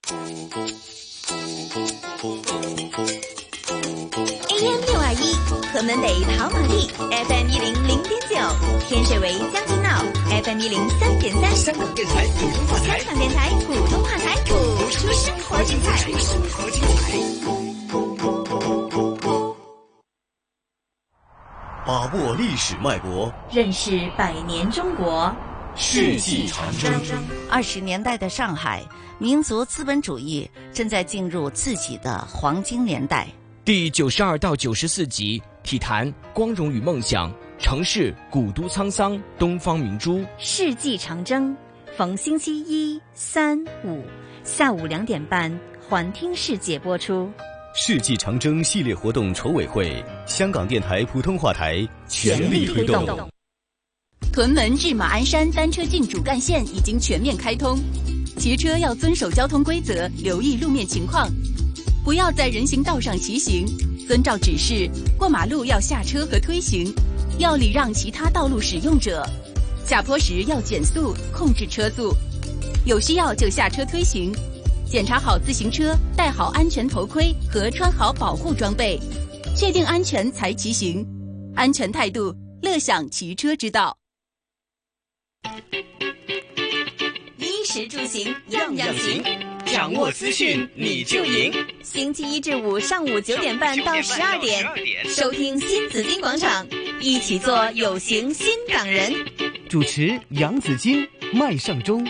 AM621河门北跑马地 FM100.9天水围将军澳 FM103.3 香港电台普通话台， 香港电台普通话台，谱出生活精彩。 把握历史脉搏， 认识百年中国， 世纪长征。 20年代的上海，民族资本主义正在进入自己的黄金年代。 第92到94集体坛光荣与梦想，城市古都沧桑，东方明珠世纪长征，逢星期一、三、五下午2点半环听世界播出。 世纪长征系列活动筹委会，香港电台普通话台全力推动。 屯门至马鞍山单车径主干线已经全面开通，骑车要遵守交通规则，留意路面情况，不要在人行道上骑行，遵照指示过马路要下车和推行，要礼让其他道路使用者，下坡时要减速控制车速，有需要就下车推行，检查好自行车，戴好安全头盔和穿好保护装备，确定安全才骑行，安全态度，乐享骑车之道。 衣食住行样样行， 掌握资讯你就赢。 星期一至五上午9点半到12点，收听新紫金广场，一起做有型新港人。 主持杨紫金、麦尚中。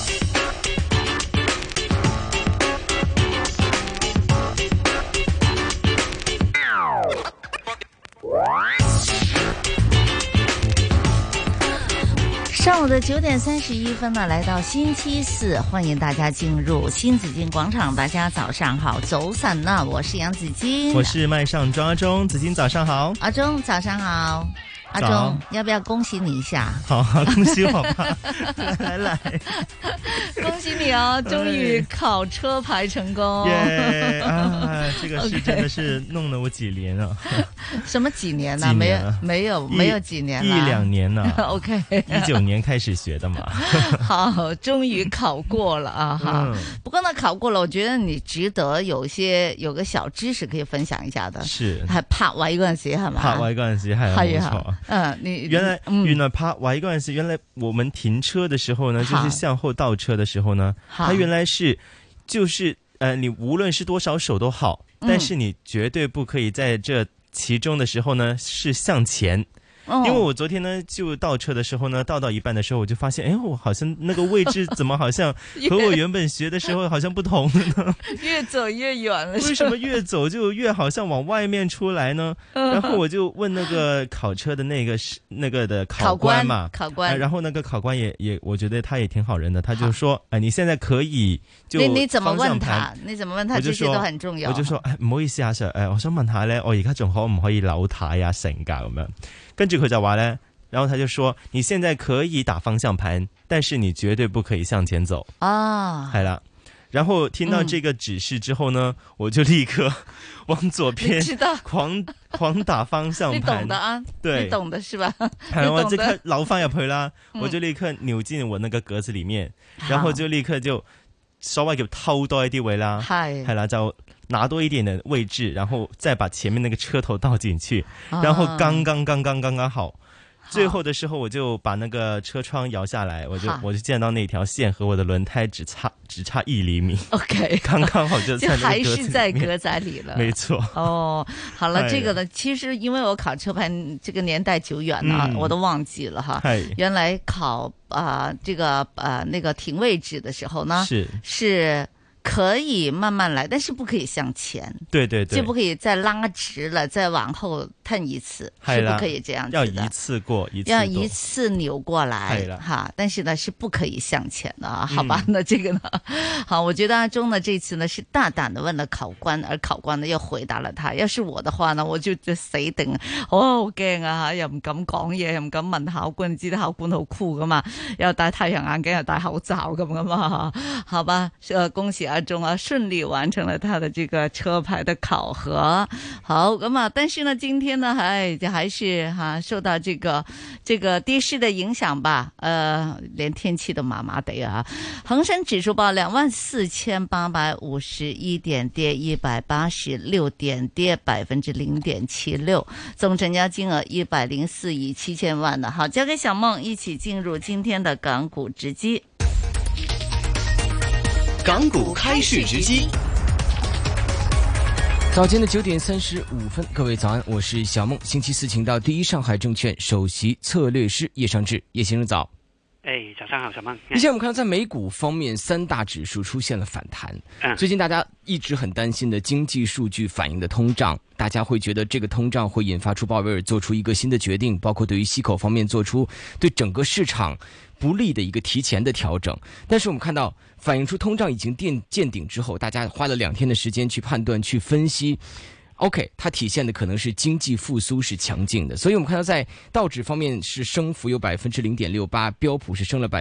上午的9点31分呢，来到星期四，欢迎大家进入新紫金广场。大家早上好，早晨呢，我是杨紫金， 我是麦尚中阿中，紫金早上好， 阿中早上好。阿中，要不要恭喜你一下？ 好，恭喜我吧！来， 恭喜你哦，终于考车牌成功！ 耶！啊，这个是真的是弄了我几年啊！ 什么几年呢？没有几年了 ，1-2年了。 OK， 19年开始学的嘛。 好，终于考过了啊！哈，不过呢，考过了，我觉得你值得有個小知識可以分享一下的。 是， 係泊位嗰陣時係嘛？ 泊位嗰陣時係冇錯。原來泊位嗰陣時，原來我們停車的時候呢，就是向後倒車的時候呢，它原來是就是你無論是多少手都好，但是你絕對不可以在這其中的時候呢是向前。因為我昨天呢就倒車的時候呢，倒到一半的時候我就發現，哎，我好像那個位置怎麼好像和我原本學的時候好像不同呢？ 越走越遠了。 為什麼越走就越好像往外面出來呢？然後我就問那個考車的那個的考官嘛， 考官， 然後那個考官也我覺得他也挺好人的，他就說，你現在可以就你怎麼問他？你怎麼問他？這些都很重要。 我就說，唔好意思啊 Sir， 我想問下咧，我而家仲可唔可以扭軚啊成噶咁樣？跟住佢就話咧，然後他就說，你現在可以打方向盤，但是你絕對不可以向前走啊。係啦，然後聽到這個指示之後呢，我就立刻往左邊狂打方向盤。 你懂的啊， 對， 你懂的是吧？ 係我即刻扭翻入去啦，我就立刻扭進我那個格子裡面，然後就立刻就所謂叫偷多一啲位啦，係啦就。拿多一點的位置，然後再把前面那個車頭倒進去，然後剛剛好。最後的時候，我就把那個車窗搖下來，我就見到那條線和我的輪胎只差1厘米。OK， 剛剛好就還是在格仔裏了。 沒錯。 哦，好了，這個呢，其實因為我考車牌這個年代久遠了，我都忘記了哈。原來考這個那個停位置的時候呢，是。可以慢慢來，但是不可以向前。對，就不可以再拉直了，再往後褪一次，是不可以這樣子的。 要一次過， 要一次扭過來，哈。但是呢，是不可以向前的啊，好吧？那這個呢，好，我覺得阿中呢這次呢是大膽的問了考官，而考官呢又回答了他。要是我的話呢，我就死定，好驚啊吓，又唔敢講嘢，又唔敢問考官，你知道考官好酷噶嘛，又戴太陽眼鏡，又戴口罩咁噶嘛，好吧？恭喜阿忠啊顺利完成了他的这个车牌的考核。好，咁啊，但是呢，今天呢，还是受到这个跌势的影响吧，连天气都麻麻的啊。恒生指数报24,851点，跌186点，跌0.76%，总成交金额104亿7千万的。好，交给小梦一起进入今天的港股直击。 港股开市直击。 早间的9点35分，各位早安，我是小梦。星期四请到第一上海证券首席策略师叶尚志，叶先生早。 早上好，小梦。 以前我们看到在美股方面，3大指数出现了反弹。最近大家一直很担心的经济数据反映的通胀，大家会觉得这个通胀会引发出鲍威尔做出一个新的决定，包括对于息口方面做出对整个市场不利的一个提前的调整。但是我们看到反映出通胀已经见顶之后，大家花了2天的时间去判断去分析，OK， 它体现的可能是经济复苏是强劲的，所以我们看到在道指方面是升幅有 0.68%， 标普是升了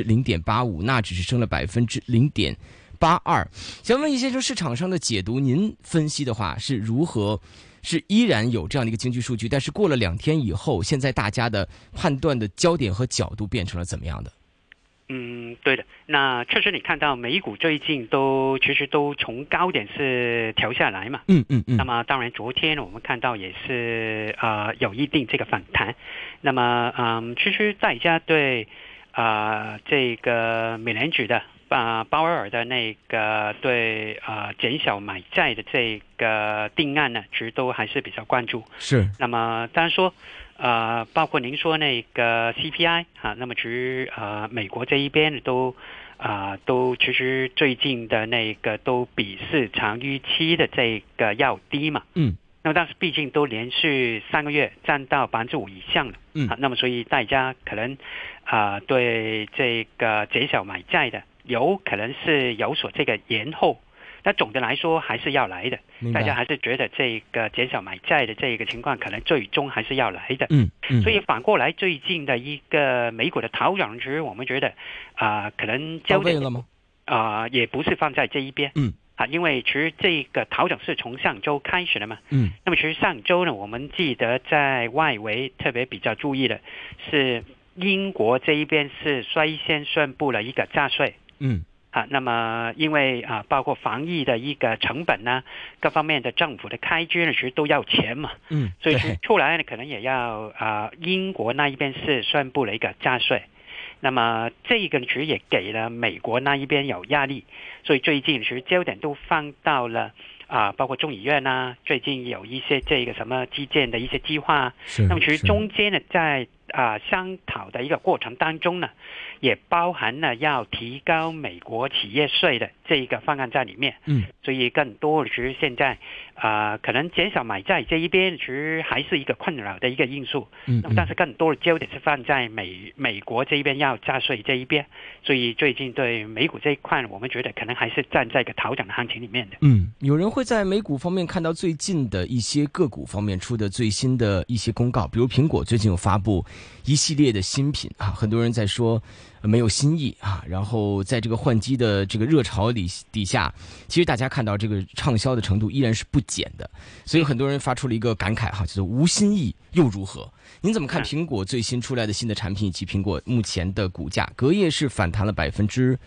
0.85%， 纳指是升了 0.82%。想问一些说市场上的解读，您分析的话是如何？是依然有这样的一个经济数据，但是过了2天以后，现在大家的判断的焦点和角度变成了怎么样的？ 对的，那确实你看到美股最近其实都从高点是调下来嘛，那么当然昨天我们看到也是有一定这个反弹，那么其实大家对这个美联储的鲍威尔的那个对减小买债的这个定案呢，其实都还是比较关注。 是， 那么当然说包括您说那个 CPI 那么其实美国这一边都其实最近的那个都比市场预期的这个要低嘛。那么但是毕竟都连续3个月占到5%以上了。那么所以大家可能对这个减小买债的有可能是有所这个延后。那总的来说还是要来的，大家还是觉得这个减少买债的这个情况可能最终还是要来的。所以反过来最近的一个美股的调整，其实我们觉得可能焦点了吗？也不是放在这一边。因为其实这个调整是从上周开始的嘛。那么其实上周呢，我们记得在外围特别比较注意的是英国这一边是率先宣布了一个加税。那么因为包括防疫的一个成本呢，各方面的政府的开支呢，其实都要钱嘛。所以出来呢，可能也要英国那一边是宣布了一个加税。那么这个其实也给了美国那一边有压力，所以最近其实焦点都放到了包括众议院最近有一些这个什么基建的一些计划。那么其实中间呢，在商讨的一个过程当中呢，也包含了要提高美国企业税的这一个方案在里面。所以更多的其实现在可能减少买债这一边其实还是一个困扰的一个因素。那么但是更多的焦点是放在美国这一边要加税这一边，所以最近对美股这一块我们觉得可能还是站在一个调整的行情里面的。 有人会在美股方面看到最近的一些个股方面出的最新的一些公告，比如苹果最近有发布一系列的新品很多人在说没有新意然后在这个换机的这个热潮底下，其实大家看到这个畅销的程度依然是不减的，所以很多人发出了一个感慨就是无新意又如何？您怎么看苹果最新出来的新的产品以及苹果目前的股价？隔夜是反弹了 0.6%。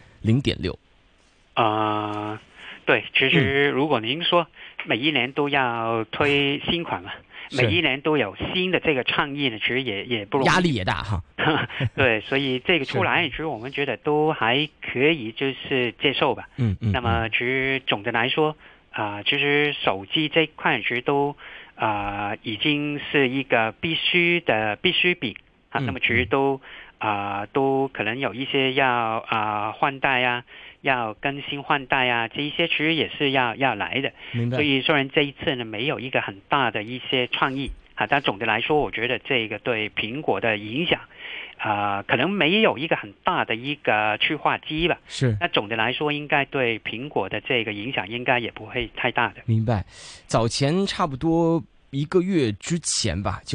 对，其实如果您说每一年都要推新款嘛，每一年都有新的这个倡议呢，其实也不容易， 压力也大哈。 对，所以这个出来其实我们觉得都还可以，就是接受吧。那么其实总的来说其实手机这一块其实都已经是一个必需品那么其实都可能有一些要换代要更新换代这一些其实也是要来的。所以虽然这一次呢没有一个很大的一些创意但总的来说我觉得这个对苹果的影响可能没有一个很大的一个去化机吧。 是， 那总的来说应该对苹果的这个影响应该也不会太大的。 明白。早前差不多1个月之前吧，就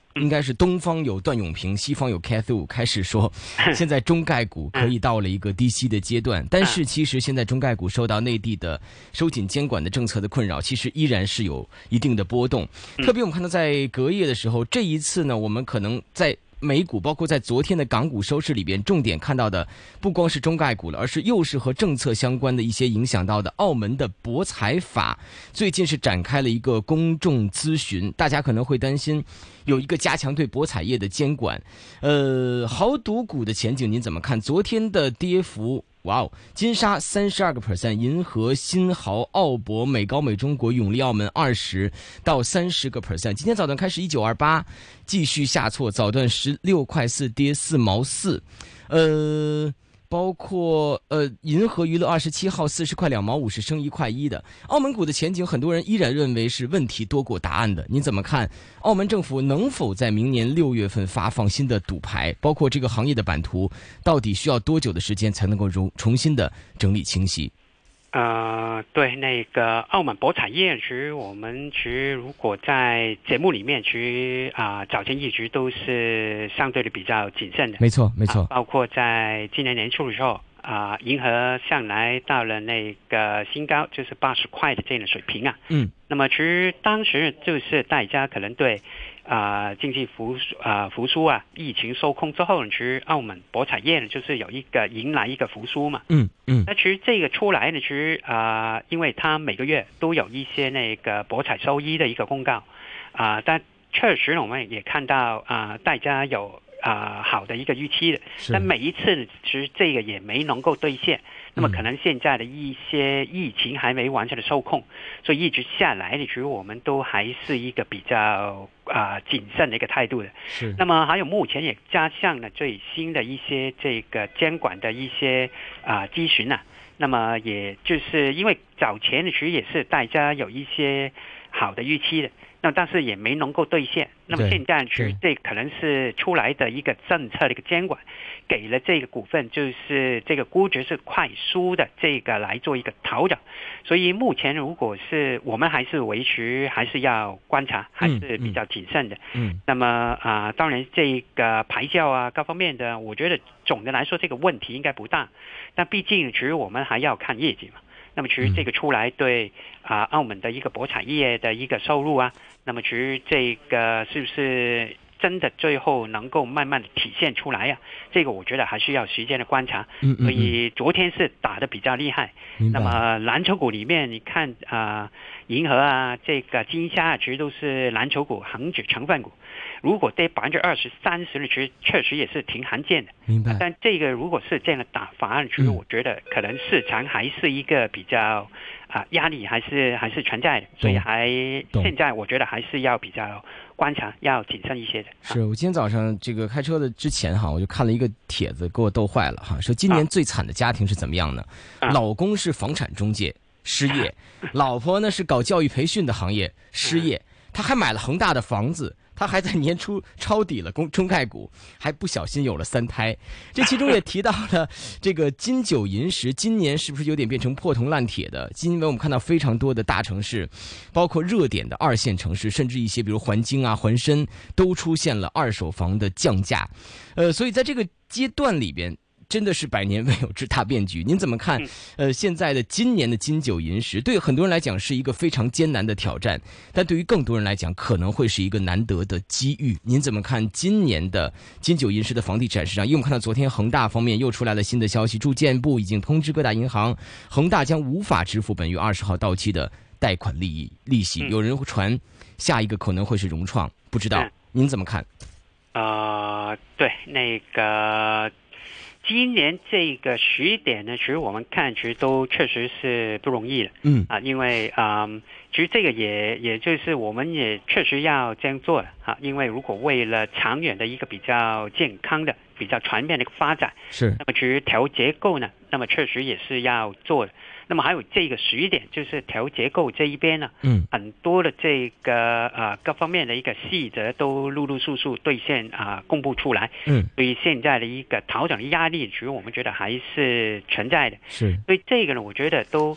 应该是东方有段永平，西方有 Cathy 开始说，现在中概股可以到了一个低息的阶段，但是其实现在中概股受到内地的收紧监管的政策的困扰，其实依然是有一定的波动。特别我们看到在隔夜的时候，这一次呢，我们可能在美股包括在昨天的港股收市里边，重点看到的不光是中概股了，而是又是和政策相关的一些影响到的澳门的博彩法，最近是展开了一个公众咨询，大家可能会担心有一个加强对博彩业的监管。豪赌股的前景您怎么看？昨天的跌幅，哇哦，金沙32%，银河、新濠、澳博、美高美中国、永利澳门20%到30%。今天早段开始1928，继续下挫，早段16块4跌4毛4。包括银河娱乐27号40块2毛50升1块1的。澳门股的前景，很多人依然认为是问题多过答案的。您怎么看？澳门政府能否在明年6月份发放新的赌牌？包括这个行业的版图，到底需要多久的时间才能够重新的整理清晰？ 对，那个澳门博彩业，其实我们如果在节目里面早前一直都是相对的比较谨慎的， 没错没错， 包括在今年年初的时候银河向来到了那个新高，就是80块的这样的水平啊。那么其实当时就是大家可能对经济复苏疫情收控之后呢，其实澳门博彩业呢就是有一个迎来一个复苏嘛。那其实这个出来呢，其实因为它每个月都有一些那个博彩收益的一个公告但确实我们也看到大家有好的一个预期的，但每一次呢，其实这个也没能够兑现。那么可能现在的一些疫情还没完全的受控，所以一直下来呢，其实我们都还是一个比较谨慎的一个态度的。那么还有目前也加上了最新的一些这个监管的一些咨询那么也就是因为早前呢，其实也是大家有一些好的预期的。那但是也没能够兑现，那么现在其实这可能是出来的一个政策的一个监管，给了这个股份就是这个估值是快速的这个来做一个调整，所以目前如果是我们还是维持还是要观察，还是比较谨慎的。那么当然这个牌照各方面的，我觉得总的来说这个问题应该不大，但毕竟其实我们还要看业绩嘛。那么其实这个出来对澳门的一个博彩业的一个收入那么其实这个是不是真的最后能够慢慢的体现出来这个我觉得还需要时间的观察。所以昨天是打得比较厉害。那么蓝筹股里面你看银河这个金沙其实都是蓝筹股恒指成分股，如果跌20%-30%其实确实也是挺罕见的。 明白。 但这个如果是这样的打法，其实我觉得可能市场还是一个比较压力还是存在的，所以现在我觉得还是要比较观察，要谨慎一些的。 是我今天早上这个开车的之前我就看了一个帖子，给我逗坏了说今年最惨的家庭是怎么样呢？老公是房产中介失业，老婆呢是搞教育培训的行业失业，他还买了恒大的房子，他还在年初抄底了中概股，还不小心有了3胎。这其中也提到了这个金九银十，今年是不是有点变成破铜烂铁的？因为我们看到非常多的大城市，包括热点的2线城市，甚至一些比如环京环深，都出现了二手房的降价。所以在这个阶段里边，真的是百年未有之大变局。您怎么看现在的今年的金九银十？对很多人来讲是一个非常艰难的挑战，但对于更多人来讲可能会是一个难得的机遇。您怎么看今年的金九银十的房地产市场？因为我们看到昨天恒大方面又出来了新的消息，住建部已经通知各大银行，恒大将无法支付本月20号到期的贷款利息。有人传下一个可能会是融创，不知道您怎么看？ 对，那个今年这个时点呢，其实我们看其实都确实是不容易的。因为其实这个也就是我们也确实要这样做的因为如果为了长远的一个比较健康的、比较全面的一个发展，那么其实调结构呢，那么确实也是要做的。那么还有这个时点，就是调结构这一边呢，很多的这个各方面的一个细则都陆陆续续兑现公布出来。所以现在的一个调整的压力，其实我们觉得还是存在的。所以这个呢，我觉得都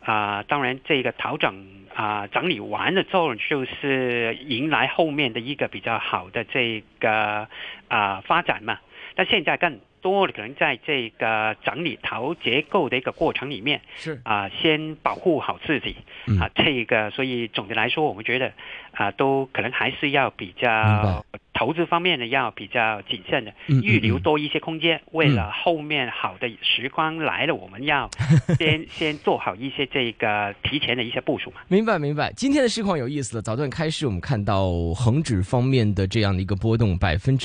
当然这个调整整理完了之后，就是迎来后面的一个比较好的这个发展嘛。但现在更多的可能在这个整理调结构的一个过程里面， 是先保护好自己这个，所以总的来说，我们觉得都可能还是要比较投资方面呢要比较谨慎的，预留多一些空间，为了后面好的时光来了，我们要先做好一些这个提前的一些部署嘛。 明白。今天的市况有意思了，早段开市我们看到恒指方面的这样的一个波动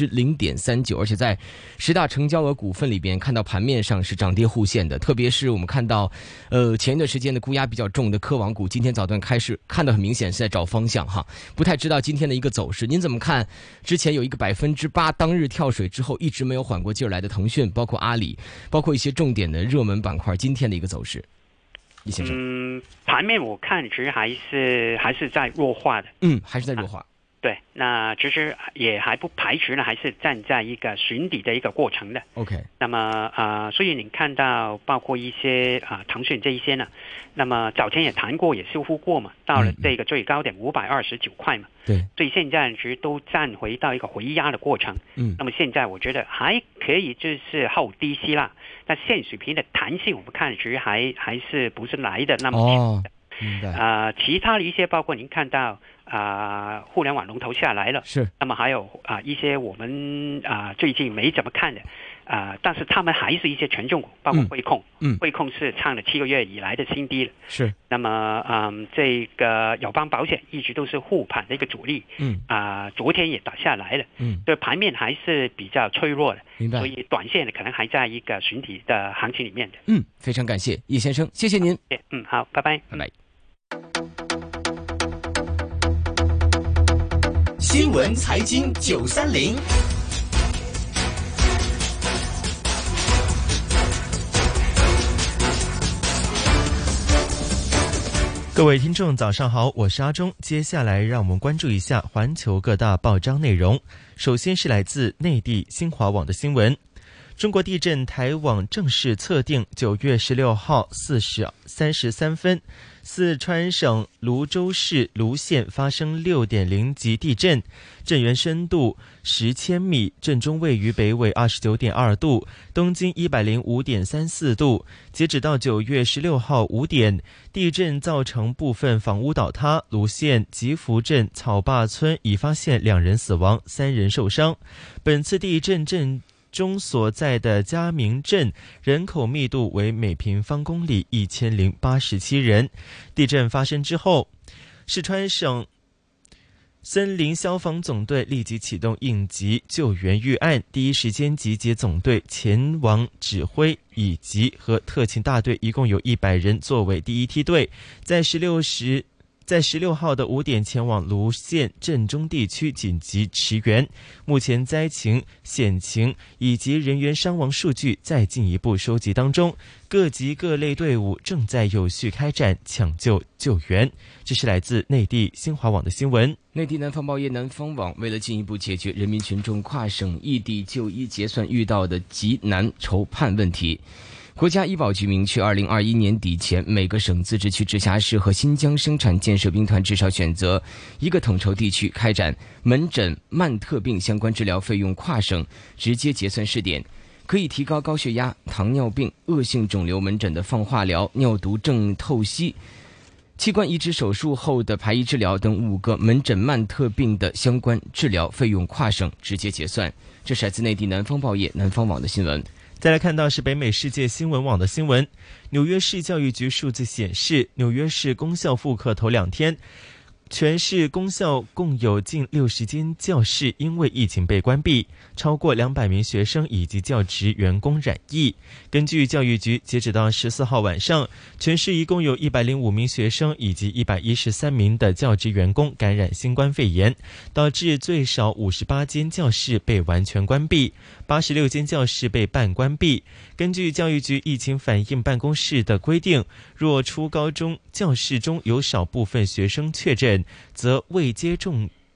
0.39%，而且在10大成交额股份里边看到盘面上是涨跌互现的，特别是我们看到前一段时间的估压比较重的科网股，今天早段开市看得很明显是在找方向哈，不太知道今天的一个走势，您怎么看？之前有一个8%当日跳水之后一直没有缓过劲儿来的腾讯，包括阿里，包括一些重点的热门板块，今天的一个走势，李先生。 盘面我看其实还是在弱化的， 还是在弱化。 对，那其实也还不排除呢，还是站在一个寻底的一个过程的。 OK， 那么所以你看到包括一些腾讯这一些呢，那么早前也谈过，也修复过嘛，到了这个最高点529块嘛。 对， 所以现在其实都站回到一个回压的过程。那么现在我觉得还可以，就是后低吸啦。那现水平的弹性，我们看其实还是不是来的那么强的。 明白。 其他的一些包括您看到互联网龙头下来了， 是， 那么还有一些我们最近没怎么看的但是他们还是一些权重股，包括汇控，汇控是创了7个月以来的新低了， 是。 那么这个友邦保险一直都是护盘的一个主力，昨天也打下来了，对盘面还是比较脆弱的， 明白。 所以短线可能还在一个寻底的行情里面的。 非常感谢叶先生，谢谢您。 好，拜拜。 新闻财经930， 各位听众早上好，我是阿忠，接下来让我们关注一下环球各大报章内容。首先是来自内地新华网的新闻，中国地震台网正式测定9月16号4时33分，四川省泸州市泸县发生6.0级地震，震源深度10千米，震中位于北纬29.2度，东经105.34度。截止到9月16号5点，地震造成部分房屋倒塌，泸县吉福镇草坝村已发现2人死亡，3人受伤。本次地震中所在的嘉明镇人口密度为每平方公里1087人。地震发生之后，四川省森林消防总队立即启动应急救援预案，第一时间集结总队前往指挥，以及和特勤大队一共有100人作为第一梯队，在16号的5点前往泸县震中地区紧急驰援。目前灾情、险情以及人员伤亡数据在进一步收集当中，各级各类队伍正在有序开展抢救救援。这是来自内地新华网的新闻。 内地南方报业南方网为了进一步解决人民群众跨省异地就医结算遇到的极难筹判问题，国家医保局明确2021年底前，每个省、自治区、直辖市和新疆生产建设兵团至少选择一个统筹地区开展门诊慢特病相关治疗费用跨省直接结算试点，可以提高高血压、糖尿病、恶性肿瘤门诊的放化疗、尿毒症透析、器官移植手术后的排异治疗等5个门诊慢特病的相关治疗费用跨省直接结算。这是来自内地南方报业南方网的新闻。 再来看到是北美世界新闻网的新闻，纽约市教育局数字显示，纽约市公校复课头2天，全市公校共有近60间教室因为疫情被关闭，超过200名学生以及教职员工染疫。根据教育局，截止到14号晚上，全市一共有105名学生以及113名的教职员工感染新冠肺炎，导致最少58间教室被完全关闭，86间教室被半关闭。根据教育局疫情反应办公室的规定，若初高中教室中有少部分学生确诊，则未接种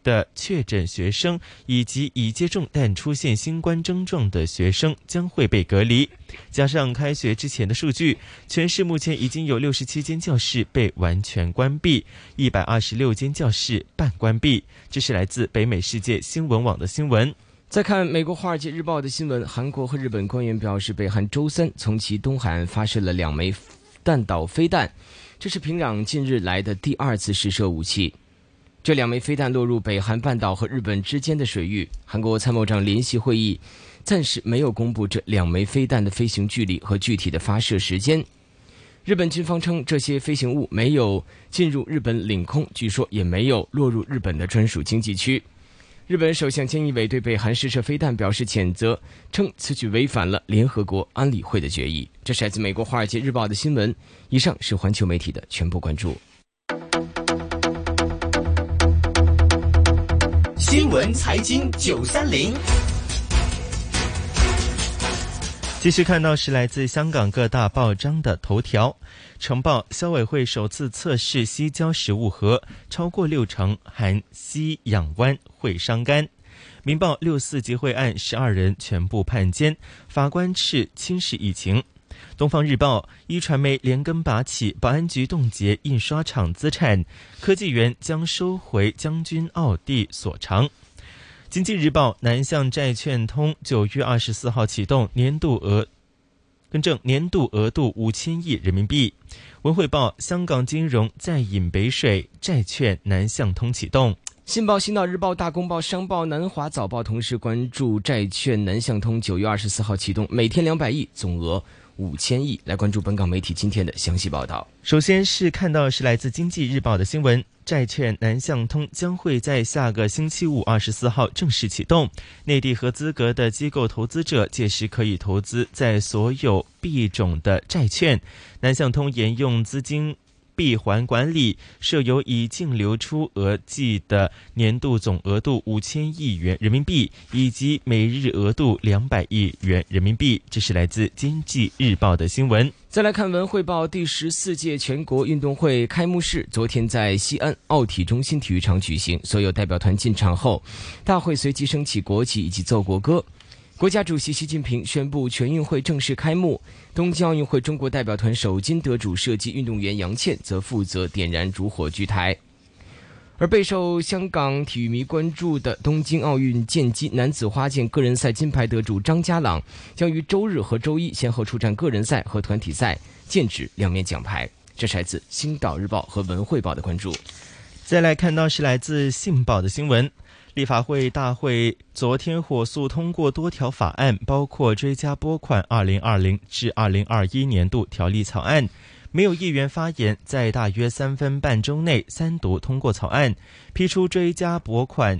的确诊学生以及已接种但出现新冠症状的学生将会被隔离。加上开学之前的数据，全市目前已经有67间教室被完全关闭，126间教室半关闭。这是来自北美世界新闻网的新闻。 再看美国《华尔街日报》的新闻，韩国和日本官员表示，北韩周三从其东海岸发射了2枚弹道飞弹，这是平壤近日来的第2次试射武器。这2枚飞弹落入北韩半岛和日本之间的水域。韩国参谋长联席会议暂时没有公布这2枚飞弹的飞行距离和具体的发射时间。日本军方称，这些飞行物没有进入日本领空，据说也没有落入日本的专属经济区。日本首相菅义伟对北韩试射飞弹表示谴责，称此举违反了联合国安理会的决议。这是来自美国《华尔街日报》的新闻。以上是环球媒体的全部关注。 新闻财经930， 继续看到是来自香港各大报章的头条。晨报，消委会首次测试硒胶食物盒，超过60%含硒氧烷会伤肝。明报，6·4集会案12人全部判监，法官斥轻视疫情。东方日报，一传媒连根拔起，保安局冻结印刷厂资产，科技园将收回将军澳地所长。经济日报，南向债券通9月24号启动，年度额度5000亿人民币。文汇报，香港金融再饮北水，债券南向通启动。 信报、新岛日报、大公报、商报、南华早报同时关注债券南向通9月24号启动，每天200亿，总额5000亿。来关注本港媒体今天的详细报道。 首先是看到是来自经济日报的新闻，债券南向通将会在下个星期五24号正式启动，内地合资格的机构投资者届时可以投资在所有币种的债券。南向通沿用资金闭环管理，设有以净流出额计的年度总额度5000亿元人民币，以及每日额度200亿元人民币。这是来自经济日报的新闻。 再来看文汇报，第14届全国运动会开幕式昨天在西安奥体中心体育场举行，所有代表团进场后，大会随即升起国旗以及奏国歌。国家主席习近平宣布全运会正式开幕。东京奥运会中国代表团首金得主射击运动员杨倩则负责点燃烛火炬台。而备受香港体育迷关注的东京奥运剑击男子花剑个人赛金牌得主张家朗将于周日和周一先后出战个人赛和团体赛，剑指2面奖牌。这是来自星岛日报和文汇报的关注。 再来看到是来自信报的新闻。立法会大会昨天火速通过多条法案，包括追加拨款2020至2021年度条例草案。没有议员发言，在大约3分半钟内3读通过草案，批出追加拨款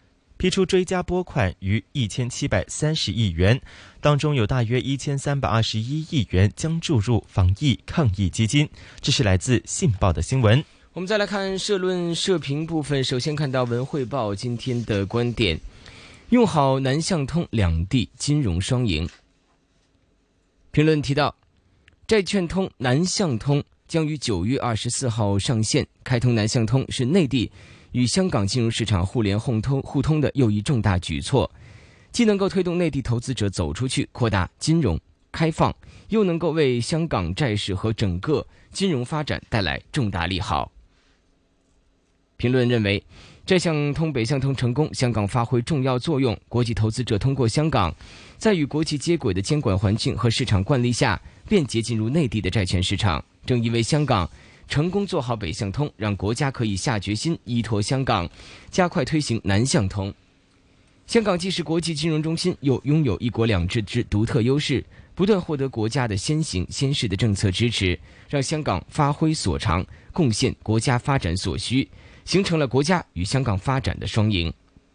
逾1730亿元，当中有大约1321亿元将注入防疫抗疫基金。这是来自信报的新闻。 我们再来看社论社评部分，首先看到文汇报今天的观点，用好南向通，两地金融双赢。评论提到，债券通南向通将于9月24号上线，开通南向通是内地与香港金融市场互联互通的又一重大举措，既能够推动内地投资者走出去，扩大金融开放，又能够为香港债市和整个金融发展带来重大利好。评论认为，债向通北向通成功，香港发挥重要作用，国际投资者通过香港，在与国际接轨的监管环境和市场惯例下，便捷进入内地的债券市场。正因为香港成功做好北向通，让国家可以下决心依托香港，加快推行南向通。香港既是国际金融中心，又拥有一国两制之独特优势，不断获得国家的先行先试的政策支持，让香港发挥所长，贡献国家发展所需，形成了国家与香港发展的双赢。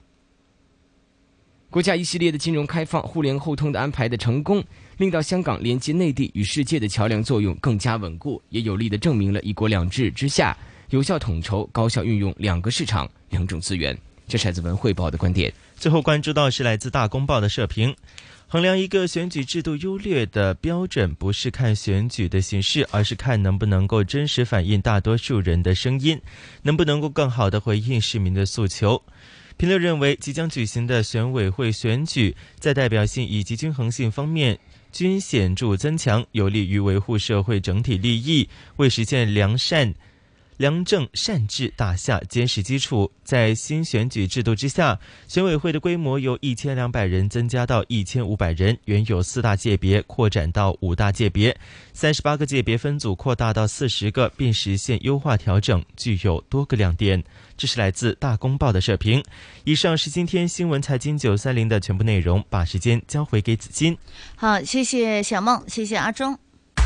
国家一系列的金融开放、互联互通的安排的成功，令到香港连接内地与世界的桥梁作用更加稳固，也有力地证明了一国两制之下有效统筹、高效运用两个市场、两种资源。这是来自文汇报的观点。 最后关注到是来自大公报的社评，衡量一个选举制度优劣的标准，不是看选举的形式，而是看能不能够真实反映大多数人的声音，能不能够更好地回应市民的诉求。 评论认为，即将举行的选委会选举在代表性以及均衡性方面均显著增强，有利于维护社会整体利益，为实现良政善治打下坚实基础。在新选举制度之下，选委会的规模由1200人增加到1500人，原有4大界别扩展到5大界别，38个界别分组扩大到40个，并实现优化调整，具有多个亮点。这是来自大公报的社评。以上是今天新闻财经930的全部内容，把时间交回给子金。 好，谢谢小梦，谢谢阿忠。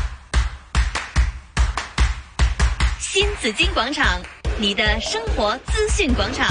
新紫金广场，你的生活资讯广场。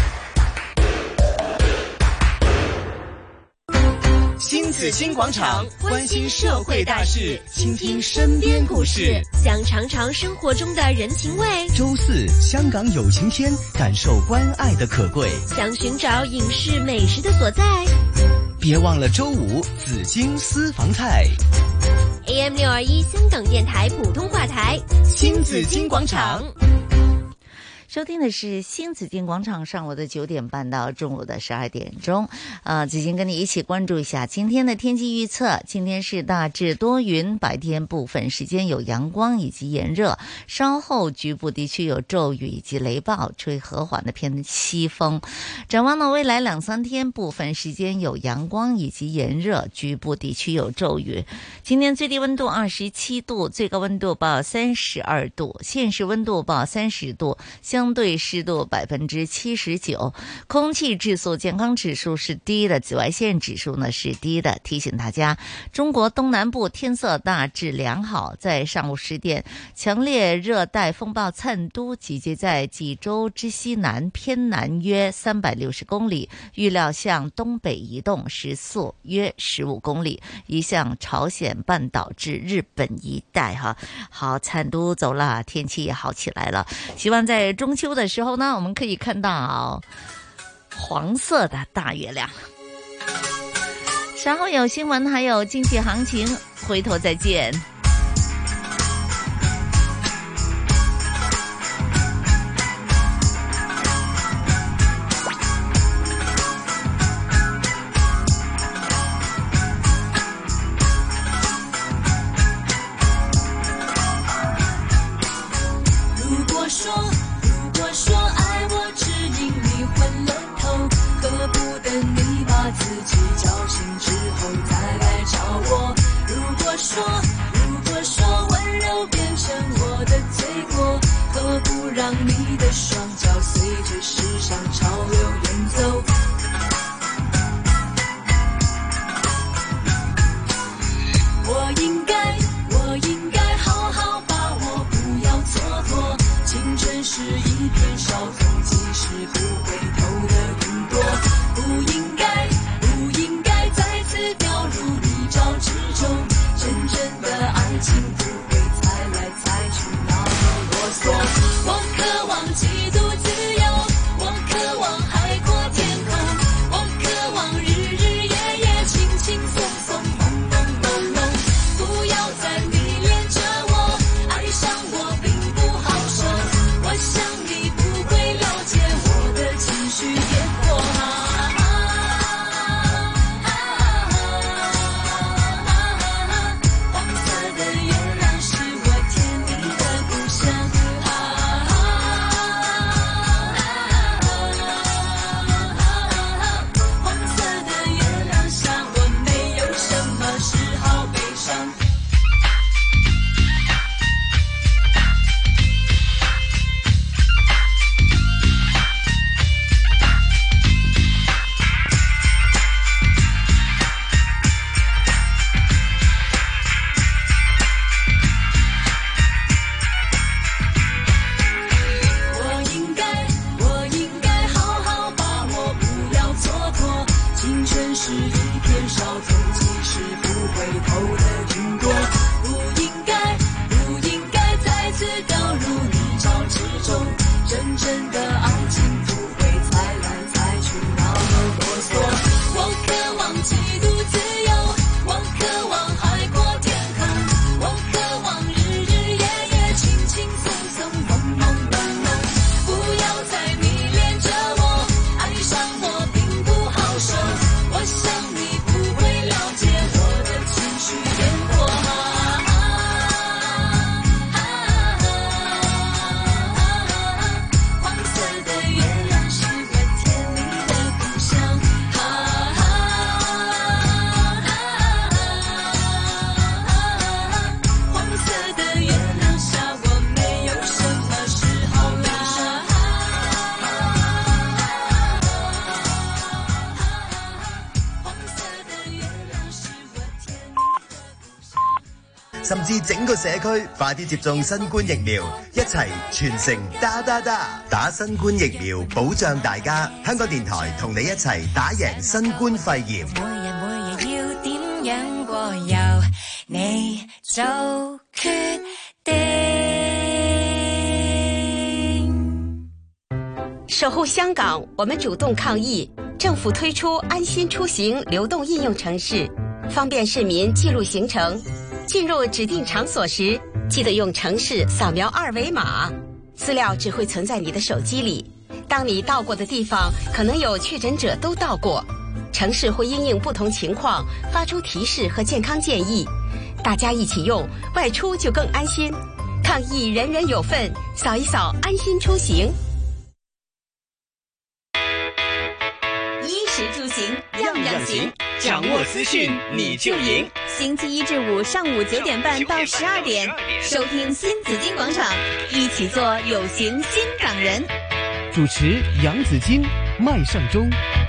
新紫金广场，关心社会大事，倾听身边故事， 想尝尝生活中的人情味。 周四，香港有晴天，感受关爱的可贵。 想寻找影视美食的所在， 别忘了周五紫金私房菜。 AM 621香港电台普通话台， 新紫金广场。 收听的是新紫金广场，上午的9点半到中午的12点钟。紫金跟你一起关注一下今天的天气预测。今天是大致多云，白天部分时间有阳光以及炎热，稍后局部地区有骤雨以及雷暴，吹和缓的偏西风。展望呢，未来2-3天部分时间有阳光以及炎热，局部地区有骤雨。今天最低温度27度，最高温度报32度，现时温度报30度，相对湿度79%，空气质素健康指数是低的，紫外线指数呢是低的。提醒大家，中国东南部天色大致良好。在上午10点，强烈热带风暴燦都集结在济州之西南偏南约360公里，预料向东北移动，时速约15公里，移向朝鲜半岛至日本一带哈。好，燦都走了，天气也好起来了。希望在中秋的时候呢，我们可以看到黄色的大月亮。稍后有新闻，还有经济行情，回头再见。 如果说爱我只因你昏了头，何不等你把自己叫醒之后再来找我？如果说温柔变成我的罪过，何不让你的双脚随着时尚潮流远走？我应该好好把握，不要蹉跎青春。 甚至整個社區，快啲接種新冠疫苗，一齊全城打新冠疫苗，保障大家。香港電台同你一齊打贏新冠肺炎。 每日要點樣過由你做決定。 守護香港，我們主動抗疫。政府推出安心出行流動應用程式，方便市民記錄行程。進入指定場所時，記得用程式掃描二維碼，資料只會存在你的手機裡。當你到過的地方可能有確診者都到過，程式會因應不同情況發出提示和健康建議。大家一起用，外出就更安心。抗疫人人有份，掃一掃安心出行。 衣食住行樣樣行， 掌握資訊你就贏。 星期一至五上午9點半到12點，收聽新紫荊廣場，一起做有型新港人。 主持楊紫荊、麥尚中。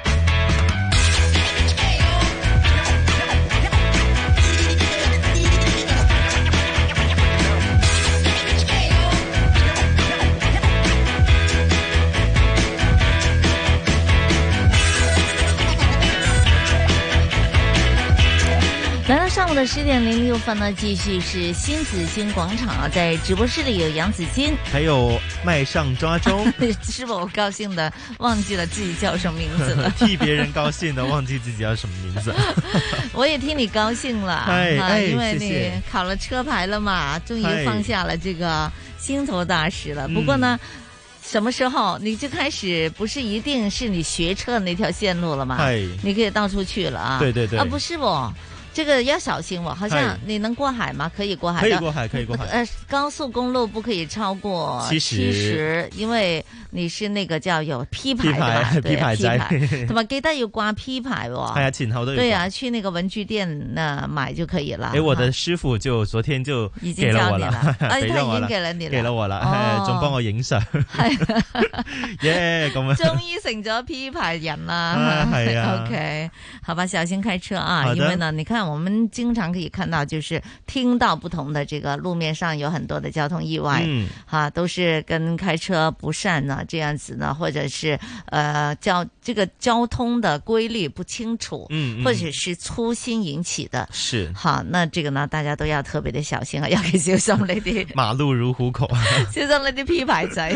来到上午的10點06分呢，繼續是新紫荊廣場啊，在直播室裏有楊紫荊， 還有麥上抓中。 是否我高興的忘記了自己叫什麼名字了？ 替別人高興的忘記自己叫什麼名字？ 我也替你高興了，因為你考了車牌了嘛，終於放下了這個心頭大石了。不過呢，什麼時候你就開始不是一定是你學車那條線路了嘛？你可以到處去了啊。 對對對。 啊，不是我。這個要小心哦，好像你能過海嗎？可以過海的， 可以過海，可以過海。 高速公路不可以超過70，因為你是那個叫有 P 牌的吧？ P 牌仔， 同埋記得要掛 P 牌喎。 係啊，前後都有。 對啊，去那個文具店買就可以了。 我的師傅就昨天就已經教你了， 他已經給了你了， 給了我了，仲幫我影相。耶，咁樣。 終於成咗 P 牌人啦。 係啊。 OK， 好吧，小心開車啊，因為呢，你看。我們經常可以看到，就是聽到不同的這個路面上有很多的交通意外，都是跟開車不善呢，這樣子呢，或者是這個交通的規律不清楚，或者是粗心引起的， 是好，那這個呢，大家都要特別的小心啊，尤其小心呢啲馬路如虎口， 小心呢啲 P 牌仔，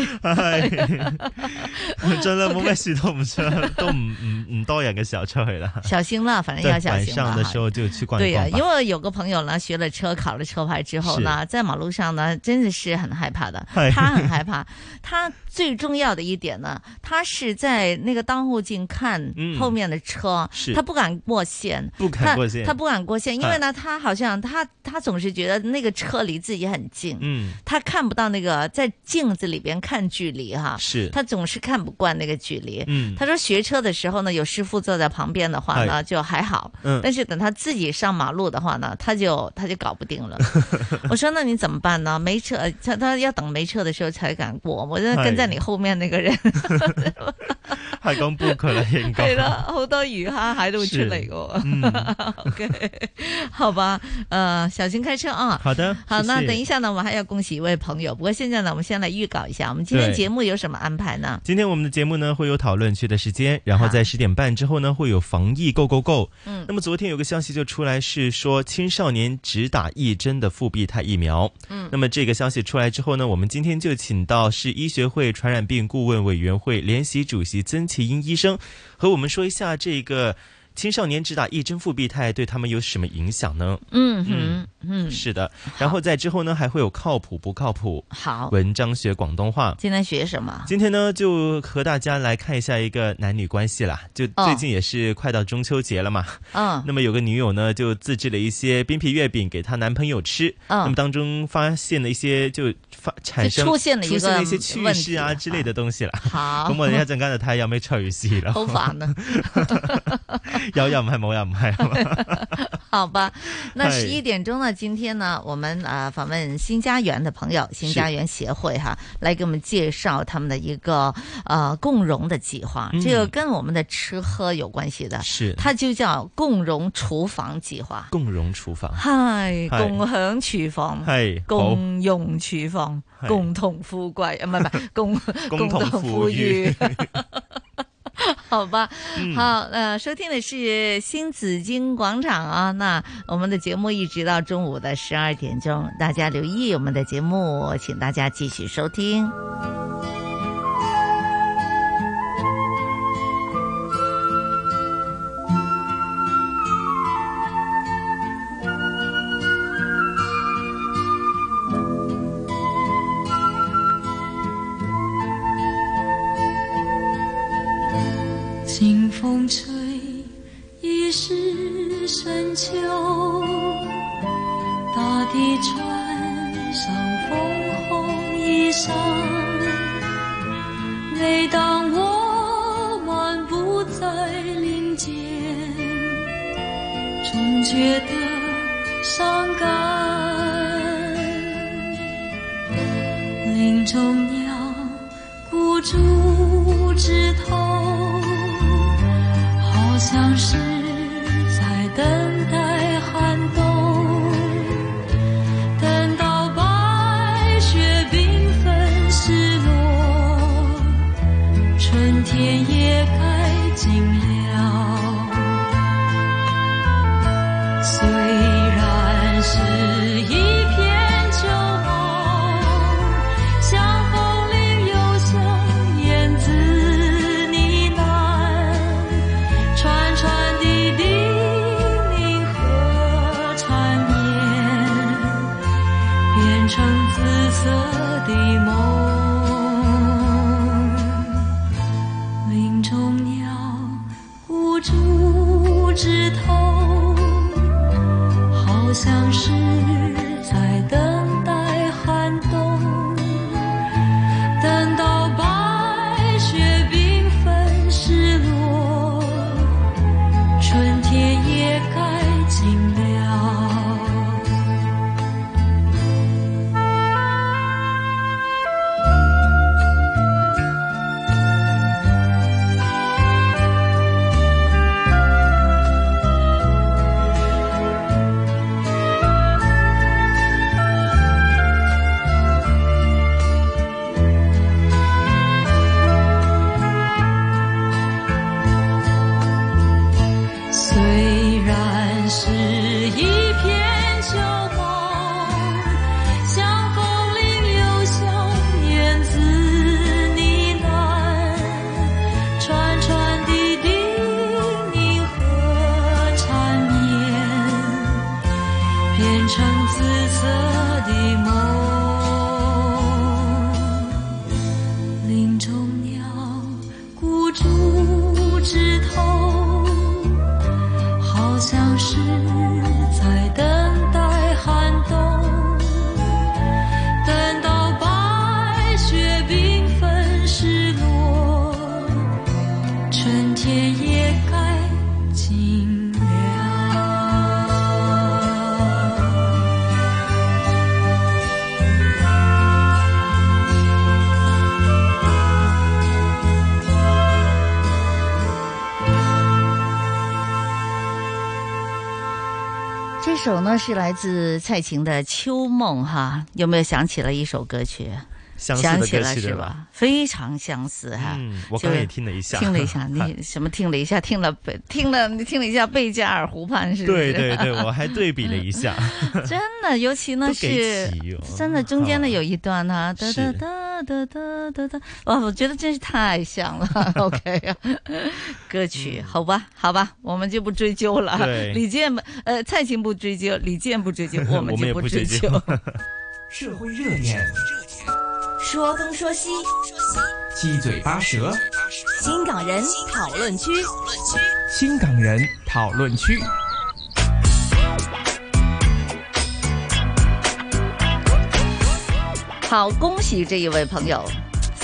真的冇咩事都唔多人嘅時候出去啦， 小心啦，反正要小心啦。 晚上的時候就去逛一逛。 對呀，因為有個朋友呢，學了車，考了車牌之後呢，在馬路上呢，真的是很害怕的。他很害怕。他最重要的一點呢，他是在那個當後鏡看後面的車，他不敢過線，他不敢過線，因為呢，他好像他總是覺得那個車離自己很近，他看不到那個在鏡子裏邊看距離哈，他總是看不慣那個距離。他說學車的時候呢，有師傅坐在旁邊的話呢，就還好，但是等他自己上馬路的話呢，他就搞不定了。我說那你怎麼辦呢？沒車，他要等沒車的時候才敢過。我就跟在你後面那個人， 係咁搬佢啦，應該係啦，好多魚蝦蟹都會出嚟嘅。OK， 好吧，小心開車啊。 好的， 好，那等一下呢，我們還要恭喜一位朋友。不過現在呢，我們先來預告一下，我們今天節目有什麼安排呢？ 今天我們的節目呢會有討論區的時間，然後在10點半之後呢會有防疫 Go Go Go。那麼昨天有個消息就出來是說青少年只打1針的復必泰疫苗。那麼這個消息出來之後呢，我們今天就請到市醫學會傳染病顧問委員會聯席主席曾其英醫生和我們說一下這個青少年只打1針復必泰對他們有什麼影響呢？是的。然後在之後呢還會有靠譜不靠譜，好，文章學廣東話。 今天學什麼？ 今天呢就和大家來看一下一個男女關係啦，就最近也是快到中秋節了嘛。那麼有個女友呢就自製了一些冰皮月餅給她男朋友吃，那麼當中發現了一些就出現了一些趣事啊之類的東西啦。好，咁我哋一陣間就睇下有咩趣事啦。 好煩啊！ 有又唔係，冇又唔係。 好吧，那11點鐘呢，今今天呢，我们访问新家园的朋友，新家园协会哈，来给我们介绍他们的一个共融的计划。这个跟我们的吃喝有关系的， 是它就叫共融厨房計劃。 共融廚房係共享廚房，係共用廚房，共同富貴，唔係共同富裕。好吧，好，收聽的是新紫荊廣場啊。那我們的節目一直到中午的12點鐘，大家留意我們的節目，請大家繼續收聽。 清風吹，已是深秋，大地穿上粉紅衣裳。每當我漫步在林間，總覺得傷感。林中鳥孤注枝頭，好像是在等待寒冬，等到白雪繽紛失落，春天也該盡了。雖然是一片秋夢，像風鈴又像燕子呢喃，串串的叮嚀和纏綿，變成紫色的夢。林中鳥孤注枝頭，好像是在等待寒冬，等到白雪繽紛失落，春天也該盡了。雖然是一片秋夢，像風鈴又像燕子呢喃，串串的叮嚀和纏綿，變成紫色的夢。林中鳥孤注枝頭，好像是在等待寒冬，等到白雪繽紛失落，春天也該盡了。 这首呢是来自蔡琴的《秋夢》哈，有没有想起了一首歌曲？ 相似的歌曲想起了是吧？非常相似哈。 我刚才也听了一下， 你什么听了一下？听了一下贝加尔湖畔是不是？ 对对对，我还对比了一下。 真的，尤其呢是真的中间的有一段呢，哒哒哒哒哒哒哒，哇，我觉得真是太像了。OK 啊，歌曲好吧，我们就不追究了。李健蔡琴不追究，李健不追究，我们就不追究。 社会热点， 说东说西， 七嘴八舌， 新港人讨论区， 新港人讨论区。 好，恭喜这一位朋友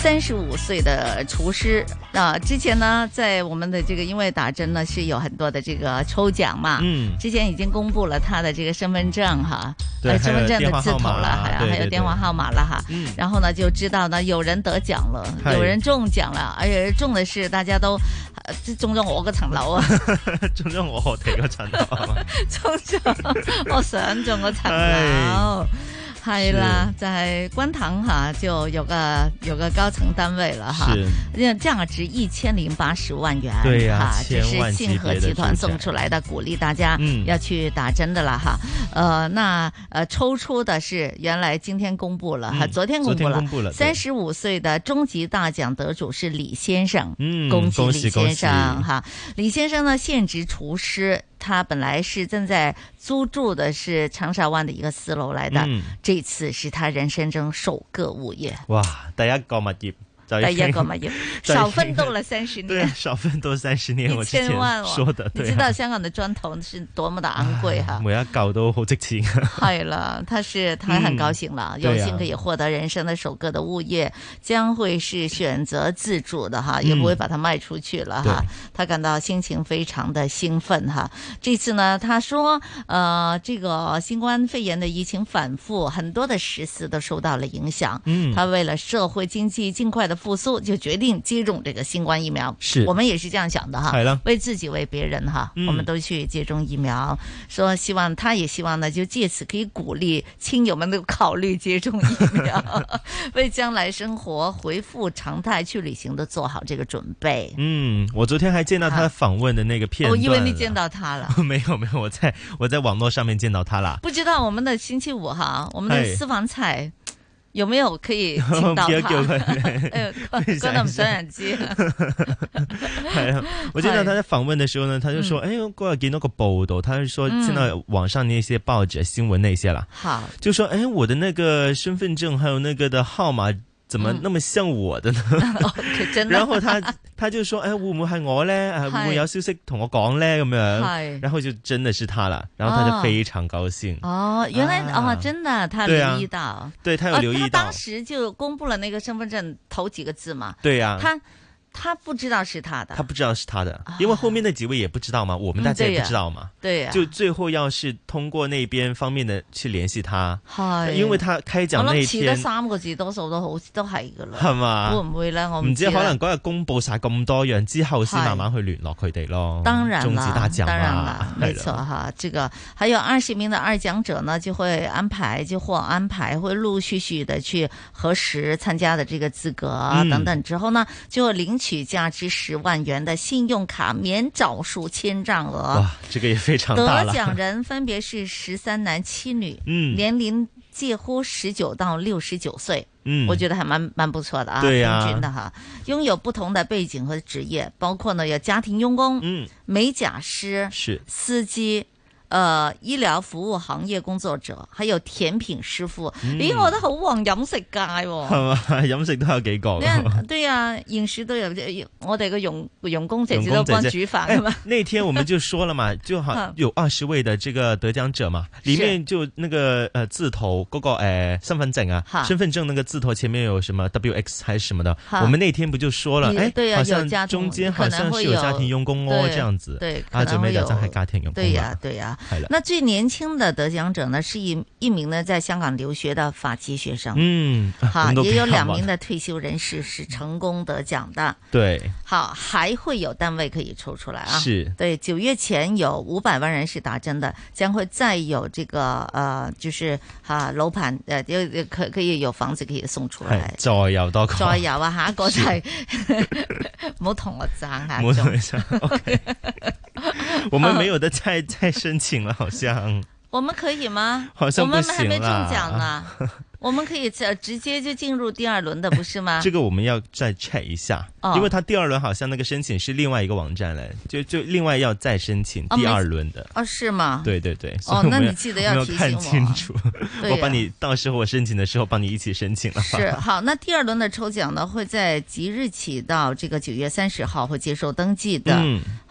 35岁的厨师之前呢，在我们的这个因为打针呢是有很多的这个抽奖嘛，之前已经公布了他的这个身份证哈， 对， 身份证的字头了， 还有电话号码了哈，然后呢就知道呢有人得奖了，有人中奖了，而且中的是大家都中咗我嗰層樓啊， 中咗我哋嗰層樓， 中咗我想中嗰層樓。係啦，就係觀塘就有個高層單位了哈，價值1080萬元， 對呀， 這是信和集團送出來的，鼓勵大家要去打針的了哈。那抽出的是原來今天公布了哈，昨天公布了，35歲的終極大獎得主是李先生，恭喜李先生哈。李先生呢，現職廚師。他本來是正在租住的是長沙灣的一個4樓來的，這次是他人生中首個物業。 哇，第一個物業。 第一個物業，少奮鬥了30年。 對，少奮鬥30年，我之前說的。 你知道香港的磚頭是多麼的昂貴哈？ 每一嚿都好值錢。 係啦，他很高興了，有幸可以獲得人生的首個的物業，將會是選擇自住的哈，也不會把它賣出去了哈。他感到心情非常的興奮哈。這次呢，他說，這個新冠肺炎的疫情反覆，很多的食肆都受到了影響。他為了社會經濟盡快的復甦，就決定接種這個新冠疫苗。是我們也是這樣想的哈，為自己為別人哈，我們都去接種疫苗。說希望他也希望呢，就借此可以鼓勵親友們都考慮接種疫苗，為將來生活恢復常態去旅行都做好這個準備。 我昨天還見到他訪問的那個片段。 我以為你見到他了。 沒有，我在網絡上面見到他啦。 不知道我們的星期五哈，我們的私房菜。有沒有可以請到他？真的唔想人知。 係啊，我見到他在訪問的時候呢，他就說：嗰日見到個報道，他就說見到網上那些報紙新聞那些啦，好，就說我的那個身份證還有那個的號碼怎麼那麼像我的呢？然後他就說：會唔會係我呢？會唔會有消息同我講呢？咁樣，然後就真的是他了，然後他就非常高興。 原來真的，他留意到， 對，他有留意到， 他當時就公布了那個身份證頭幾個字嘛。 對呀， 他不知道是他的， 他不知道是他的，因為後面那幾位也不知道嘛，我們大家也不知道嘛。 對呀， 就最後要是通過那邊方面的去聯繫他，因為他開獎那天，我諗似得 3個字，多數都係噶啦， 係嘛？ 會唔會咧？我唔知， 可能嗰日公布晒咁多樣之後，先慢慢去聯絡佢哋咯。 當然啦， 終極大獎當然啦，沒錯哈。這個還有20名的2獎者呢，就會安排會陸續的去核實參加的這個資格等等之後呢，就會領取價值10萬元的信用卡免找數簽賬額。 哇，這個也非常大了。 得獎人分別是13男7女，年齡介乎19到69歲。我覺得還蠻不錯的啊， 對呀， 平均的哈。擁有不同的背景和職業，包括呢有家庭傭工、美甲師、司機。醫療服務行業工作者，還有甜品師傅，咦，我覺得好旺飲食界喎， 係嘛？飲食都有幾個， 對啊，飲食都有，我哋個傭工姐姐都幫煮飯嘛。 那天我們就說了嘛，就好有20位的這個得獎者嘛，裏面就那個字頭嗰個身份證啊，身份證那個字頭前面有什麼 WX 還是什麼的，我們那天不就說了， 對啊， 好像中間好像是有家庭傭工哦，這樣子， 對， 準備的真係家庭傭工， 對呀，對呀。那最年輕的得獎者呢，是一名呢在香港留學的法籍學生。好，也有2名的退休人士是成功得獎的。對，好，還會有單位可以抽出來啊。是，對，9月前有500萬人是打針的，將會再有這個就是樓盤可以有房子可以送出來。 再有多個， 再有啊，下一個就係唔好同我爭下。 唔好同你爭。OK。我們沒有的再申請了，好像。 我們可以嗎？ 好像不行啦。 我們還沒中獎呢。我們可以直接就進入第2輪的，不是嗎？ 這個我們要再 check 一下，因為他第2輪好像那個申請是另外一個網站嚟，就另外要再申請第2輪的。 是嗎？ 對對對。 那你記得要提醒我。 看清楚，我幫你到時候我申請的時候幫你一起申請了。 是，好，那第2輪的抽獎呢，會在即日起到這個9月30號會接受登記的。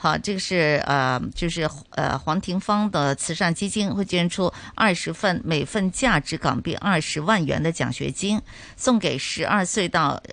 好，这个是就是黄廷芳的慈善基金会捐出20份，每份价值港币20万元的奖学金，送给12岁到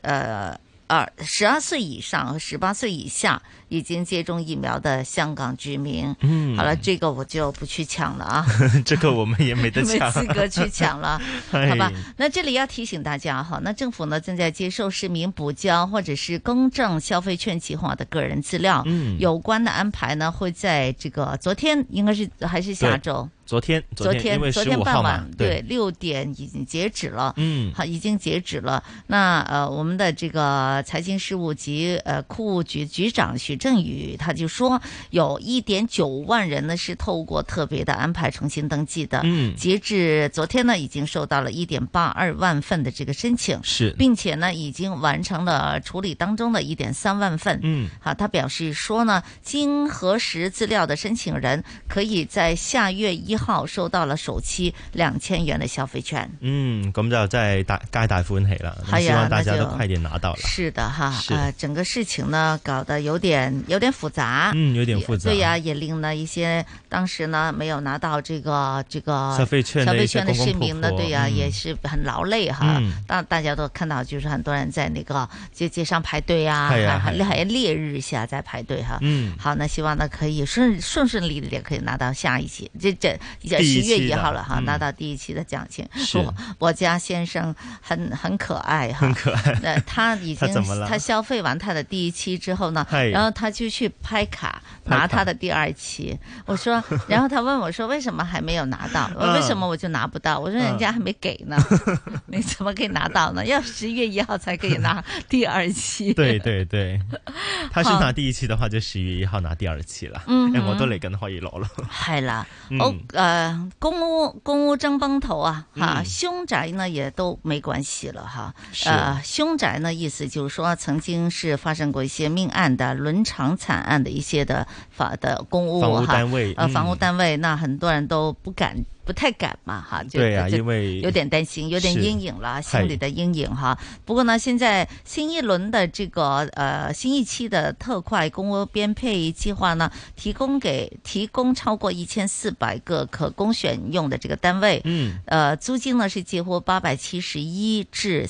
12岁以上和18岁以下已经接种疫苗的香港居民。好了，这个我就不去抢了啊。 这个我们也没得抢， 没资格去抢了，好吧？那这里要提醒大家哈，那政府呢正在接受市民补交或者是公证消费券计划的个人资料，有关的安排呢会在这个昨天，应该是还是下周。昨天傍晚对6点已经截止了，好，已经截止了。那我们的这个财经事务及库务局局长许正宇他就说，有1.9万人呢是透过特别的安排重新登记的，截至昨天呢已经收到了1.82万份的这个申请，是，并且呢已经完成了处理当中的1.3万份。好，他表示說呢，經核實資料的申請人可以在下月1號收到了首期2000元的消費券。 咁就真係皆大歡喜啦，希望大家都快點拿到了。 是的哈，整個事情呢搞得有點複雜，有點複雜。對呀，也令呢一些當時呢沒有拿到這個消費券的市民呢，對呀，也是很勞累哈。大家都看到就是很多人在那個街上排隊啊，還烈日下在排隊哈。好，那希望呢可以順利的可以拿到下一期，這10月1號了哈，拿到第一期的獎金。我家先生很可愛哈，很可愛。他已經他消費完他的第一期之後呢，然後他就去拍卡拿他的第二期。我說，然後他問我說，為什麼還沒有拿到？為什麼我就拿不到？我說人家還沒給呢，你怎麼可以拿到呢？要10月1號才可以拿第二期。對對對， 他是拿第一期的話，就10月1號拿第二期啦。我都嚟緊可以攞咯。係啦， 公屋爭崩頭啊，哈，凶宅呢也都沒關係了哈。凶宅呢意思就是說，曾經是發生過一些命案的、倫常慘案的一些的公屋房屋單位， 房屋單位，那很多人都不太敢嘛哈，就因為有點擔心，有點陰影了，心理的陰影哈。不過呢，現在新一輪的這個新一期的特快公屋編配計劃呢，提供超過1400個可供選用的這個單位，租金呢是介乎871至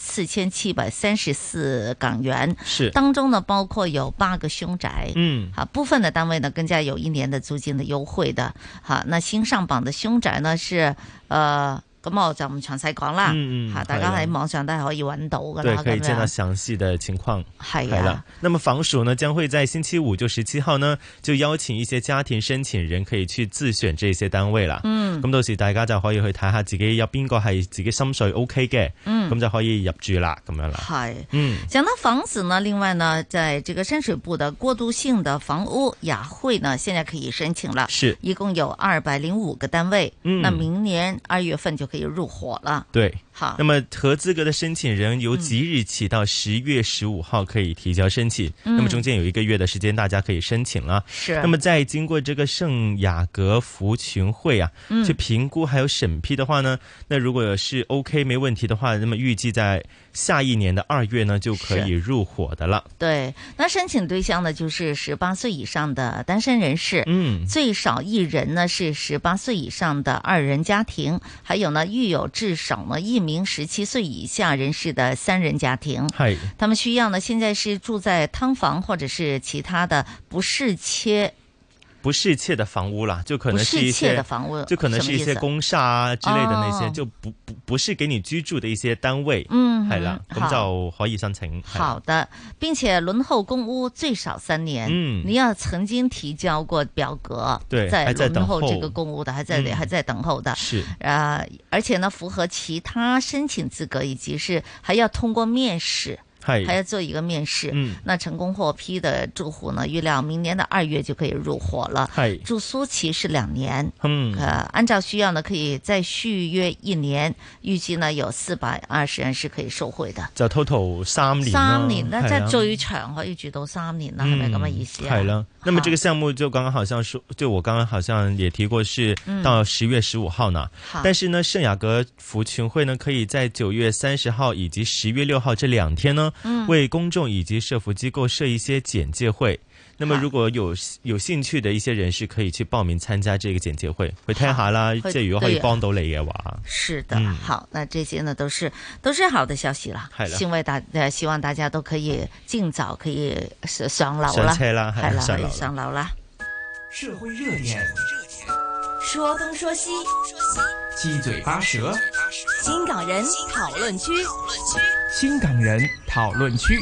4734港元，是當中呢包括有8個凶宅，好，部分的單位呢更加有1年的租金的優惠的，好，那新上榜的凶宅呢是咁我就唔詳細講啦，大家喺網上都係可以揾到噶啦， 對，可以見到詳細的情況。係啦，那麼房署呢將會在星期五就17號呢就邀請一些家庭申請人可以去自選這些單位啦。咁到時大家就可以去睇下自己有邊個係自己心水 OK 嘅，咁就可以入住啦，咁樣啦。 係，講到房子呢，另外呢，在這個深水埗的過渡性的房屋雅匯呢，現在可以申請了，是，一共有205個單位，那明年2月份就可以入伙了。 對，好。那麼合資格的申請人由即日起到10月15號可以提交申請，那麼中間有1個月的時間，大家可以申請了。是。那麼在經過這個聖雅各福群會啊，去評估還有審批的話呢，那如果是 OK 沒問題的話，那麼預計在下一年的2月呢就可以入伙的了。 對，那申請對象呢就是18歲以上的單身人士，最少1人呢是18歲以上的2人家庭，還有呢育有至少呢1名17歲以下人士的3人家庭。係，他們需要呢現在是住在劏房或者是其他的不適切的房屋啦，就可能是一些就可能是一些公廈啊之類的那些，就不是給你居住的一些單位。係啦，咁就可以申請。 好的，並且輪候公屋最少3年。你要曾經提交過表格，對，在輪候這個公屋的，還在等候的。是，而且呢，符合其他申請資格，以及是還要通過面試。還要做一個面試，那成功獲批的住戶呢，預料明年的2月就可以入伙了。住宿期是2年，按照需要呢，可以再續約1年，預計呢有420人是可以受惠的。 就 total 3年。 3年，那在最長可以住到3年啦，係咪咁嘅意思啊？ 係啦。那麼這個項目就剛剛好像說，就我剛剛好像也提過，是到10月15號呢。但是呢，聖雅各福群會呢，可以在9月30號以及10月6號這2天呢，為公眾以及社福機構設一些簡介會。 那麼如果有興趣的一些人士可以去報名參加這個簡介會聽下啦，即係如果可以幫到你嘅話。 是的，好，那這些呢都是好的消息啦。係啦，希望大家都可以盡早可以上樓啦， 上車啦，係啦， 可以上樓啦。 社會熱點， 說東說西， 七嘴八舌， 新港人討論區， 新港人討論區。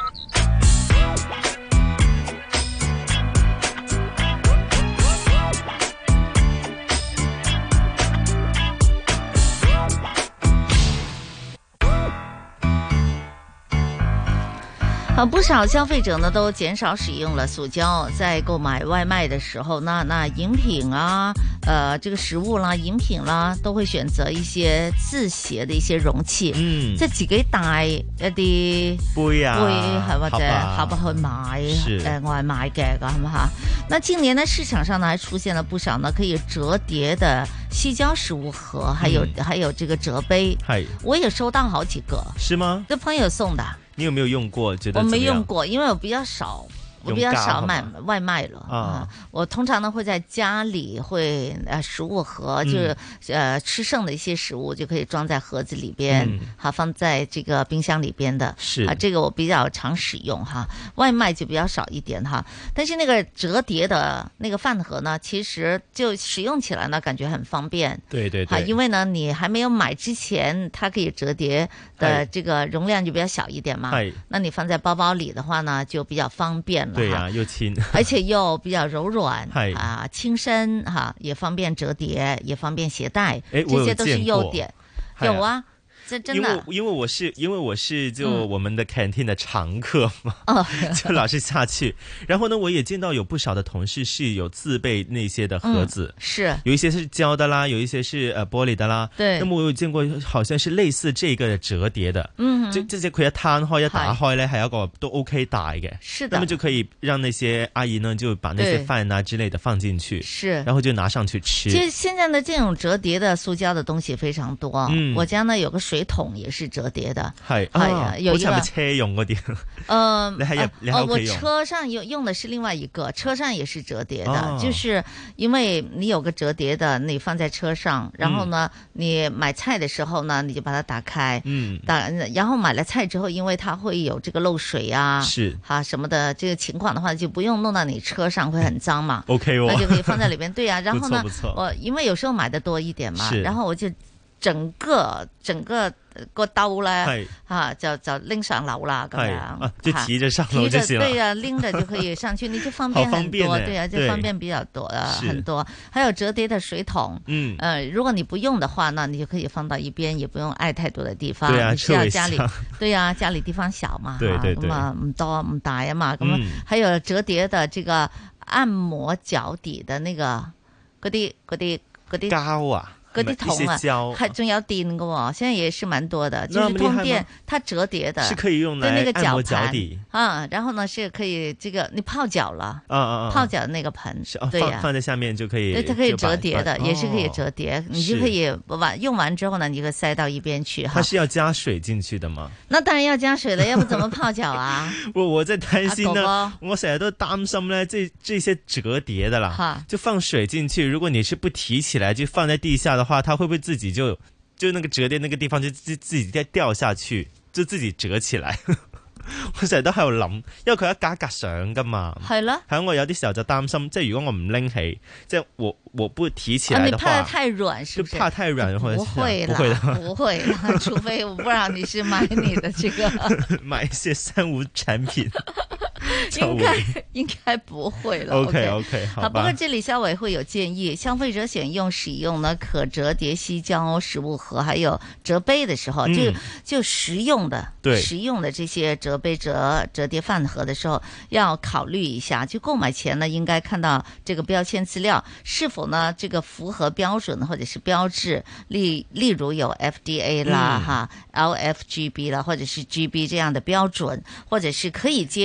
不少消費者呢都減少使用了塑膠，在購買外賣的時候呢，那飲品啊，這個食物啦、飲品啦，都會選擇一些自攜的一些容器，即係自己帶一啲杯啊， 係或者盒去買外賣嘅咁吓。那近年呢，市場上呢還出現了不少呢可以折疊的矽膠食物盒，還有這個折杯，我也收到好幾個， 是嗎？ 這朋友送的。 你有沒有用過？覺得我沒用過，因為我比較少買外賣了。我通常呢會在家裏會食物盒，就是吃剩的一些食物就可以裝在盒子裏邊，放在這個冰箱裏邊的。是這個我比較常使用哈，外賣就比較少一點哈。但是那個折疊的那個飯盒呢，其實就使用起來呢感覺很方便。對對對，因為呢你還沒有買之前，它可以折疊的這個容量就比較小一點嘛。那你放在包包裏的話呢，就比較方便了。 對啊，又輕， 而且又比較柔軟，輕身也方便折疊，也方便攜帶，這些都是優點。有啊，這真的， 因為我是就我們的 canteen 的常客嘛，就老是下去。然後呢，我也見到有不少的同事是有自備那些的盒子，是有一些是膠的啦，有一些是玻璃的啦。對，那麼我有見過好像是類似這個折疊的，這些可以攤開一打開呢，係一個都 OK 大嘅。是的，那麼就可以讓那些阿姨呢就把那些飯啊之類的放進去，是，然後就拿上去吃。 其實現在呢，這種折疊的塑膠的東西非常多。我家呢有個水桶也是折疊的，係啊，有一個車用嗰啲， 我車上用的是另外一個，車上也是折疊的，就是因為你有個折疊的，你放在車上，然後呢，你買菜的時候呢，你就把它打開，然後買了菜之後，因為它會有這個漏水啊，是什麼的這個情況的話，就不用弄到你車上會很髒嘛，OK 那就可以放在裏邊，對啊，然後呢，我因為有時候買的多一點嘛，然後我就整個個兜咧就拎上樓啦，咁樣就提着上樓就行了。 對啊，拎着就可以上去，你就方便很多。對啊，就方便比較多很多。還有折疊的水桶，如果你不用的話，那你就可以放到一邊，也不用愛太多的地方。對啊，需要家裏，對啊，家裏地方小嘛，咁啊唔多唔大啊嘛，咁還有折疊的這個按摩腳底的那個嗰啲膠啊。 嗰啲桶啊，還仲有電嘅，現在也是蠻多的，就是通電，它折疊的， 是可以用來按摩腳底啊。然後呢，是可以這個你泡腳了，泡腳的那個盆，對呀， 放在下面就可以， 對，它可以折疊的，也是可以折疊，你就可以用完之後呢，你就可以塞到一邊去。 它是要加水進去的嗎？ 那當然要加水了，要不怎麼泡腳啊？ 我在擔心呢，我成日都擔心呢，這些折疊的啦，就放水進去，如果你是不提起來就放在地下的話，它會不會自己就那個折疊那個地方就自己再掉下去，就自己折起來？我成日都喺度諗，因為佢一格格上噶嘛。係啦，係我有啲時候就擔心，即係如果我唔拎起，即係我不提起來的話， 你怕太軟是不是？ 就怕太軟，或者不會啦，不會啦，除非我不知道你是買你的這個買一些三無產品。 應該不會了。 OK， 好。 不過這裡消委會有建議，消費者選用使用呢可折疊矽膠食物盒，還有折杯的時候，就實用的這些折杯折疊飯盒的時候，要考慮一下。就購買前呢，應該看到這個標籤資料是否呢這個符合標準或者是標誌，例如有 FDA 啦、LFGB 啦，或者是 GB 這樣的標準，或者是可以接觸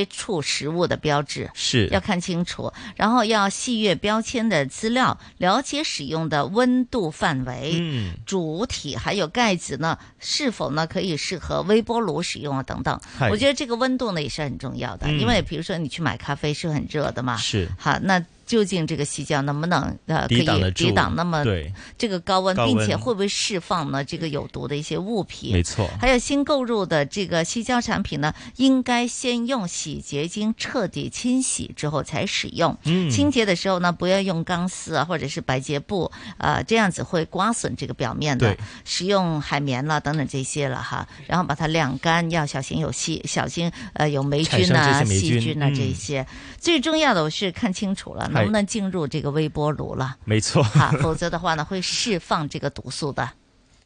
食物的標誌， 是要看清楚，然後要細閱標籤的資料，了解使用的溫度範圍，主體還有蓋子呢，是否呢可以適合微波爐使用啊等等。我覺得這個溫度呢也是很重要的，因為比如說你去買咖啡是很熱的嘛， 是好那。究竟這個矽膠能不能可以抵擋那麼這個高溫，並且會不會釋放呢這個有毒的一些物品？ 沒錯。 還有新購入的這個矽膠產品呢，應該先用洗潔精徹底清洗之後才使用。清潔的時候呢，不要用鋼絲啊或者是白潔布，這樣子會刮損這個表面的。使用海綿啦等等這些了哈，然後把它晾乾，要小心有有霉菌啊、細菌啊這些。最重要的我是看清楚了。能不能進入這個微波爐了？ 沒錯， 否則的話呢，會釋放這個毒素的。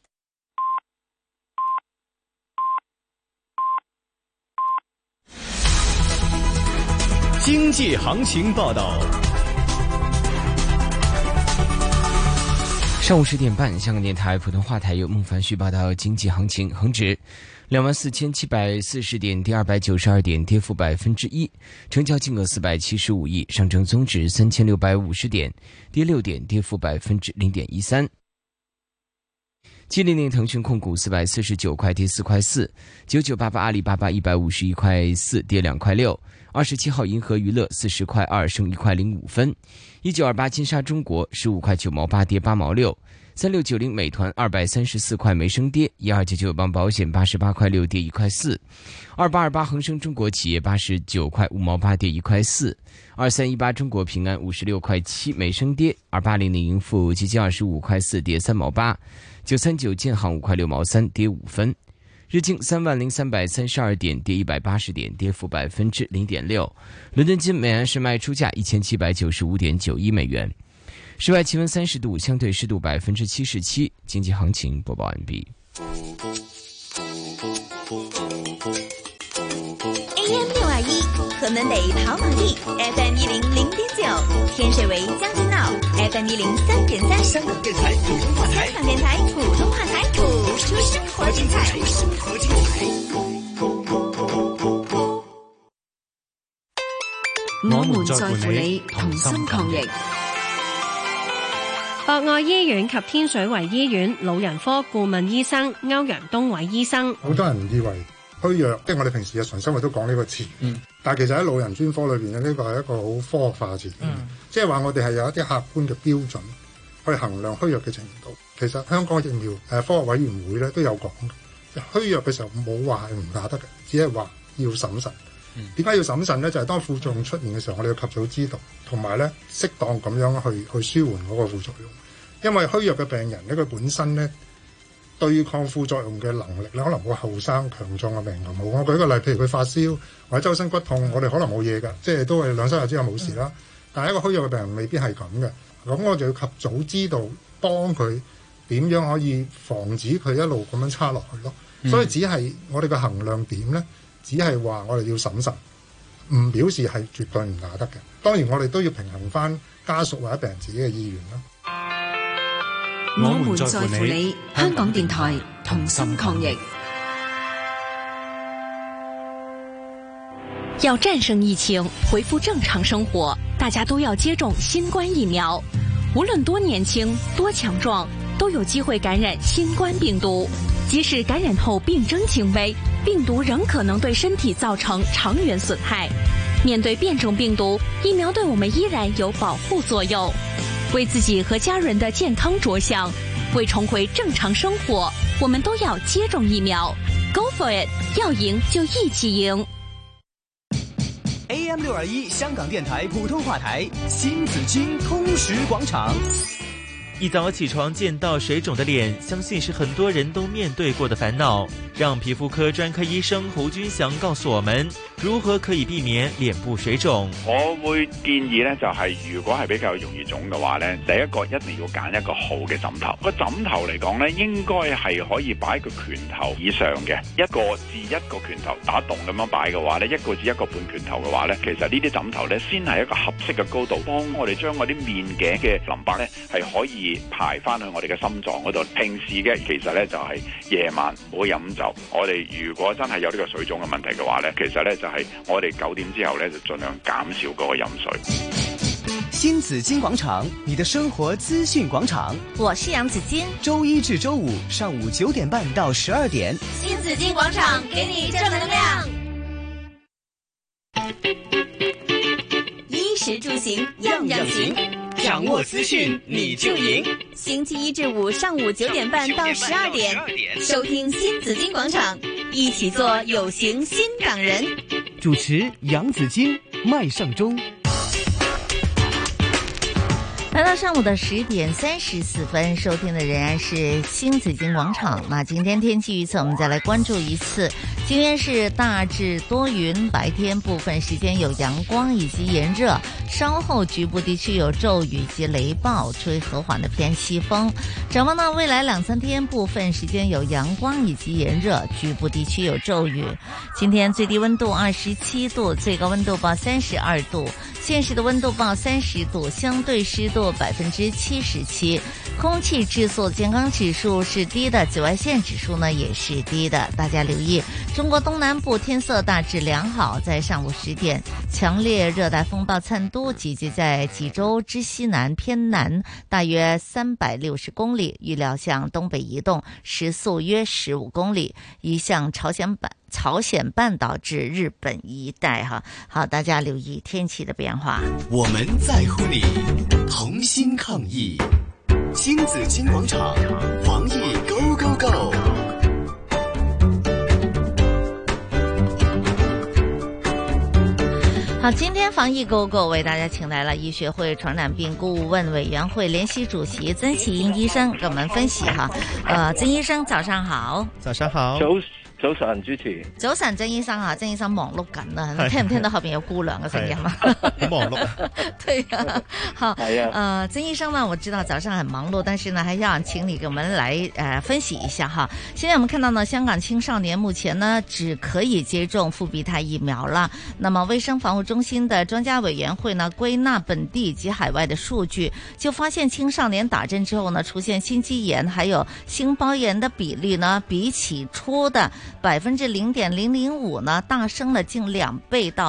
經濟行情報道。 上午10點半，香港電台普通話台由孟凡旭報道經濟行情。恒指24,740點，跌292點，跌幅1%，成交金額475億。上證綜指3650點，跌6點，跌幅0.13%。700騰訊控股449塊，跌4塊4；9988阿里巴巴151塊4，跌2塊6；27號銀河娛樂40塊2，升1塊05分；1928金沙中國15塊9毛8，跌8毛6；3690美團234塊沒升跌；1299友邦保險88塊6，跌1塊4；2828恒生中國企業89塊5毛8，跌1塊4；2318中國平安56塊7，沒升跌；2800盈富基金25塊4，跌3毛8；939建行5塊6毛3，跌5分。日經30332點，跌180點，跌幅0.6%。倫敦金每安士賣出價1795.91美元。室外氣溫30度，相對濕度77%。經濟行情播報完畢。 AM621，河門北跑馬地 ，FM 100.9，天水圍將軍澳 ，FM 103.3。香港電台普通話台，香港電台普通話台，播出生活精彩。 我們在乎你，同心抗疫。博愛醫院及天水圍醫院老人科顧問醫生歐陽東偉醫生， 好多人以為虛弱，即係我哋平時日常生活都講呢個詞，但係其實喺老人專科裏邊咧，呢個係一個好科學化嘅詞，即係話我哋係有一啲客觀嘅標準去衡量虛弱嘅程度。其實香港疫苗科學委員會咧都有講嘅，虛弱嘅時候冇話係唔打得嘅，只係話要審慎。點解要審慎呢？就係當副作用出現嘅時候，我哋要及早知道，同埋咧適當咁樣去舒緩嗰個副作用。因為虛弱嘅病人咧，佢本身咧對抗副作用嘅能力咧，可能冇後生強壯嘅病人好。我舉個例，譬如佢發燒或者周身骨痛，我哋可能冇嘢㗎，即係都係2-3日之後冇事啦。但係一個虛弱嘅病人未必係咁嘅，咁我就要及早知道，幫佢點樣可以防止佢一路咁樣差落去咯。所以只係我哋嘅衡量點咧。只係話我哋要審慎，唔表示係絕對唔打得嘅。當然我哋都要平衡翻家屬或者病人自己嘅意願啦。 我們在乎你，香港電台同心抗疫。 要戰勝疫情，恢復正常生活，大家都要接種新冠疫苗。無論多年輕、多強壯，都有機會感染新冠病毒。即使感染後病徵輕微，病毒仍可能對身體造成長遠損害。面對變種病毒，疫苗對我們依然有保護作用。為自己和家人的健康着想，為重回正常生活，我們都要接種疫苗。Go for it！ 要贏就一起贏。 AM621香港電台普通話台，新紫荊通識廣場。 一早起床見到水腫的臉，相信是很多人都面對過的煩惱。讓皮膚科專科醫生侯君祥告訴我們，如何可以避免臉部水腫。 我會建議呢，就係如果係比較容易腫嘅話呢，第一個一定要揀一個好嘅枕頭。個枕頭嚟講呢，應該係可以擺個拳頭以上嘅，1個至1個拳頭打洞咁樣擺嘅話呢，1個至1個半拳頭嘅話呢，其實呢啲枕頭呢，先係一個合適嘅高度，幫我哋將嗰啲面頸嘅淋巴呢，係可以排翻去我哋嘅心臟嗰度。平時嘅其實呢，就係夜晚唔好飲酒。我哋如果真係有呢個水腫嘅問題嘅話呢，其實呢，就係係我哋9點之後呢，就盡量減少嗰個飲水。 新紫荊廣場，你的生活資訊廣場。 我是楊子矜， 周一至周五上午9點半到12點。 新紫荊廣場，給你正能量。衣食住行樣樣行， 掌握資訊你就贏。 星期一至五上午9點半到12點，收聽新紫荊廣場，一起做有型新港人。 主持楊子矜、麥尚中。 來到上午的10點34分，收聽的仍然是新紫荊廣場。那今天天氣預測，我們再來關注一次。今天是大致多雲，白天部分時間有陽光以及炎熱，稍後局部地區有驟雨及雷暴，吹和緩的偏西風。展望到未來2-3天，部分時間有陽光以及炎熱，局部地區有驟雨。今天最低溫度27度，最高溫度報32度，現時的溫度報30度，相對濕度77%，空氣質素健康指數是低的，紫外線指數呢也是低的，大家留意。中國東南部天色大致良好，在上午10點，強烈熱帶風暴燦都集結在濟州之西南偏南大約360公里，預料向東北移動，時速約15公里，移向朝鮮半島至日本一帶哈。好，大家留意天氣的變化。 我們在乎你，同心抗疫。新紫荊廣場，防疫 Go Go Go！ 好，今天防疫 Go Go 為大家請來了醫學會傳染病顧問委員會聯席主席曾祈殷醫生，給我們分析哈。曾醫生早上好。 早上好。 早晨，主持。 早晨，曾醫生啊，曾醫生忙碌緊啊，聽唔聽到後邊有姑娘嘅聲音啊？ 好忙碌。 對啊，好。 係啊。 曾醫生呢，我知道早上很忙碌，但是呢，還要請你給我們來分析一下哈。現在我們看到呢，香港青少年目前呢只可以接種復必泰疫苗了。那麼衛生防護中心的專家委員會呢，歸納本地及海外的數據，就發現青少年打針之後呢，出現心肌炎還有心包炎的比例呢，比起初的0.005%呢，大升了近2倍到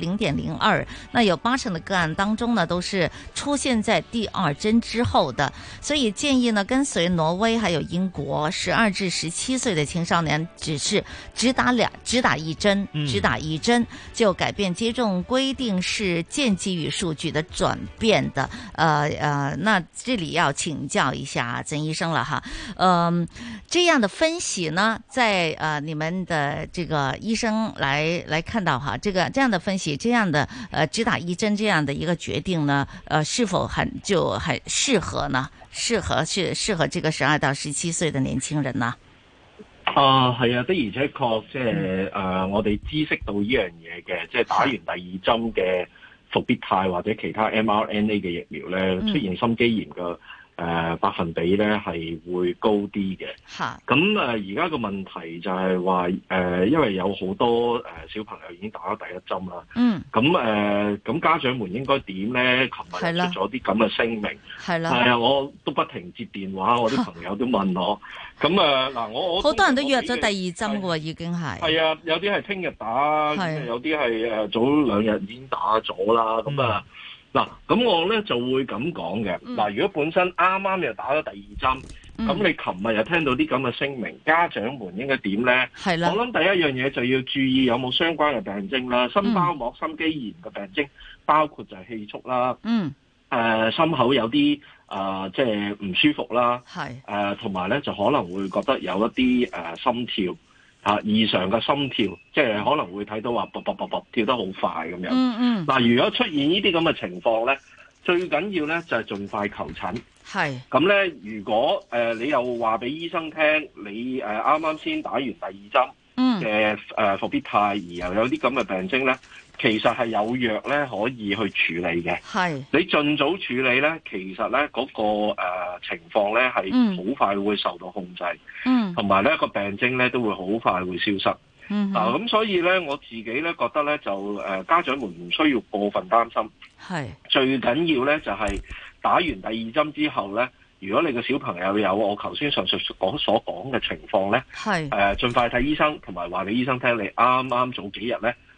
0.02%。那有80%的個案當中呢，都是出現在第2針之後的。所以建議呢，跟隨挪威還有英國，12至17歲的青少年只打一針，就改變接種規定，是建基於數據的轉變的。那這裡要請教一下曾醫生了哈。這樣的分析呢，在你們的這個醫生來看到哈，這樣的分析，這樣的只打一針這樣的一個決定呢，是否很適合呢？適合這個12到17歲的年輕人呢？ 係啊，的而且確，即係我哋知識到呢樣嘢嘅，即係打完第2針嘅復必泰或者其他 mRNA 嘅疫苗咧，出現心肌炎嘅百分比咧係會高啲嘅。咁而家個問題就係話因為有好多小朋友已經打咗第1針啦。咁家長們應該點咧？琴日出咗啲咁嘅聲明。係啊，我都不停接電話，我啲朋友都問我。咁嗱，我好多人都約咗第2針嘅喎，已經係。 係啊，有啲係聽日打，有啲係早2日已經打咗啦。嗱，咁我咧就會咁講嘅。嗱，如果本身啱啱又打咗第2針，咁你琴日又聽到啲咁嘅聲明，家長們應該點咧？係啦。我諗第一樣嘢就要注意有冇相關嘅病徵啦。心包膜心肌炎嘅病徵包括就係氣促啦。心口有啲即係唔舒服啦。係。同埋咧就可能會覺得有一啲心跳。異常嘅心跳，即係可能會睇到話卜卜卜卜跳得好快咁樣。嗱，如果出現呢啲咁嘅情況咧，最緊要咧就係盡快求診。係。咁咧，如果你又話俾醫生聽，你啱啱先打完第2針嘅復必泰，而又有啲咁嘅病徵咧，其實係有藥咧可以去處理嘅。係。你盡早處理咧，其實咧嗰個情況咧係好快會受到控制。同埋咧個病徵咧都會好快會消失。咁所以咧我自己咧覺得咧就家長們唔需要過分擔心。係。最緊要咧就係打完第2針之後咧，如果你個小朋友有我頭先上述所講嘅情況咧，係盡快睇醫生，同埋話俾醫生聽你啱啱早幾日咧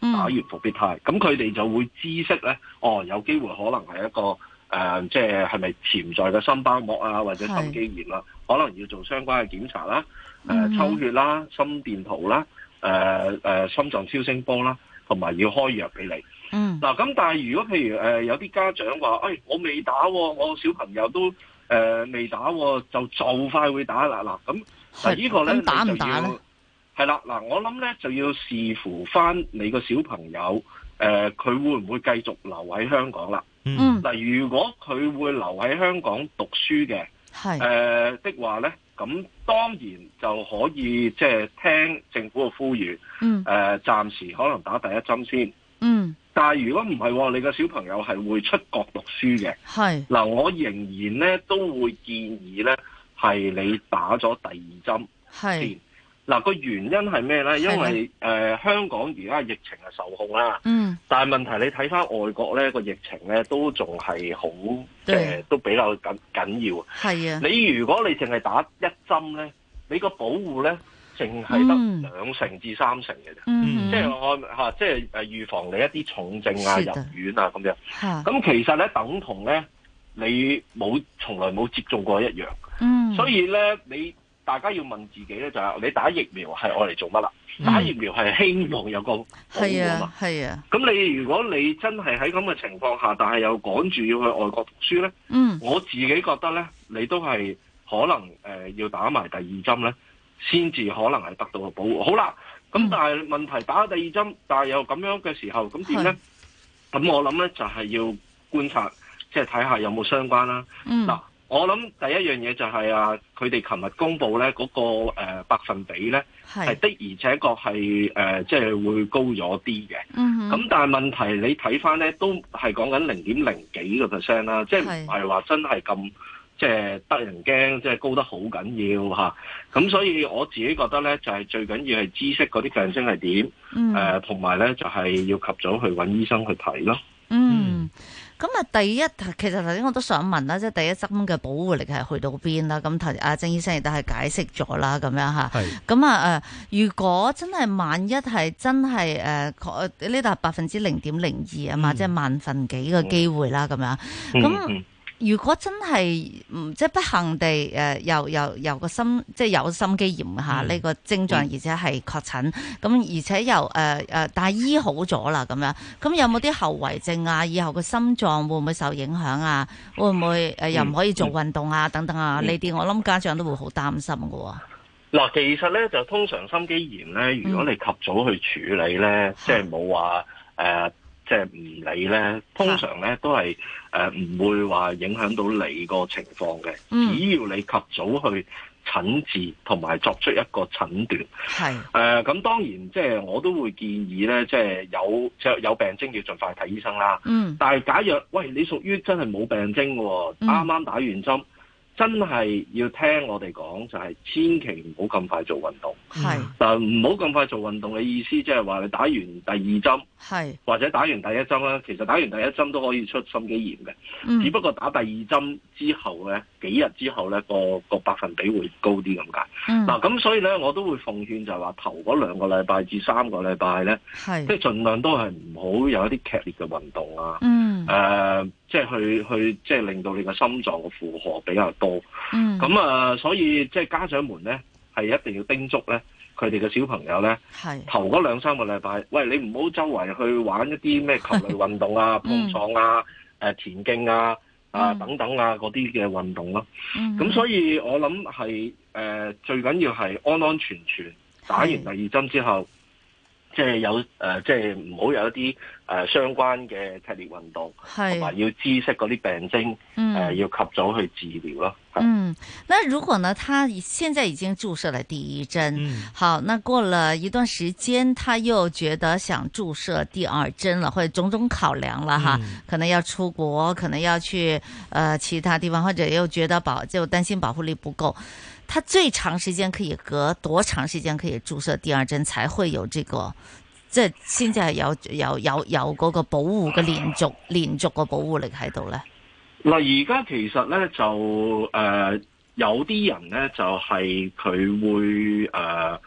打完復必泰，咁佢哋就會知悉咧，有機會可能係一個即係係咪潛在嘅心包膜啊，或者心肌炎啦，可能要做相關嘅檢查啦，抽血啦、心電圖啦、心臟超聲波啦，同埋要開藥俾你。嗱，咁但係如果譬如有啲家長話，我未打喎，我小朋友都未打喎，就快會打啦。嗱，咁呢個咧打唔打咧？ 係啦，嗱，我諗咧就要視乎翻你個小朋友，佢會唔會繼續留喺香港啦？嗱，如果佢會留喺香港讀書嘅，的話咧，咁當然就可以即係聽政府嘅呼籲，暫時可能打第一針先。但係如果唔係，你個小朋友係會出國讀書嘅，嗱，我仍然咧都會建議咧係你打咗第二針先。嗱，個原因係咩咧？因為香港而家疫情係受控啦，但係問題你睇翻外國咧個疫情咧都仲係好都比較緊要。係啊，你如果你淨係打一針咧，你個保護咧淨係得2成至3成嘅啫。即係即係預防你一啲重症啊、入院啊咁樣。咁其實咧等同咧你從來冇接種過一樣。所以咧大家要問自己咧，就係你打疫苗係愛嚟做乜啦？打疫苗係希望有個保護啊嘛。係啊。咁如果你真係喺咁嘅情況下，但係又趕住要去外國讀書咧，我自己覺得咧，你都係可能要打埋第二針咧，先至可能係得到個保護。好啦，咁但係問題打第二針，但係又咁樣嘅時候，咁點咧？咁我諗咧就係要觀察，即係睇下有冇相關啦。嗱。我諗第一樣嘢就係佢哋琴日公布咧嗰個百分比咧係的而且確係即係會高咗啲嘅。咁但係問題你睇翻咧都係講緊0.0幾個 percent 啦，即係唔係話真係咁即係得人驚，即係高得好緊要嚇。咁所以我自己覺得咧就係最緊要係知悉嗰啲病徵係點，同埋咧就係要及早去揾醫生去睇咯。 咁其實頭先我都想問啦，即係第一針嘅保護力係去到邊啦？咁曾醫生亦都係解釋咗啦，咁樣嚇。咁如果真係萬一係真係呢度係0.02%啊嘛，即係萬分幾嘅機會啦，咁樣咁。如果真係即係不幸地有個心即係有心肌炎嚇呢個症狀，而且係確診咁，而且又但係醫好咗啦咁樣，咁有冇啲後遺症啊？以後個心臟會唔會受影響啊？會唔會又唔可以做運動啊？等等啊呢啲，我諗家長都會好擔心㗎喎。 嗱，其實咧就通常心肌炎咧，如果你及早去處理咧，即係冇話即係唔理咧，通常咧都係唔會話影響到你個情況嘅。只要你及早去診治同埋作出一個診斷。咁當然即係我都會建議咧，即係有病徵要盡快睇醫生啦。但係假若喂你屬於真係冇病徵喎，啱啱打完針。真係要聽我哋講，就係千祈唔好咁快做運動。但唔好咁快做運動嘅意思，即係話你打完第二針，或者打完第一針啦。其實打完第一針都可以出心肌炎嘅，只不過打第二針之後咧，幾日之後咧，個百分比會高啲咁解。嗱，咁所以咧，我都會奉勸就係話頭嗰2個禮拜至3個禮拜咧，即係盡量都係唔好有一啲劇烈嘅運動啊。即係去即係令到你個心臟嘅負荷比較多。咁所以即係家長們咧係一定要叮囑咧，佢哋嘅小朋友咧，頭嗰2-3個禮拜，喂，你唔好周圍去玩一啲咩球類運動啊、碰撞啊、田徑啊、等等啊嗰啲嘅運動咯。咁所以我諗係最緊要係安安全全打完第二針之後。即係有即係唔好有一啲相關嘅劇烈運動，同埋要知悉嗰啲病徵，要及早去治療咯。 那如果呢，他現在已經注射了第一針，好，那過了一段時間，他又覺得想注射第二針了，或者種種考量了哈，可能要出國，可能要去其他地方，或者又覺得就擔心保護力不夠。他最長時間可以隔多長時間可以注射第二針才會有這個，即係先至係有嗰個保護嘅連續個保護力喺度咧？ 嗱，而家其實咧就有啲人咧就係佢會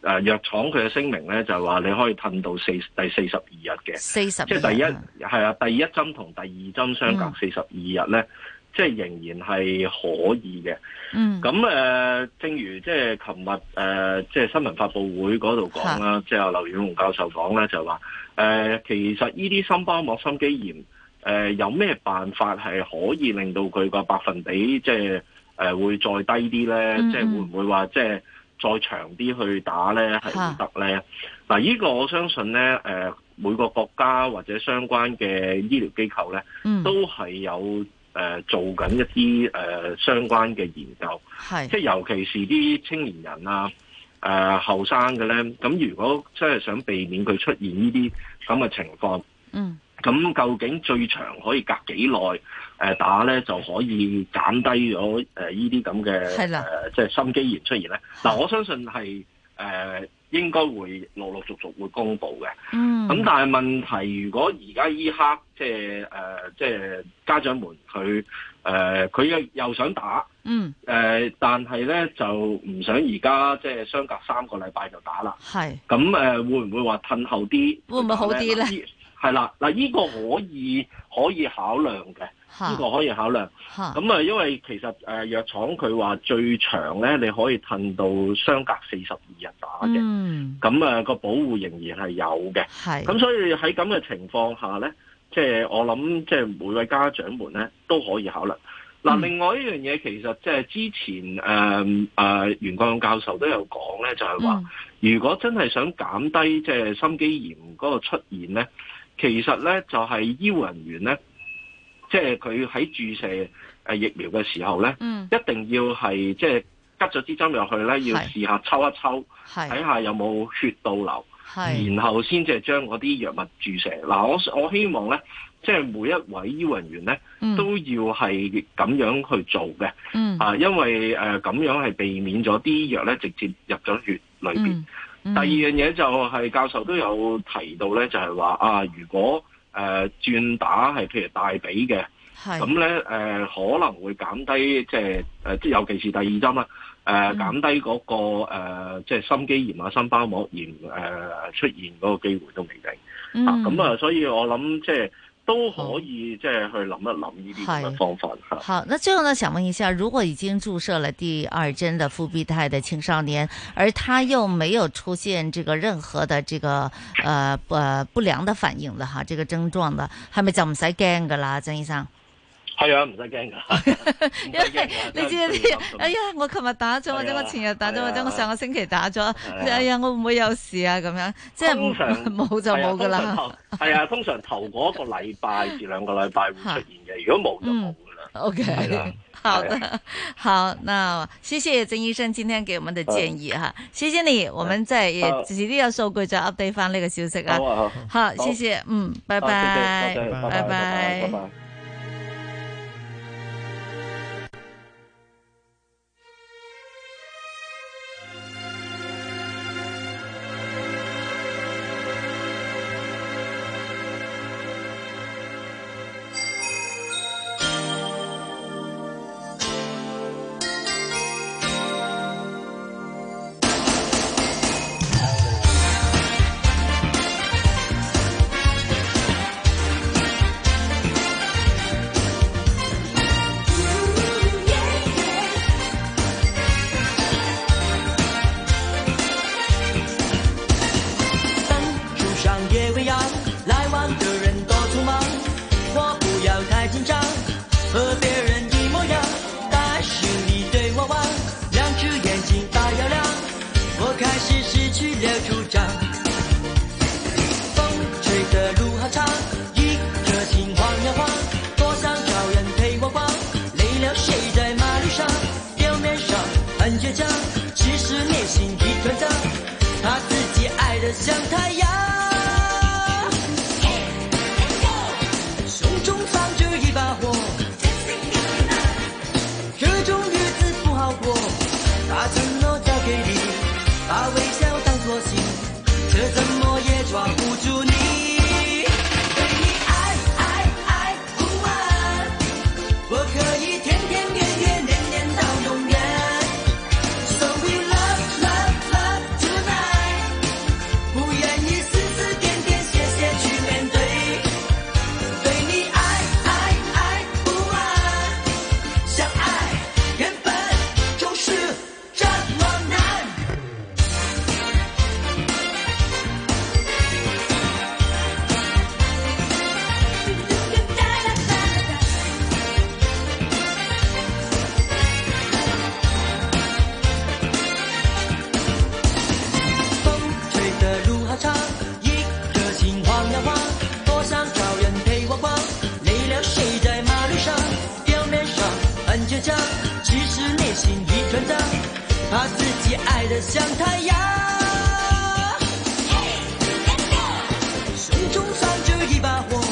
藥廠佢嘅聲明咧就係話你可以褪到第42日嘅，40即係第一針同第二針相隔42日咧，即係仍然係可以嘅。咁正如即係琴日即係新聞發佈會嗰度講啦，即係劉宇龍教授講咧就話其實呢啲心包膜心肌炎有咩辦法係可以令到佢個百分比即係會再低啲咧？即係會唔會話即係再長啲去打咧係唔得咧？嗱，呢個我相信咧每個國家或者相關嘅醫療機構咧都係有做緊一啲相關嘅研究，即係尤其是啲青年人啊後生嘅咧，咁如果真係想避免佢出現呢啲咁嘅情況，咁究竟最長可以隔幾耐打咧就可以減低咗呢啲咁嘅即係心肌炎出現咧？嗱，我相信係應該會陸陸續續會公布嘅。咁但係問題，如果而家依刻即係家長們佢又想打，但係咧就唔想而家即係相隔3個禮拜就打啦。咁會唔會話褪後啲？會唔會好啲咧？係啦，嗱，呢個可以考量嘅，呢個可以考量。咁因為其實藥廠佢話最長咧，你可以褪到相隔42日打嘅。咁個保護仍然係有嘅。咁所以喺咁嘅情況下咧，即係我諗，即係每位家長們咧都可以考慮。嗱，另外一樣嘢其實即係之前袁國勇教授都有講咧，就係話如果真係想減低即係心肌炎嗰個出現咧。其實咧就係醫護人員咧，即係佢喺注射疫苗嘅時候咧，一定要係即係拮咗支針入去咧，要試下抽一抽，睇下有冇血倒流，然後先至係將嗰啲藥物注射。嗱，我希望咧，即係每一位醫護人員咧，都要係咁樣去做嘅，因為咁樣係避免咗啲藥咧直接入咗血裏邊。第二樣嘢就係教授都有提到咧，就係話如果轉打係譬如大髀嘅，咁咧可能會減低即係尤其是第二針啦，減低嗰個即係心肌炎啊、心包膜炎出現嗰個機會都未定。咁所以我諗即係都可以即係去諗一諗呢啲咁嘅方法。 好，那最後呢，想問一下，如果已經注射了第2針的復必泰的青少年，而他又沒有出現這個任何的這個不良的反應的哈，這個症狀的，係咪就唔使驚噶啦，曾醫生？ 係啊，唔使驚噶， 因為你知啲，哎呀，我琴日打咗，或者我前日打咗，或者我上個星期打咗，哎呀，我會唔會有事啊？咁樣，即係冇就冇噶啦。 係啊，通常頭嗰1個禮拜至2個禮拜會出現嘅，如果冇就冇噶啦。 OK，好的，好，那謝謝曾醫生今天給我們的建議哈，謝謝你，我們再也遲啲有數據再 update 翻呢個消息啊。好，謝謝，拜拜，拜拜。 长，把自己爱得像太阳。手中烧着一把火，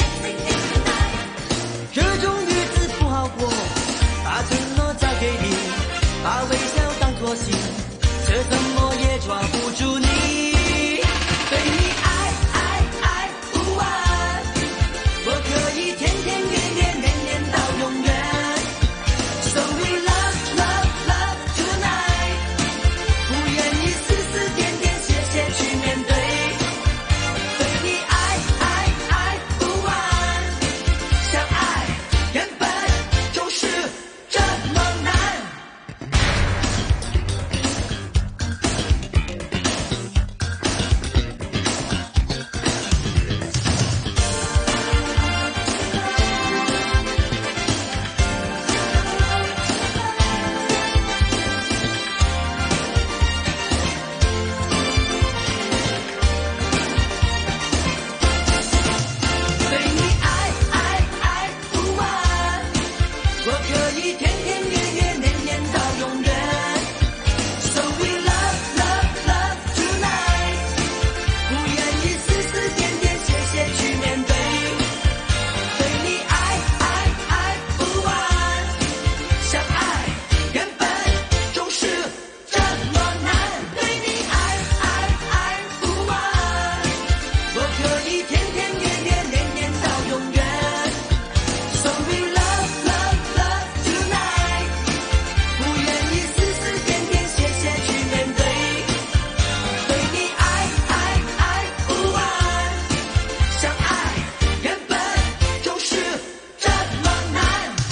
这种日子不好过，把承诺交给你，把微笑当作信，却怎么也抓不住你。对你爱爱爱不完，我可以天天月月年年到永远。So we love love love tonight， 不愿意丝丝点点谢谢去面对。对你爱爱爱不完，相爱原本就是这么难。对你爱爱爱不完，我可以天天月月年年到永远。So we love love love tonight， 不愿意丝丝点点谢谢去面对。对你爱爱爱不完，相爱原本就是这么难。对你爱爱爱不完，我可以天天月月年年到永远。So we love love love tonight， 不愿意丝丝点点谢谢去面对。对你爱爱爱不完，相爱原本就是这么难。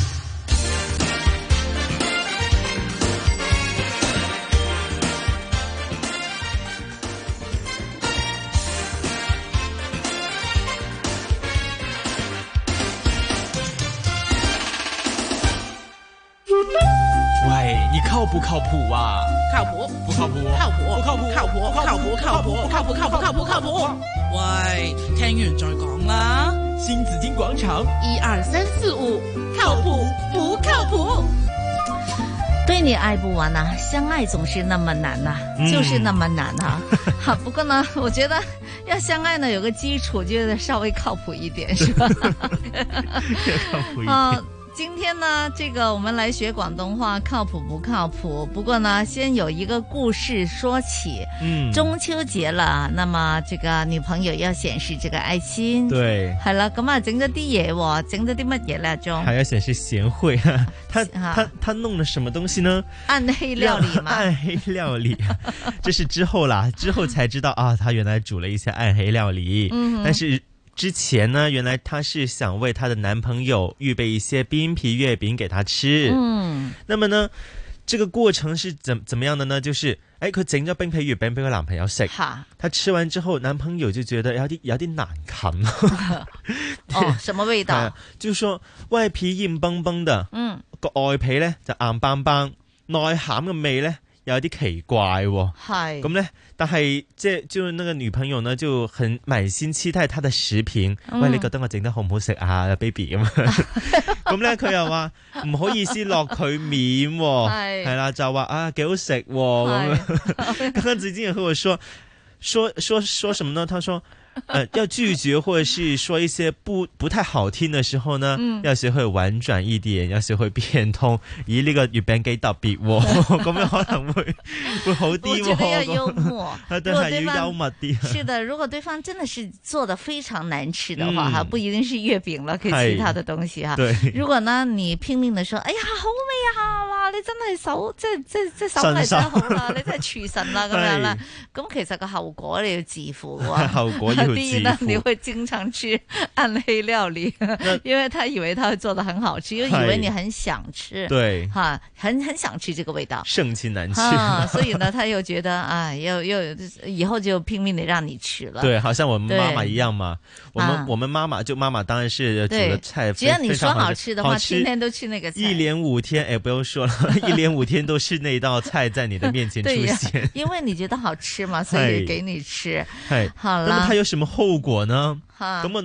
喂，你靠不靠谱啊？ 靠谱， 不靠谱， 靠谱， 不靠谱， 靠谱，靠谱，靠谱，靠谱，靠谱，靠谱，靠谱。喂，聽完再講啦。 新紫荊廣場 1、2、3、4、5，靠譜不靠譜？ 对你爱不完呐，相爱总是那么难呐，就是那么难啊。好，不过呢，我觉得要相爱呢，有个基础就是稍微靠谱一点，是吧？ 靠谱一点。 今天呢，这个我们来学广东话，靠谱不靠谱？不过呢，先有一个故事说起。中秋節啦，那麼這個女朋友要顯示這個愛心。 對， 係啦，咁啊，整咗啲嘢喎，整咗啲乜嘢咧？仲還要顯示賢惠啊！他弄了什麼東西呢？ 暗黑料理嘛。 暗黑料理，這是之後啦，之後才知道啊，他原來煮了一些暗黑料理。但是之前呢，原來她是想為她的男朋友預備一些冰皮月餅給他吃。那麼呢，這個過程是怎麼樣的呢？就是佢整咗冰皮月餅俾佢男朋友食，他吃完之後，男朋友就覺得有啲難啃。 哦，什麼味道？ 就說外皮硬崩崩的，個外皮呢就硬邦邦，內餡嘅味呢有啲奇怪喎。係咁呢，但係就那個女朋友呢就很滿心期待他的食評。喂，你覺得我整得好唔好食啊 ，baby 咁樣？咁呢佢又話唔好意思落佢面，係啦，就話啊幾好食咁樣。剛剛子矜也和我說什麼呢？他說要拒絕或者是說一些不太好聽的時候呢，要學會婉轉一點，要學會變通。咦，呢個月餅幾特別喎，咁樣可能會好啲。 我覺得要幽默， 對，係要幽默啲。 是的，如果對方真的是做得非常難吃的話，哈，不一定是月餅了，可以其他的東西哈。對。如果呢，你拼命地說，哎呀，好味啊，哇，你真係手即係手藝真好啦，你真係廚神啦，咁樣啦。咁其實個後果你要自負喎。後果要第一呢，你會經常吃暗黑料理，因為他以為他會做得很好吃，又以為你很想吃，對，哈，很想吃這個味道， 盛情難卻， 所以呢，他又覺得啊，又以後就拼命地讓你吃了。 對，好像我們媽媽一樣嘛，我們媽媽當然是煮的菜， 只要你說好吃的話，天天都吃那個菜， 一連5天，不用說了，一連5天都是那道菜在你的面前出現， 因為你覺得好吃嘛，所以給你吃。 好啦，那麼他有什麼後果呢？咁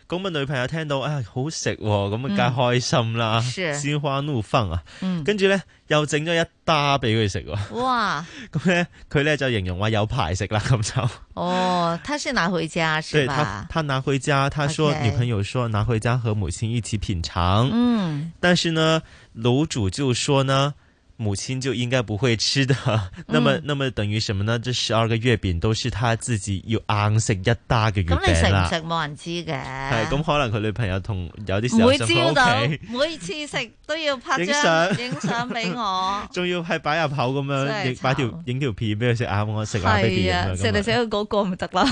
咁啊女朋友聽到好食喎，咁啊梗係開心啦，鮮花怒放啊，跟住咧又整咗一打俾佢食喎。哇！咁咧佢咧就形容話有排食啦，咁就他是拿回家是吧？ 對，他拿回家，他說女朋友說拿回家和母親一起品嘗，但是呢樓主就說呢母親就應該不會吃的，那麼等於什麼呢？這12個月餅都是他自己要硬食一打嘅月餅啦。咁你食唔食冇人知嘅？係咁可能佢女朋友同有啲時候上佢屋企， 每次食都要拍張影相俾我， 仲要係擺入口咁樣，影條片俾佢食啊！我食下 baby 咁樣， 食嚟食去嗰個咪得啦。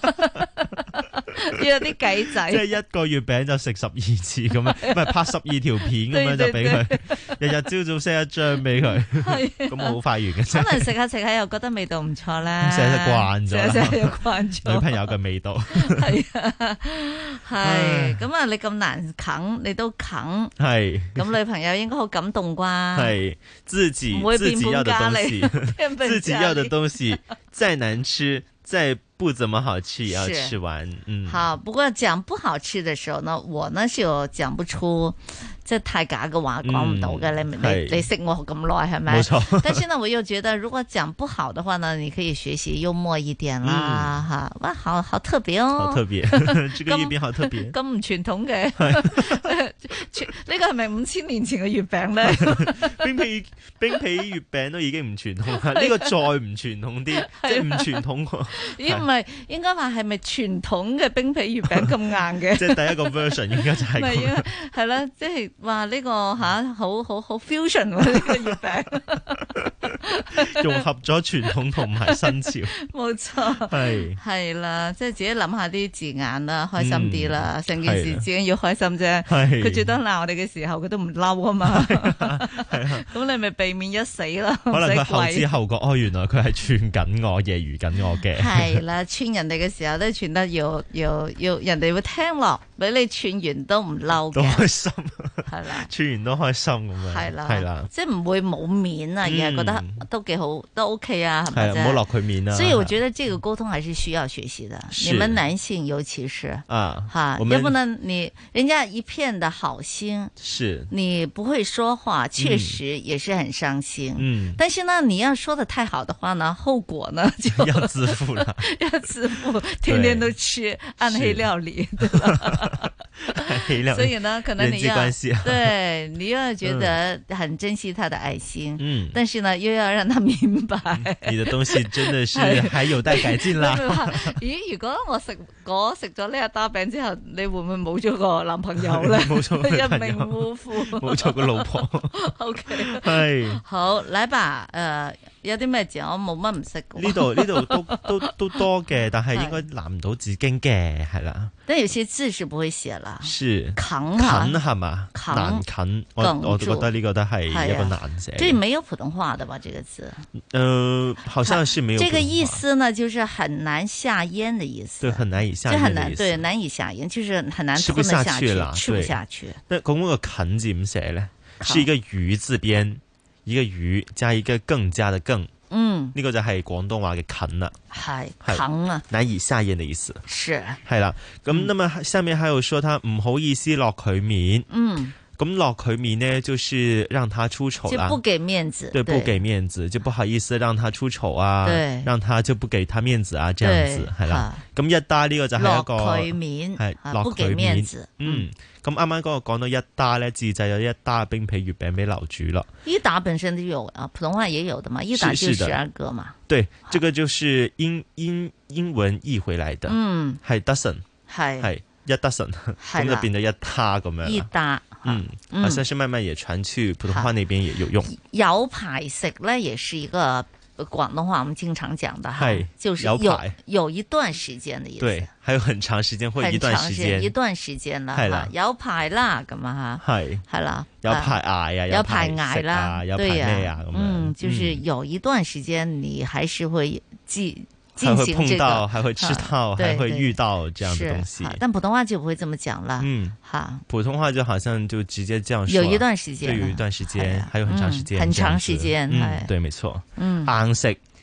要有啲計仔， 即係一個月餅就食12次咁樣，唔係拍12條片咁樣就俾佢，日日朝早 set 一張俾佢，咁好快完嘅。 可能食下食下又覺得味道唔錯咧， 食得慣咗， 食又慣咗。 女朋友嘅味道係啊，係咁啊！你咁難啃，你都啃，係咁女朋友應該好感動啩？係自己要的東西， 自己要的東西再難吃再不怎麼好吃也要吃完。 好，不過講不好吃的時候呢，我呢是有講不出，即係太假嘅話講唔到嘅。你識我咁耐係咪？冇錯。但是呢，我又覺得如果講不好的話呢，你可以學習幽默一點啦，哈，哇，好特別哦， 好特別，這個月餅好特別， 咁唔傳統嘅，呢個係咪5000年前嘅月餅咧？ 冰皮月餅都已經唔傳統啦，呢個再唔傳統啲，即係唔傳統喎。 咦，唔係應該話係咪傳統嘅冰皮月餅咁硬嘅？ 即係第一個 version 應該就係咁。 係啦，即係話呢個好 fusion 喎呢個月餅， 融合咗傳統同埋新潮。 冇錯，係啦，即係自己諗下啲字眼啦，開心啲啦，成件事自己要開心啫。佢最多鬧我哋嘅時候，佢都唔嬲啊嘛。咁你咪避免一死啦。 可能佢後知後覺，原來佢係串緊我、揶揄緊我嘅。 係啦，串人哋嘅時候都串得要人哋會聽落，俾你串完都唔嬲嘅， 都開心。 係啦， 串完都開心咁樣。係啦， 即係唔會冇面啊，而係覺得都幾好，都 OK 啊，係咪？ 唔好落佢面啊。 所以我覺得這個溝通還是需要學習的。你們男性尤其是要不然人家一片的好心，是你不會說話，確實也是很傷心。但是呢，你要說得太好的話呢，後果呢就要自負了。 要自負，天天都吃暗黑料理，對吧？所以呢，可能你要對你又要覺得很珍惜他的愛心，但是呢，又要讓他明白你的東西真的是還有待改進啦。 咦，如果我食咗呢一打餅之後，你會唔會冇咗個男朋友咧？ 冇錯， 一命嗚呼， 冇錯個老婆。 OK， 係好，來吧，有啲咩字我冇乜唔識。 呢度都多嘅，但係應該難唔到字經嘅，係啦。 但有些字是不會寫啦。 是啃係嘛？難啃，我覺得呢個都係一個難寫。 這沒有普通話的吧？這個字？ 好像是沒有。 這個意思呢，就是很難下咽的意思。 對，很難以下咽。 就很難，對，難以下咽，就是很難吞得下去，吃不下去。 那咁個啃字點寫咧？是一個魚字邊，一個魚加一個更加的更。呢個就係廣東話嘅啃啦， 係啃啊， 難以下咽的意思。係啦，咁那麼下面還有說他唔好意思落佢面，咁落佢面呢，就是讓他出醜啦， 就不給面子， 對，不給面子，就不好意思讓他出醜啊，對，讓他就不給他面子啊，這樣子係啦。咁一打呢個就係一個落佢面， 係落佢面子，咁啱啱嗰個講到一打咧，自製有一打冰皮月餅俾樓主咯。 一打本身都有啊，普通話也有的嘛，一打就12個嘛。 對，這個就是英文譯回來的，係 dozen，係一 dozen，咁就變咗一打咁樣。 一打， 好像是慢慢也傳去普通話那邊也有用。 有排食咧，也是一個廣東話我們經常講的哈，就是有一段時間的意思。 對，還有很長時間或一段時間， 一段時間啦，係啦，有排啦咁啊吓，係啦， 有排捱啊， 有排捱啦， 有排咩啊咁樣， 就是有一段時間你還是會還會碰到，還會吃到，還會遇到這樣的東西。 但普通話就不會這麼講了。 普通話就好像就直接這樣說。 有一段時間， 對，有一段時間，還有很長時間， 很長時間。 對，沒錯。硬食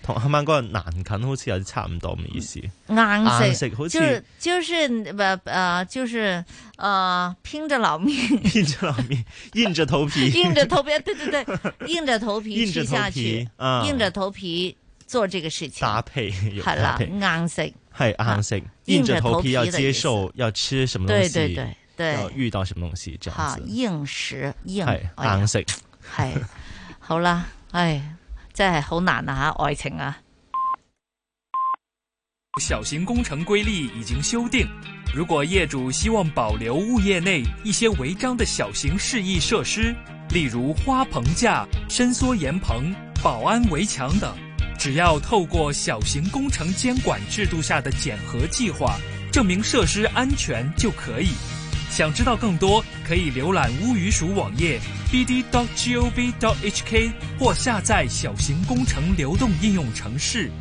同啱啱嗰個難近好似有啲差唔多嘅意思。 硬食好似就是拼着老命， 硬着頭皮， 硬着頭皮，對，硬着頭皮吃下去，硬着頭皮做這個事情， 搭配係啦，硬食係硬食，硬着頭皮要接受要吃什麼東西， 對， 要遇到什麼東西，這樣子硬食硬食係好啦，真係好難啊愛情啊！ 小型工程規例已經修訂，如果業主希望保留物業內一些違章的小型示意設施，例如花棚架、伸縮檐棚、保安圍牆等，只要透過小型工程監管制度下的檢核計劃，證明設施安全就可以。想知道更多，可以瀏覽屋宇署網頁 bd.gov.hk 或下載小型工程流動應用程式。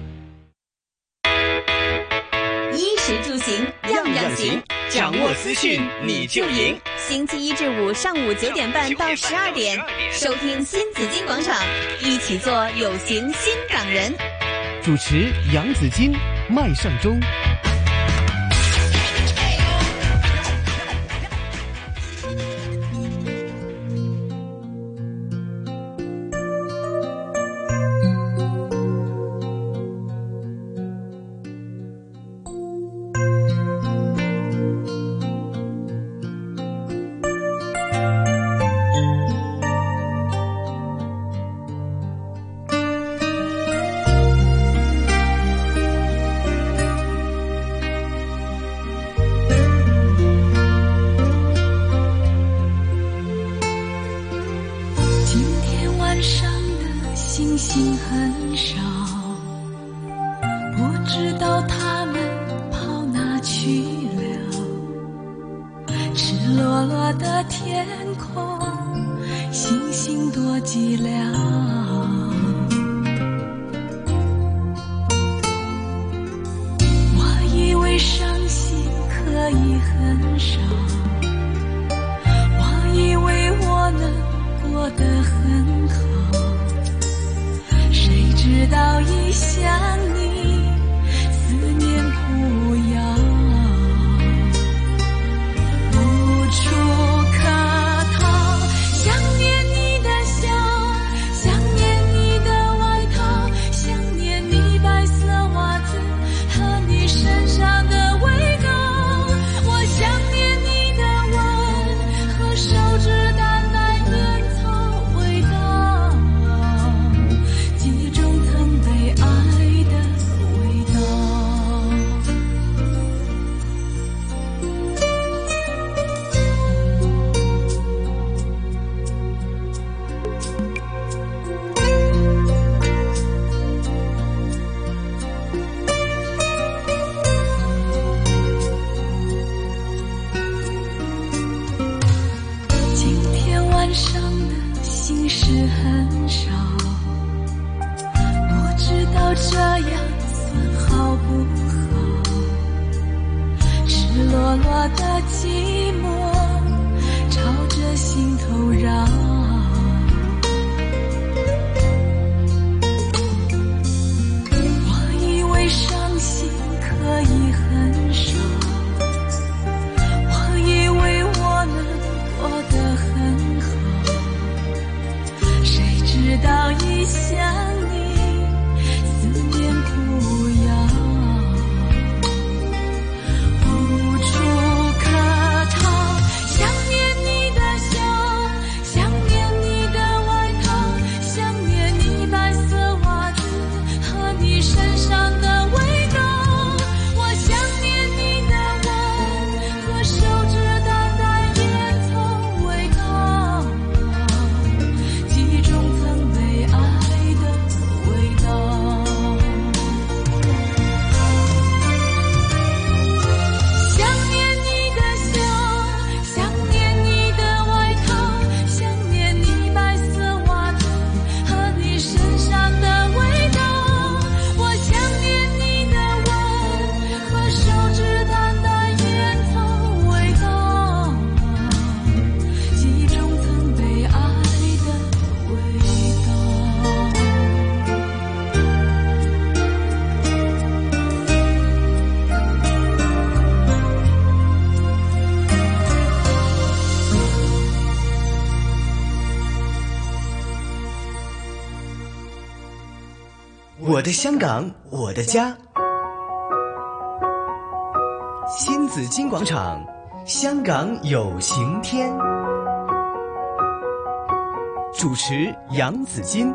衣食住行樣樣行，掌握資訊你就贏。星期一至五上午9點半到12點，收聽新紫荊廣場，一起做有型新港人。 主持楊紫荊、麥尚中。 想念你的笑，想念我的香港，我的家。新紫金广场，香港有晴天。主持杨紫金。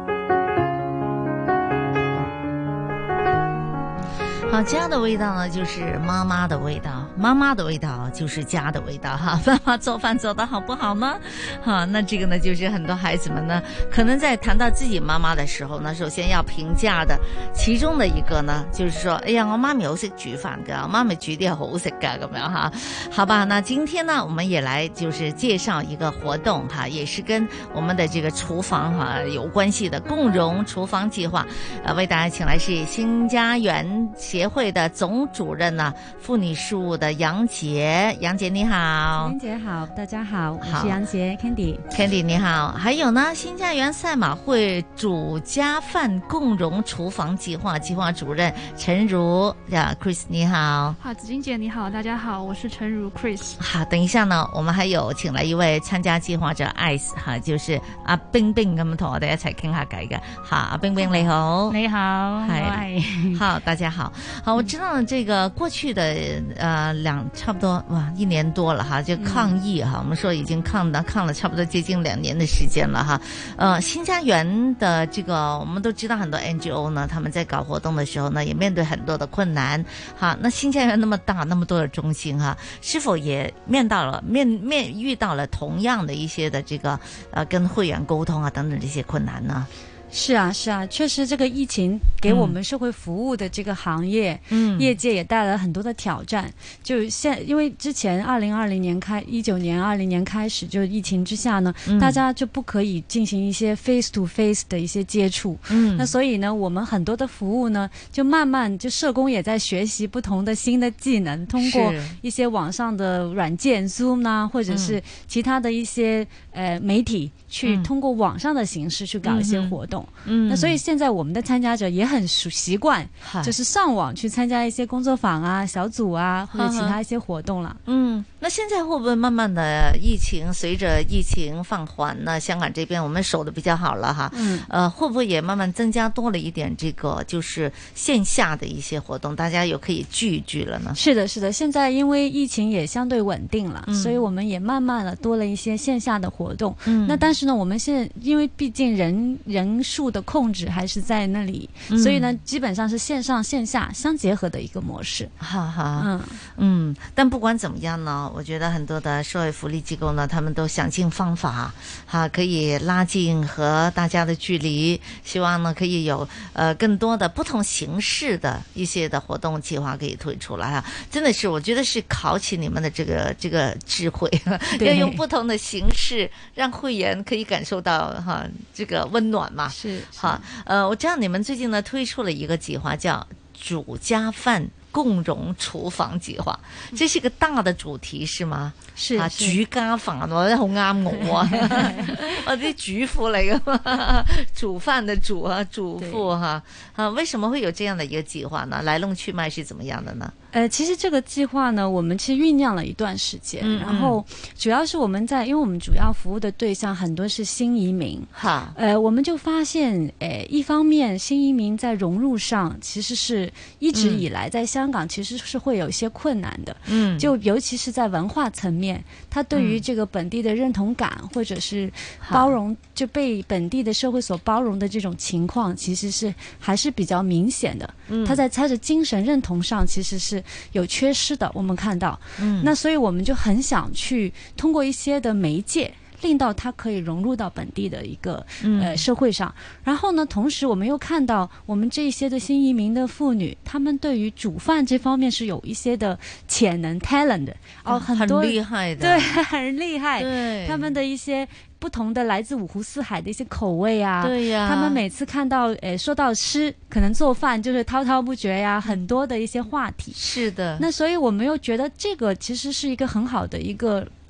好，家的味道呢，就是妈妈的味道，妈妈的味道就是家的味道哈。妈妈做饭做得好不好呢？哈，那这个呢，就是很多孩子们呢，可能在谈到自己妈妈的时候呢，首先要评价的其中的一个呢，就是说，哎呀，我媽咪好識煮飯㗎，我媽咪煮啲好食㗎，咁樣哈。好吧，那今天呢，我們也來就是介紹一個活動哈，也是跟我們的這個廚房哈有關係的共融廚房計劃。為大家請來是新家園協會的總主任呢，婦女事務的楊杰，楊杰你好。 楊姐好，大家好，我是楊杰 Candy 你好。還有呢，新家園賽馬會煮家飯共融廚房計劃主任陳如Chris 你好。 好，紫金姐你好，大家好，我是陳如 Chris。 好，等一下呢，我們還有請來一位參加計劃者 Ice 哈，就是阿冰冰咁同我哋一齊傾下偈嘅。好，阿冰冰你好。 你好，係。 好，大家好。好，我知道這個過去的差不多1年多了哈，就抗疫哈，我們說已經抗了差不多接近2年的時間了哈。新家園的這個我們都知道很多 NGO 呢，他們在搞活動的時候呢，也面對很多的困難哈。那新家園那麼大，那麼多的中心哈，是否也遇到了同樣的一些的這個跟會員溝通啊等等這些困難呢？ 是啊，確實這個疫情給我們社會服務的這個行業，業界也帶來很多的挑戰。因為之前2020年19年20年開始，就疫情之下呢，大家就不可以進行一些 face to face 的一些接觸。那所以呢，我們很多的服務呢，就慢慢就社工也在學習不同的新的技能，通過一些網上的軟件 Zoom 啊，或者是其他的一些媒體，去通過網上的形式去搞一些活動。那所以現在我們的參加者也很習慣，就是上網去參加一些工作坊啊、小組啊或者其他一些活動啦。 那現在會不會慢慢的隨着疫情放緩呢？香港這邊我們守得比較好了哈。會不會也慢慢增加多了一點這個就是線下的一些活動，大家有可以聚一聚了呢？ 是的，是的。現在因為疫情也相對穩定了，所以我們也慢慢的多了一些線下的活動。那但是呢，我們現在因為畢竟人數的控制還是在那裡，所以呢，基本上是線上線下相結合的一個模式。 但不管怎麼樣呢，我覺得很多的社會福利機構呢，他們都想盡方法可以拉近和大家的距離，希望呢可以有更多的不同形式的一些的活動計劃可以推出來真的是我覺得是考起你們的這個智慧，要用不同的形式讓會員可以感受到這個溫暖嘛。 是好，我知道你們最近呢推出了一個計劃叫煮家飯共融廚房計劃，這是一個大的主題是嗎？ 是煮家飯，我覺得好啱我啊！我啲主婦嚟噶嘛，煮飯的煮啊，主婦為什麼會有這樣的一個計劃呢？來龍去脈是怎麼樣的呢？ 其實這個計劃呢，我們其實醞釀了一段時間，然後主要是我們因為我們主要服務的對象很多是新移民，我們就發現，一方面新移民在融入上其實是一直以來在香港其實是會有一些困難的，就尤其是在文化層面，他對於這個本地的認同感或者是包容，就被本地的社會所包容的這種情況，其實是還是比較明顯的。他在他的精神認同上其實是有缺失的，我們看到，那所以我們就很想去通過一些的媒介，令到它可以融入到本地的一個社會上。然後呢，同時我們又看到我們這些的新移民的婦女，她們對於煮飯這方面是有一些的潛能 talent 的，很多很厲害的， 對，很厲害， 對， 他們的一些不同的來自五湖四海的一些口味啊， 對呀， 他們每次看到說到吃，可能做飯就是滔滔不絕呀，很多的一些話題。 是的， 那所以我們又覺得這個其實是一個很好的一個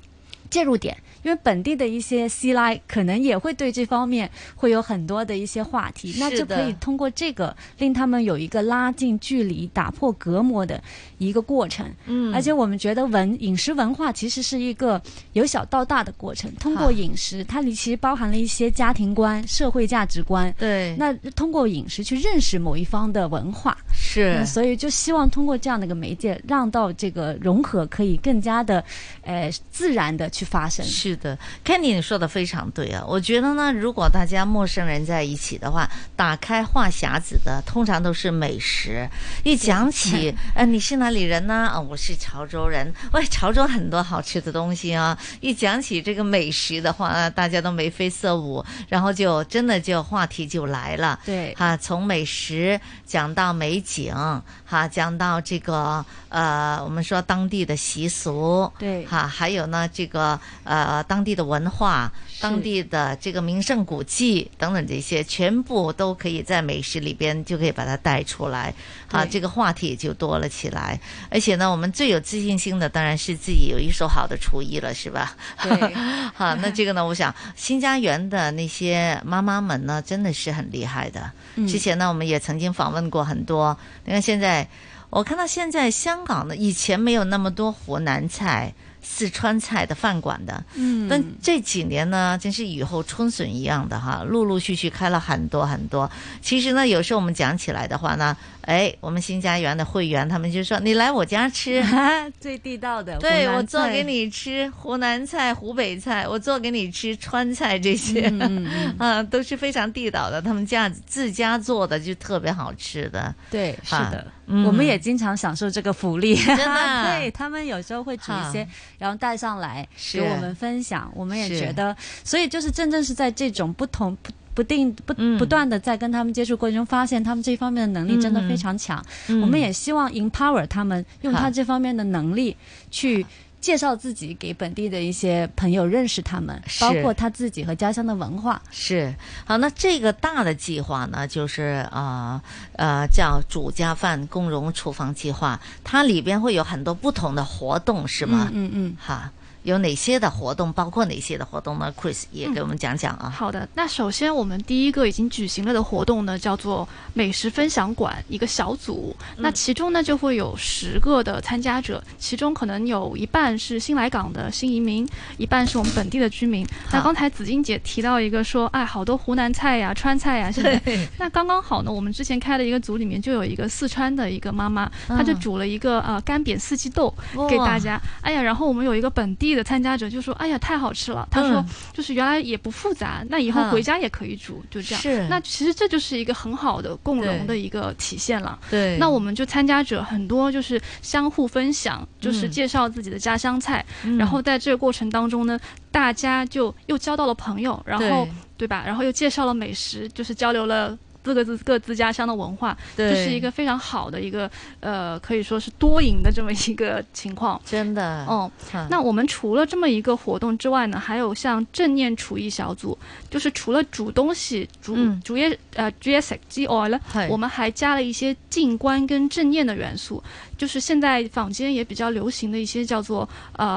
介入点，因为本地的一些西拉可能也会对这方面会有很多的一些话题，那就可以通过这个令他们有一个拉近距离、打破隔膜的一个过程。而且我们觉得饮食文化其实是一个由小到大的过程，通过饮食，它其实包含了一些家庭观、社会价值观。 对， 那通过饮食去认识某一方的文化， 是， 所以就希望通过这样的一个媒介，让到这个融合可以更加的自然的去发生。 是的 Kenny 你说的非常对啊，我觉得呢，如果大家陌生人在一起的话，打开话匣子的通常都是美食。一讲起你是哪里人呢？我是潮州人。喂，潮州很多好吃的东西啊。一讲起这个美食的话，大家都眉飞色舞，然后就真的就话题就来了。 对， 从美食讲到美景，讲到这个我们说当地的习俗， 对， 还有呢这个当地的文化、当地的这个名胜古迹等等，这些全部都可以在美食里边就可以把它带出来，这个话题也就多了起来。而且呢，我们最有自信心的当然是自己有一手好的厨艺了，是吧？ 对， 好，那这个呢，我想新家园的那些妈妈们呢，真的是很厉害的。之前呢，我们也曾经访问过很多，你看现在我看到现在香港的以前没有那么多湖南菜、四川菜的饭馆的，但这几年呢，真是雨后春笋一样的陆陆续续开了很多很多。其实呢，有时候我们讲起来的话呢，我们新家园的会员他们就说：“你来我家吃， 最地道的， 对我做给你吃湖南菜、湖北菜，我做给你吃川菜这些，都是非常地道的。他们自家做的就特别好吃的。 对，是的。”我们也经常享受这个福利， 真的。 对，他们有时候会煮一些，然后带上来给我们分享。我们也觉得，所以就是真正是在这种不断的在跟他们接触过程中，发现他们这方面的能力真的非常强。我们也希望 empower 他们，用他这方面的能力去介绍自己给本地的一些朋友认识他们，包括他自己和家乡的文化。 是，好，那这个大的计划呢，就是叫主家饭共融厨房计划，它里边会有很多不同的活动，是吗？有哪些的活动，包括哪些的活动呢 ？Chris 也给我们讲讲啊。 好的，那首先我们第一个已经举行了的活动呢，叫做美食分享馆一个小组。那其中呢就会有10个的参加者，其中可能有一半是新来港的新移民，一半是我们本地的居民。那刚才紫金姐提到一个说，好多湖南菜呀、川菜呀，现在那刚刚好呢，我们之前开的一个组里面就有一个四川的一个妈妈，她就煮了一个干煸四季豆给大家。然后我们有一个本地的参加者就说：“太好吃了！”他说：“就是原来也不复杂，那以后回家也可以煮，就这样。” 是。 那其实这就是一个很好的共融的一个体现了。 对。 那我们就参加者很多，就是相互分享，就是介绍自己的家乡菜，然后在这个过程当中呢，大家就又交到了朋友，然后对吧？然后又介绍了美食，就是交流了各自家乡的文化，这是一个非常好的一个可以说是多赢的这么一个情况， 真的。 那我们除了这么一个活动之外呢，还有像正念厨艺小组，就是除了煮东西煮嘢食之外呢，我们还加了一些静观跟正念的元素，就是现在坊间也比较流行的一些叫做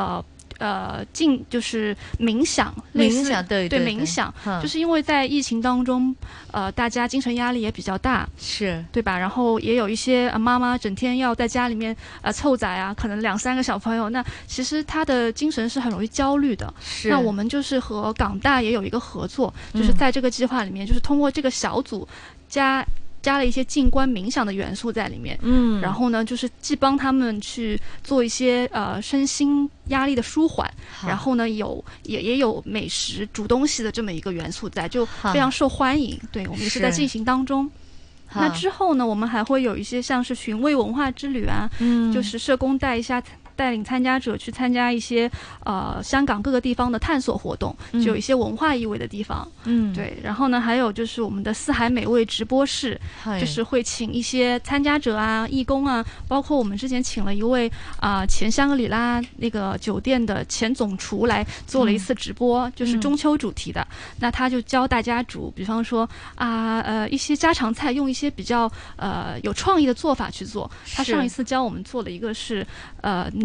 就是冥想，类似对冥想，就是因为在疫情当中，大家精神压力也比较大， 是对吧？然后也有一些妈妈整天要在家里面凑仔啊，可能2-3个小朋友，那其实他的精神是很容易焦虑的。那我们就是和港大也有一个合作，就是在这个计划里面，就是通过这个小组加了一些静观冥想的元素在里面，然后呢，就是既帮他们去做一些身心压力的舒缓，然后呢也有美食煮东西的这么一个元素在，就非常受欢迎。对，我们也是在进行当中。那之后呢，我们还会有一些像是寻味文化之旅啊，就是社工带领参加者去参加一些香港各个地方的探索活动，就有一些文化意味的地方。对。然后呢，还有就是我们的四海美味直播室，就是会请一些参加者啊、义工啊，包括我们之前请了一位前香格里拉那个酒店的前总厨来做了一次直播，就是中秋主题的。那他就教大家煮，比方说一些家常菜，用一些比较有创意的做法去做。他上一次教我们做了一个是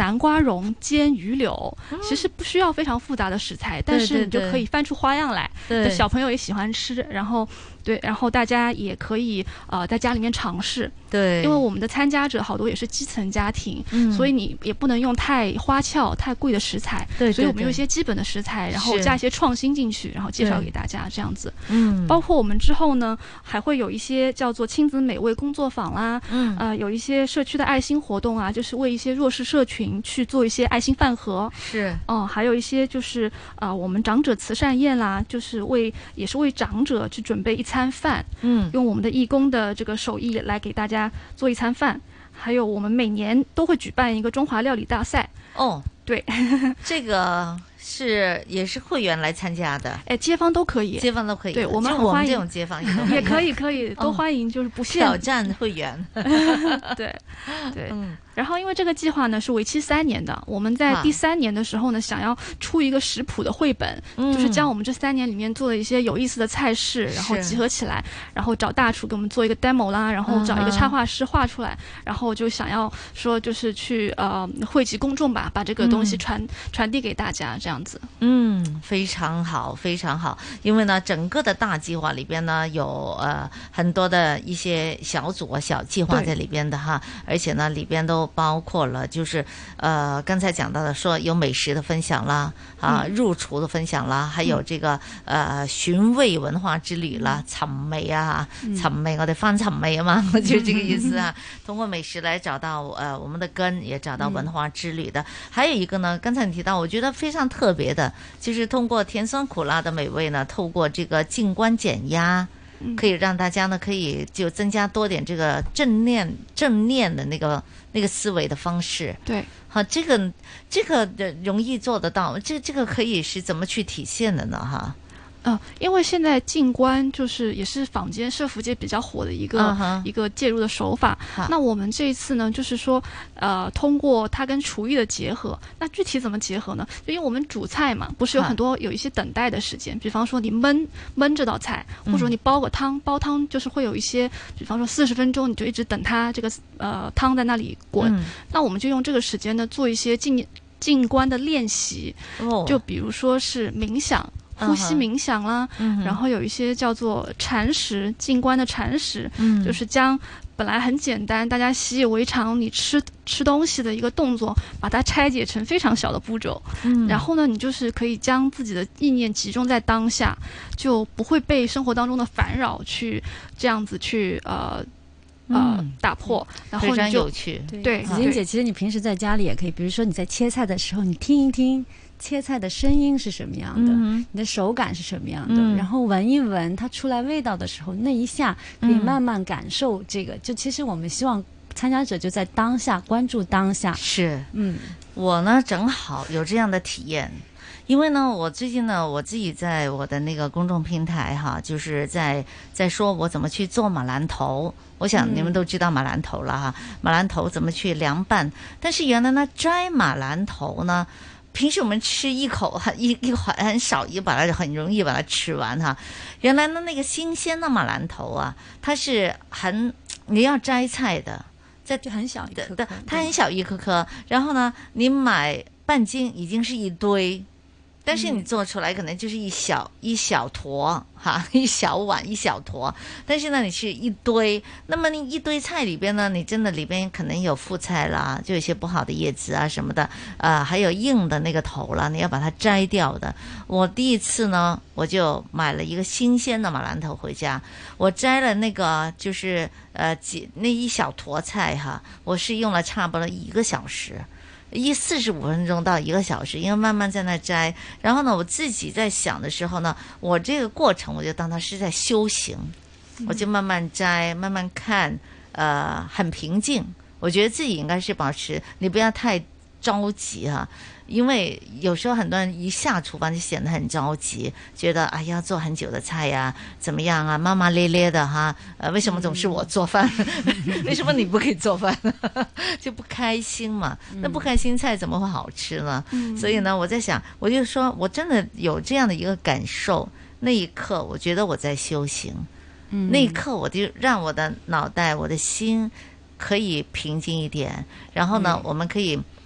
南瓜蓉煎鱼柳，其实不需要非常复杂的食材，但是你就可以翻出花样来。对，小朋友也喜欢吃，然后大家也可以在家里面尝试。对，因为我们的参加者好多也是基层家庭，所以你也不能用太花俏、太贵的食材。对，所以我们用一些基本的食材，然后加一些创新进去，然后介绍给大家这样子。包括我们之后呢，还会有一些叫做亲子美味工作坊啦，有一些社区的爱心活动啊，就是为一些弱势社群去做一些爱心饭盒。是，还有一些就是我们长者慈善宴啦，就是也是为长者去准备一餐饭。用我们的义工的这个手艺来给大家做一餐饭。还有我们每年都会举办一个中华料理大赛。对， 这个也是会员来参加的， 街坊都可以，对，我们这种街坊也可以，都欢迎，就是不限挑战会员。 对。然后因为这个计划呢是为期3年的，我们在第3年的时候呢，想要出一个食谱的绘本，就是将我们这3年里面做的一些有意思的菜式，然后集合起来，然后找大厨给我们做一个 demo 啦，然后找一个插画师画出来，然后就想要说就是去汇集公众吧，把这个东西传递给大家这样子。 非常好，非常好。因为呢，整个的大计划里边呢有很多的一些小组啊、小计划在里边的哈，而且呢里边都包括了就是刚才讲到的说有美食的分享啦，入厨的分享啦，还有这个寻味文化之旅啦，尋味啊，尋味我哋翻尋味啊嘛，就这个意思啊。通过美食来找到我们的根，也找到文化之旅的。还有一个呢，刚才你提到我觉得非常特别的，就是通过甜酸苦辣的美味呢，透过这个静观减压，可以让大家呢可以就增加多点这个正念的那个思维的方式。 对， 好，这个容易做得到，这个可以是怎么去体现的呢？哈。 因为现在静观就是也是坊间社福界比较火的一个介入的手法。那我们这一次呢，就是说通过它跟厨艺的结合。那具体怎么结合呢？就因为我们煮菜嘛，不是有一些等待的时间，比方说你焖这道菜，或者说你煲汤就是会有一些，比方说40分钟你就一直等它这个汤在那里滚。那我们就用这个时间呢做一些静观的练习。就比如说是冥想。呼吸冥想啦，然后有一些叫做禅食，静观的禅食，就是将本来很简单，大家习以为常，你吃东西的一个动作，把它拆解成非常小的步骤，然后呢，你就是可以将自己的意念集中在当下，就不会被生活当中的烦扰去这样子去打破，然后非常有趣。 对， 子金姐，其实你平时在家里也可以，比如说你在切菜的时候，你听一听切菜的声音是什么样的，你的手感是什么样的，然后闻一闻它出来味道的时候，那一下可以慢慢感受这个。就其实我们希望参加者就在当下关注当下。 是，我呢正好有这样的体验。因为呢，我最近呢，我自己在我的那个公众平台哈，就是在说我怎么去做马兰头。我想你们都知道马兰头了哈，马兰头怎么去凉拌？但是原来呢，摘马兰头呢，平时我们吃一口一很少，很容易把它吃完哈。原来呢，那个新鲜的马兰头啊，它是你要摘菜的， 就很小一颗颗， 它很小一颗颗。然后呢，你买半斤已经是一堆。但是你做出来可能就是一小坨哈，一小碗一小坨，但是呢你是一堆，那么你一堆菜里边呢，你真的里边可能有副菜啦，就有些不好的叶子啊什么的，还有硬的那个头啦，你要把它摘掉的。我第一次呢，我就买了一个新鲜的马兰头回家，我摘了那个就是那一小坨菜哈，我是用了差不多1个小时。45分钟到1个小时，因为慢慢在那摘。然后呢，我自己在想的时候呢，我这个过程我就当它是在修行，我就慢慢摘，慢慢看，很平静。我觉得自己应该是保持，你不要太着急哈。因为有时候很多人一下厨房就显得很着急，觉得哎呀做很久的菜呀怎么样啊，骂骂咧咧的哈，为什么总是我做饭？为什么你不可以做饭？就不开心嘛。那不开心菜怎么会好吃呢？所以呢，我在想，我就说我真的有这样的一个感受，那一刻我觉得我在修行，那一刻我就让我的脑袋、我的心可以平静一点，然后呢，我们可以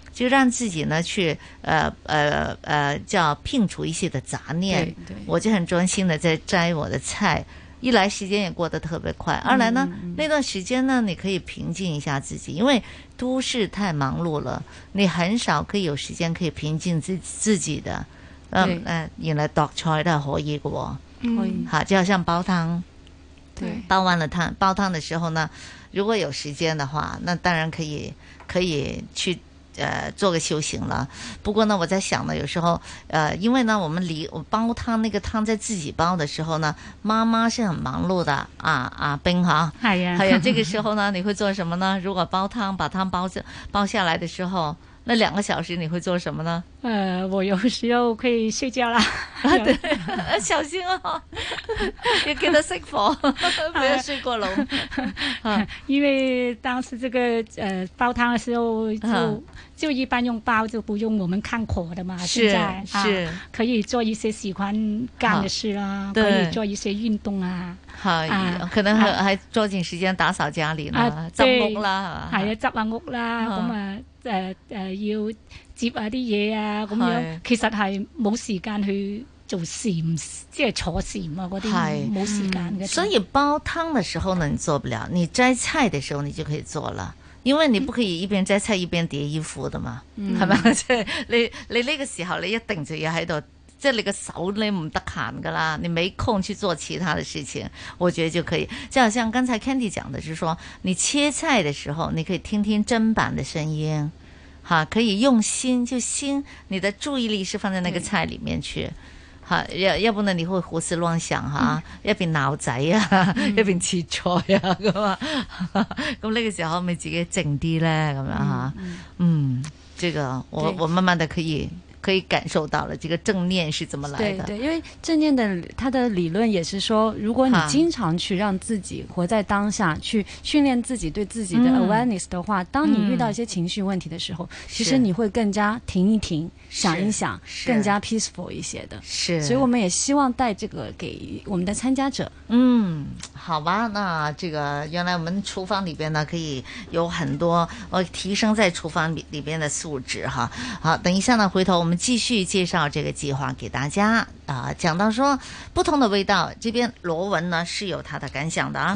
就讓自己呢去叫摒除一些的雜念，我就很專心的在摘我的菜，一來時間也過得特別快，二來呢那段時間呢你可以平靜一下自己，因為都市太忙碌了，你很少可以有時間可以平靜自己的。原來度菜都係可以嘅，可以吓，就好像煲湯，對，煲完了湯，煲湯的時候呢，如果有時間的話，那當然可以去做個修行了。不過呢，我在想呢，有時候因為呢，我煲湯那個湯在自己煲的時候呢，媽媽是很忙碌的啊冰哈，係啊，這個時候呢，你會做什麼呢？如果煲湯把湯煲下來的時候，那2個小時你會做什麼呢？ 我有時候可以睡覺啦。 對，小心哦，要記得熄火，不要睡過籠。 因為當時這個煲湯的時候就一般用煲，就不用我們看火的嘛。 是， 可以做一些喜歡幹的事啦，可以做一些運動啊。 可能還抓緊時間打掃家裏啦，執屋啦， 係啊，執下屋啦，咁要接下啲嘢啊，咁樣其實係冇時間去做禪，即係坐禪啊嗰啲，冇時間嘅。 所以煲湯的時候呢，你做不了；你摘菜的時候，你就可以做了。因為你不可以一邊摘菜一邊疊衣服的嘛，係咪？即係你呢個時候你一定就要喺度，即係你個手你唔得閒噶啦，你沒空去做其他的事情，我覺得就可以。就好像剛才 Candy 講的，就是說你切菜的時候，你可以聽聽砧板的聲音，哈，可以用心，你的注意力是放在那個菜裡面去。要不呢你會胡思亂想吓，一邊鬧仔啊，一邊切菜啊咁啊，咁呢個時候咪自己靜啲咧咁樣吓，這個我慢慢的可以感受到了這個正念是怎麼來的。 對，因為正念的它的理論也是說，如果你經常去讓自己活在當下，去訓練自己對自己的 awareness 的話，當你遇到一些情緒問題的時候，其實你會更加停一停，想一想，更加 peaceful 一些的。是，所以我們也希望帶這個給我們的參加者。 好吧，那這個原來我們廚房裏邊呢可以有很多提升在廚房裏邊的素質哈。好，等一下呢，回頭我們繼續介紹這個計劃給大家講到說不同的味道，這邊羅文呢是有他的感想的啊。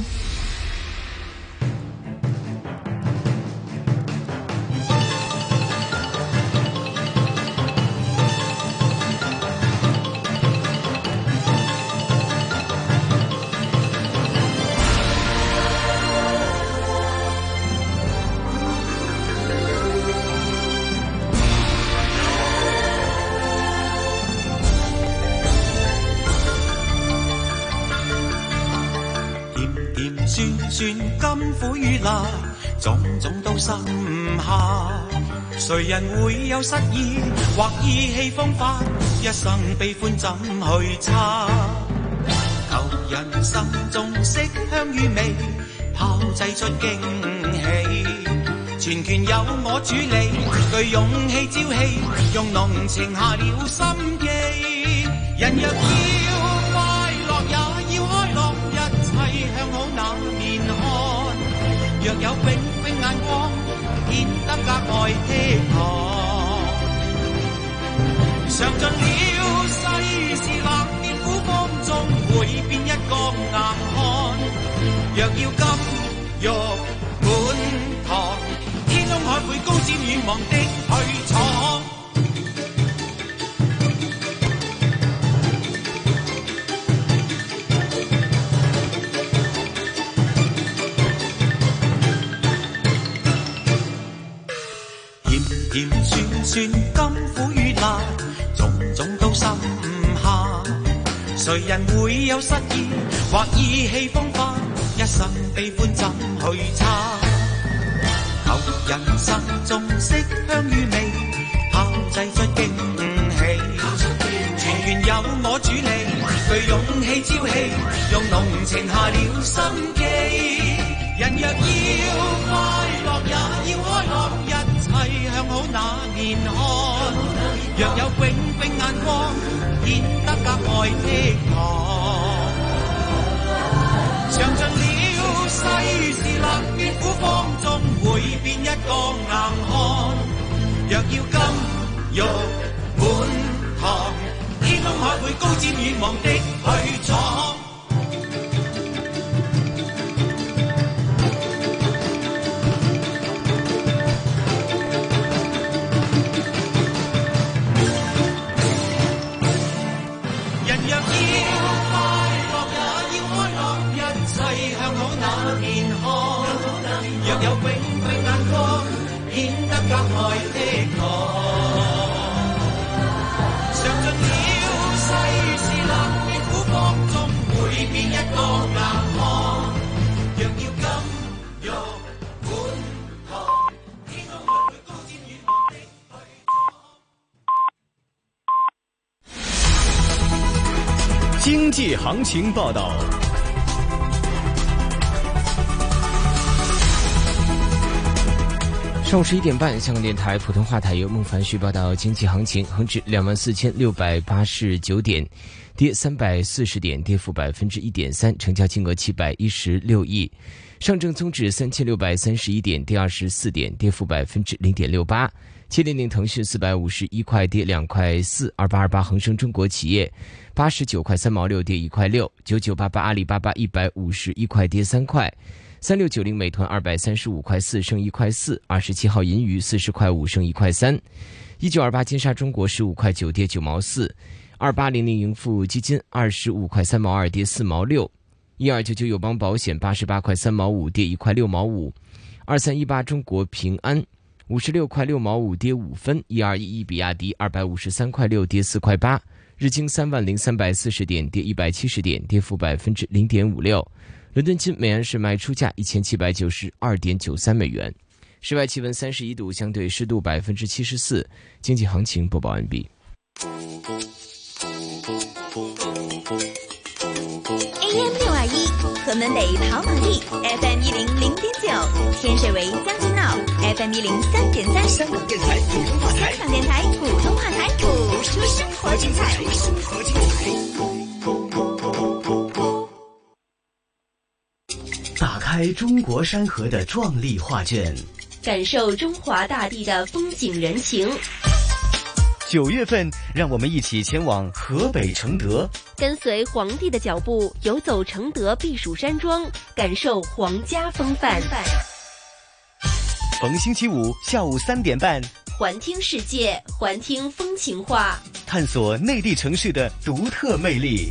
算甘苦與辣，種種都深下。誰人會有失意或意氣風發？一生悲歡怎去測？求人生中色香與味，炮製出驚喜。全權由我主理，具勇氣朝氣，用濃情下了心機。人若要快樂，也要開朗，一切向好那面看。若有冰冰眼光，顯得格外倜儻。嘗盡了世事冷面苦風中，會變一個硬漢。若要金玉滿堂，天空海會高瞻遠望的去闖。甜酸酸甘苦與辣，種種都深下。誰人會有失意或意氣風發？一生悲歡怎去測？求人生中色香與味，炮製出驚喜。全權由我主理，具勇氣朝氣，用濃情下了心機。人若要快樂，也要開朗，一切向好那面看。若有炯炯眼光，顯得格外倜儻。嘗盡了世事冷暖苦風中，會變一個硬漢。 若要金玉滿堂，天空海會高瞻遠望的去闖。人若要快樂，也要開朗，一切向好那健康。若有永永眼光，顯得格外的昂。嘗盡了世事冷暖苦況中，會變一個硬漢。若要金玉滿堂，天空海會高瞻遠望的去闖。 經濟行情報道。 上午11點半，香港電台普通話台由孟凡旭報道經濟行情，恒指24,689點，跌340點，跌幅1.3%，成交金額716億。上證綜指3631點，跌24點，跌幅0.68%。700騰訊451塊，跌2塊4；2828恒生中國企業89塊3毛6，跌1塊6；9988阿里巴巴151塊，跌3塊。3690美團235塊4，升1塊4；27號銀娛40塊5，升1塊3；1928金沙中國15塊9，跌9毛4；2800盈富基金25塊3毛2，跌4毛6；1299友邦保險88塊3毛5，跌1塊6毛5；2318中國平安56塊6毛5，跌5分；1211比亞迪253塊6，跌4塊8；日經30340點，跌170點，跌幅0.56%。倫敦金每安士賣出價1792.93美元。室外氣溫31度，相對濕度74%。經濟行情播報完畢。 AM621，河門北跑馬地 ，FM 100.9，天水圍將軍澳 ，FM 103.3，香港電台普通話台，香港電台普通話台，播出生活精彩，生活精彩。 打開中國山河的壯麗畫卷， 感受中華大地的風景人情。 9月份，讓我們一起前往河北承德， 跟隨皇帝的腳步，遊走承德避暑山莊，感受皇家風範。 逢星期五下午3點半， 環聽世界，環聽風情畫， 探索內地城市的獨特魅力。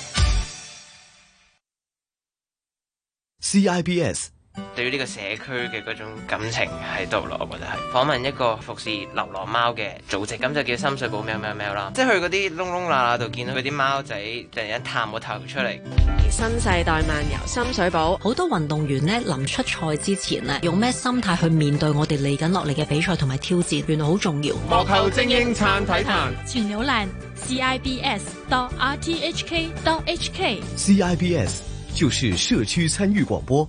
CIBS 對於呢個社區嘅嗰種感情喺度咯，我覺得係訪問一個服侍流浪貓嘅組織，咁就叫深水埗喵喵喵啦。即係去嗰啲窿窿罅罅度見到嗰啲貓仔突然間探個頭出嚟。 新世代漫遊深水埗，好多運動員呢臨出賽之前呢，用咩心態去面對我哋嚟緊落嚟嘅比賽同埋挑戰，原來好重要。 幕後精英撐體壇， 請瀏覽 CIBS.RTHK.HK。 CIBS 就是社區參與廣播。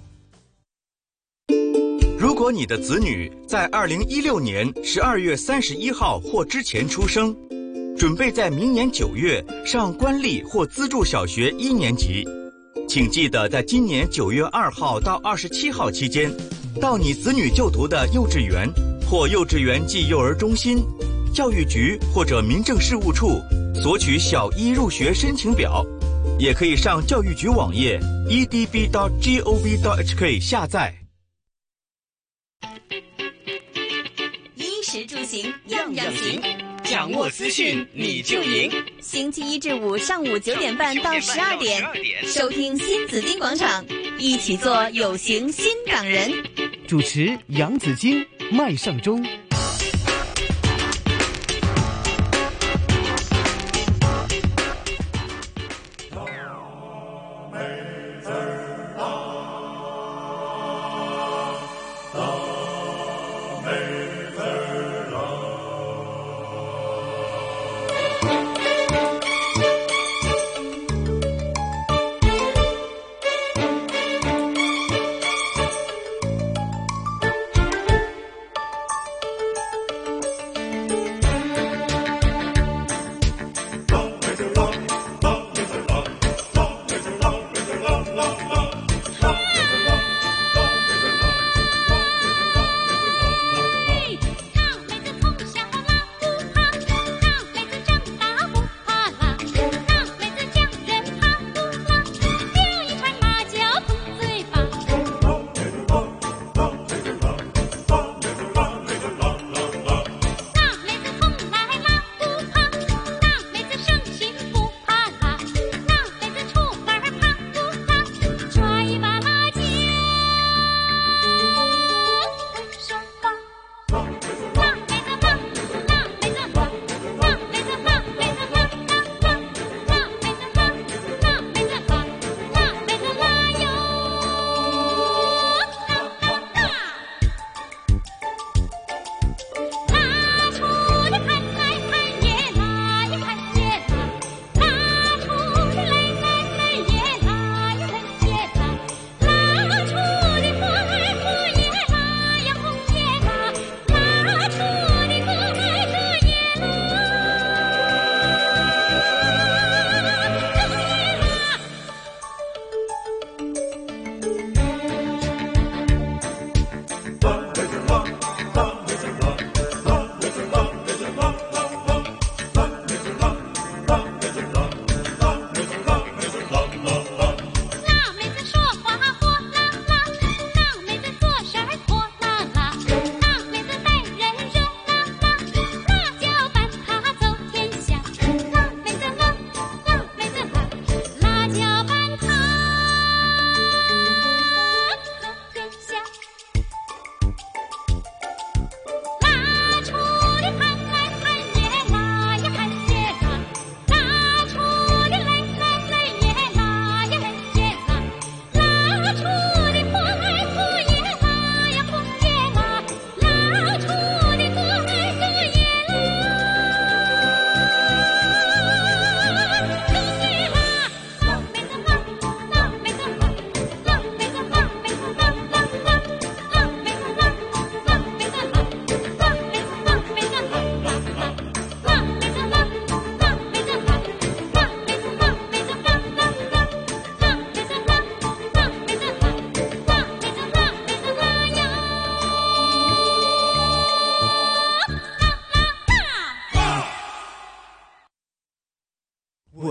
如果你的子女在2016年12月31號或之前出生，準備在明年9月上官立或資助小學1年級，請記得在今年9月2號到27號期間，到你子女就讀的幼稚園或幼稚園暨幼兒中心、教育局或者民政事務處索取小一入學申請表，也可以上教育局網頁 edb.gov.hk 下載。 衣食住行樣樣行， 掌握資訊你就贏。 星期一至五上午9點半到12點，收聽新紫荊廣場，一起做有型新港人。 主持楊紫荊、麥尚中。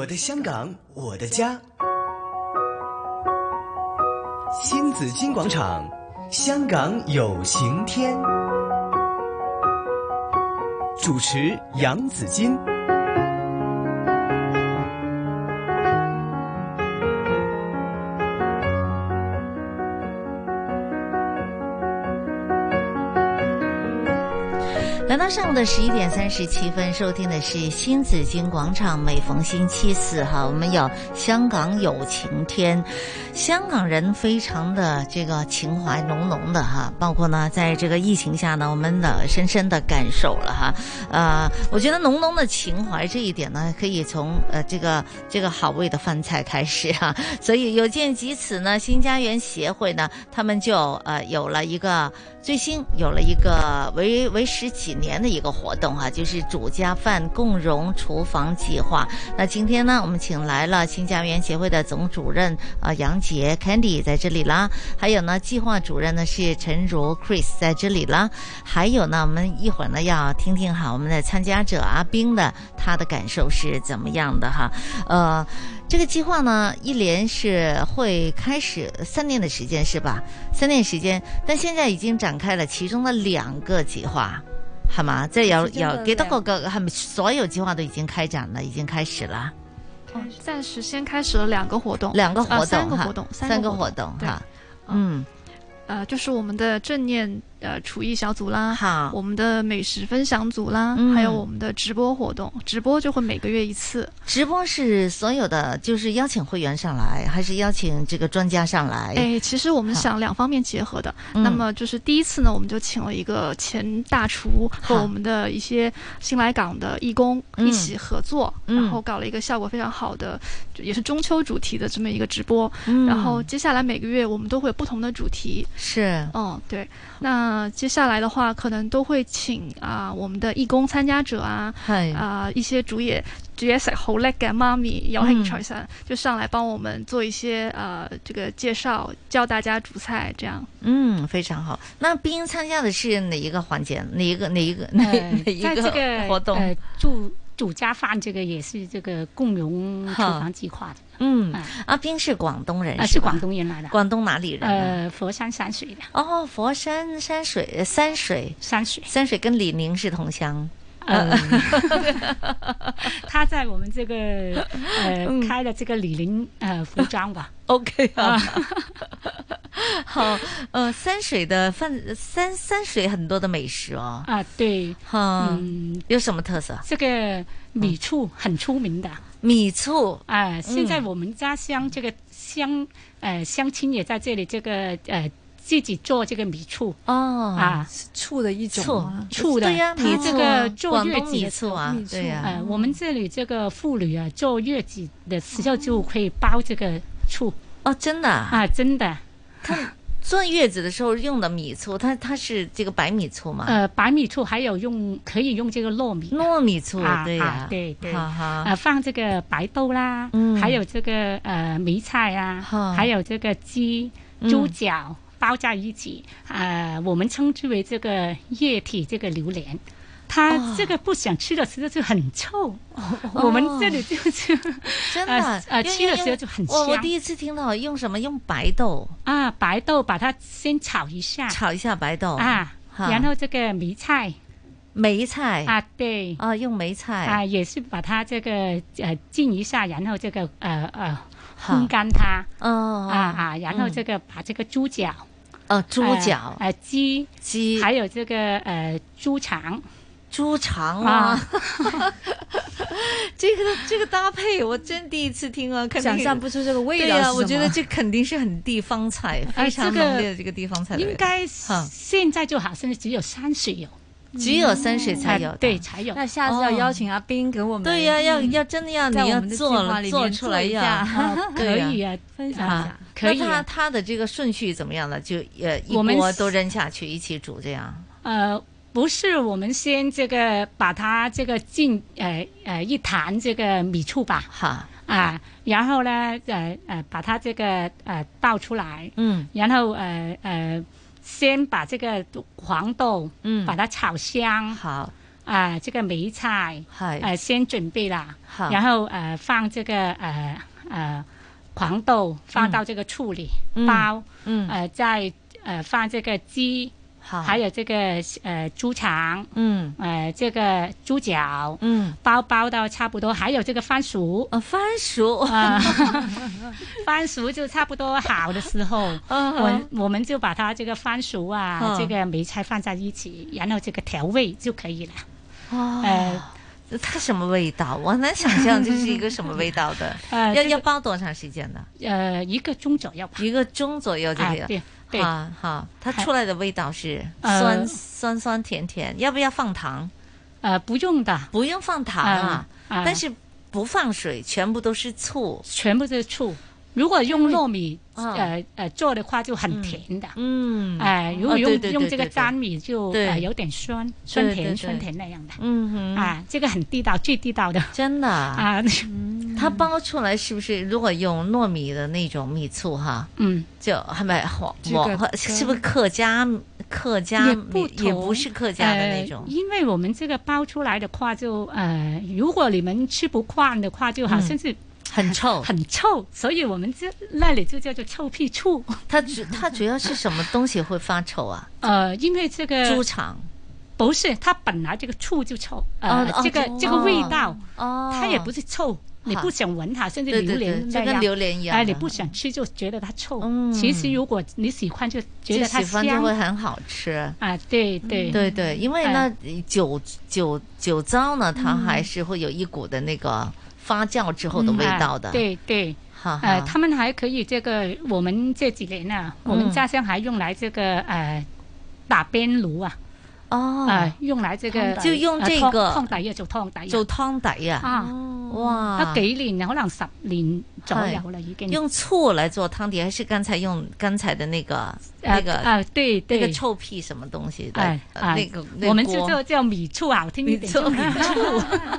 我的香港，我的家。新紫金广场，香港有晴天。主持杨紫金。 来到上午的11点37分，收听的是新紫金广场。每逢星期四哈，我们有香港有晴天，香港人非常的这个情怀浓浓的哈，包括呢在这个疫情下呢，我们的深深的感受了哈。我觉得浓浓的情怀这一点呢，可以从这个好味的饭菜开始哈。所以有鉴及此呢，新家园协会呢，他们就有了一个最新有了一个为时几年的一个活动哈，就是主家饭共融厨房计划。那今天呢，我们请来了新家园协会的总主任杨杰 Candy 在这里啦，还有呢计划主任呢是陈如 Chris 在这里啦，还有呢我们一会儿呢要听听哈我们的参加者阿斌的他的感受是怎么样的哈。这个计划呢，一连是会开始3年的时间是吧？3年時間，但現在已經展開了其中的2個計劃，係嘛？即係有幾多個係咪所有計劃都已經開展了，已經開始了？ 暫時先開始了2個活動 ，3個活動哈，就是我們的正念廚藝小組啦，好，我們的美食分享組啦，還有我們的直播活動，直播就會每個月一次。 直播是所有的，就是邀請會員上來，還是邀請這個專家上來？ 其實我們想2方面結合的。那麼就是第一次呢，我們就請了一個前大廚和我們的一些新來港的義工一起合作，然後搞了一個效果非常好的，也是中秋主題的這麼一個直播。然後接下來每個月我們都會有不同的主題。 是， 對，那接下來的話，可能都會請我們的義工參加者一些煮嘢食好叻嘅媽咪有興趣上就上來幫我們做一些這個介紹，教大家煮菜，這樣。 非常好。那斌參加的是哪一個環節？哪一個在這個活動？ 主家飯這個也是這個共融廚房計劃的。 阿斌是廣東人， 是廣東人來的。 廣東哪裡人？ 佛山山水的。 哦，佛山山水，山水跟李寧是同鄉。 他在我們這個開了這個李寧服裝吧。 OK 啊。好，山水的山水很多的美食哦。 對， 有什麼特色？ 這個米醋很出名的。 米醋現在我們家鄉這個鄉親也在這裡，這個自己做這個米醋醋的一種醋的， 對呀， 米這個坐月子米醋啊，對呀， 我們這裡這個婦女坐月子的時候就可以包這個醋。 哦，真的真的。 他坐月子的時候用的米醋，它是這個白米醋嗎？ 白米醋還有可以用這個糯米醋， 對呀， 對，放這個白豆啦，還有這個梅菜啊，還有這個豬腳包在一起，我們稱之為這個液體這個榴蓮。它這個不想吃的時候就很臭，我們這裡就是真的吃的時候就很香。 我第一次聽到用什麼用白豆白豆把它先炒一下白豆然後這個梅菜對用梅菜也是把它這個浸一下，然後這個烘乾它然後這個把這個豬腳雞還有這個豬腸這個搭配我真第一次聽啊， 想象不出這個味道。 對啊，我覺得這肯定是很地方菜，非常濃烈的這個地方菜。 應該現在就好像只有山水有， 只有山水才有， 對，才有。 那下次要邀請阿斌給我們， 對呀，要真的要你要做出來呀， 可以啊，分享一下。可以。 那他的這個順序怎麼樣呢？就一鍋都扔下去一起煮這樣？ 不是，我們先這個把它這個浸一壇這個米醋吧，然後呢把它這個倒出來，然後先把這個黃豆把它炒香， 这个梅菜先准备啦，然后放这个黄豆放到这个醋里包，再放这个鸡，还有这个猪肠，这个猪脚，包到差不多，还有这个番薯，番薯就差不多好的时候，我们就把它这个番薯这个梅菜放在一起，然后这个调味就可以了。 它什么味道？我很难想象这是一个什么味道的。要包多长时间呢 ？1个钟左右吧。 1个钟左右就可以了。 对， 好，它出来的味道是酸甜甜，要不要放糖？ 不用的， 不用放糖啊。但是不放水，全部都是醋， 全部是醋。如果用糯米做的话就很甜的，如果用这个粘米就有点酸甜那样的，这个很地道，最地道的， 真的它包出来是不是？如果用糯米的那种米醋就还没是不是客家也不是客家的那种？ 因为我们这个包出来的话就如果你们吃不惯的话，就好像是。 很臭， 所以我们那里就叫做臭屁醋。 它主要是什么东西会发臭啊？ 因为这个猪肠不是，它本来这个醋就臭，这个味道，它也不是臭，你不想闻它，甚至榴莲就跟榴莲一样， 你不想吃就觉得它臭。其实如果你喜欢，就觉得它香， 喜欢就会很好吃对， 因为呢，酒糟呢，它还是会有一股的那个。发酵之后的味道的， 对，他们还可以这个，我们这几年我们家乡还用来这个打边爐用來這個就用這個湯底啊，做湯底做湯底啊，哇， 都幾年，可能10年左右了已經。 用醋來做湯底，還是剛才用剛才的那個對對， 那個臭屁什麼東西的那個我們就叫米醋，好聽一點，米醋。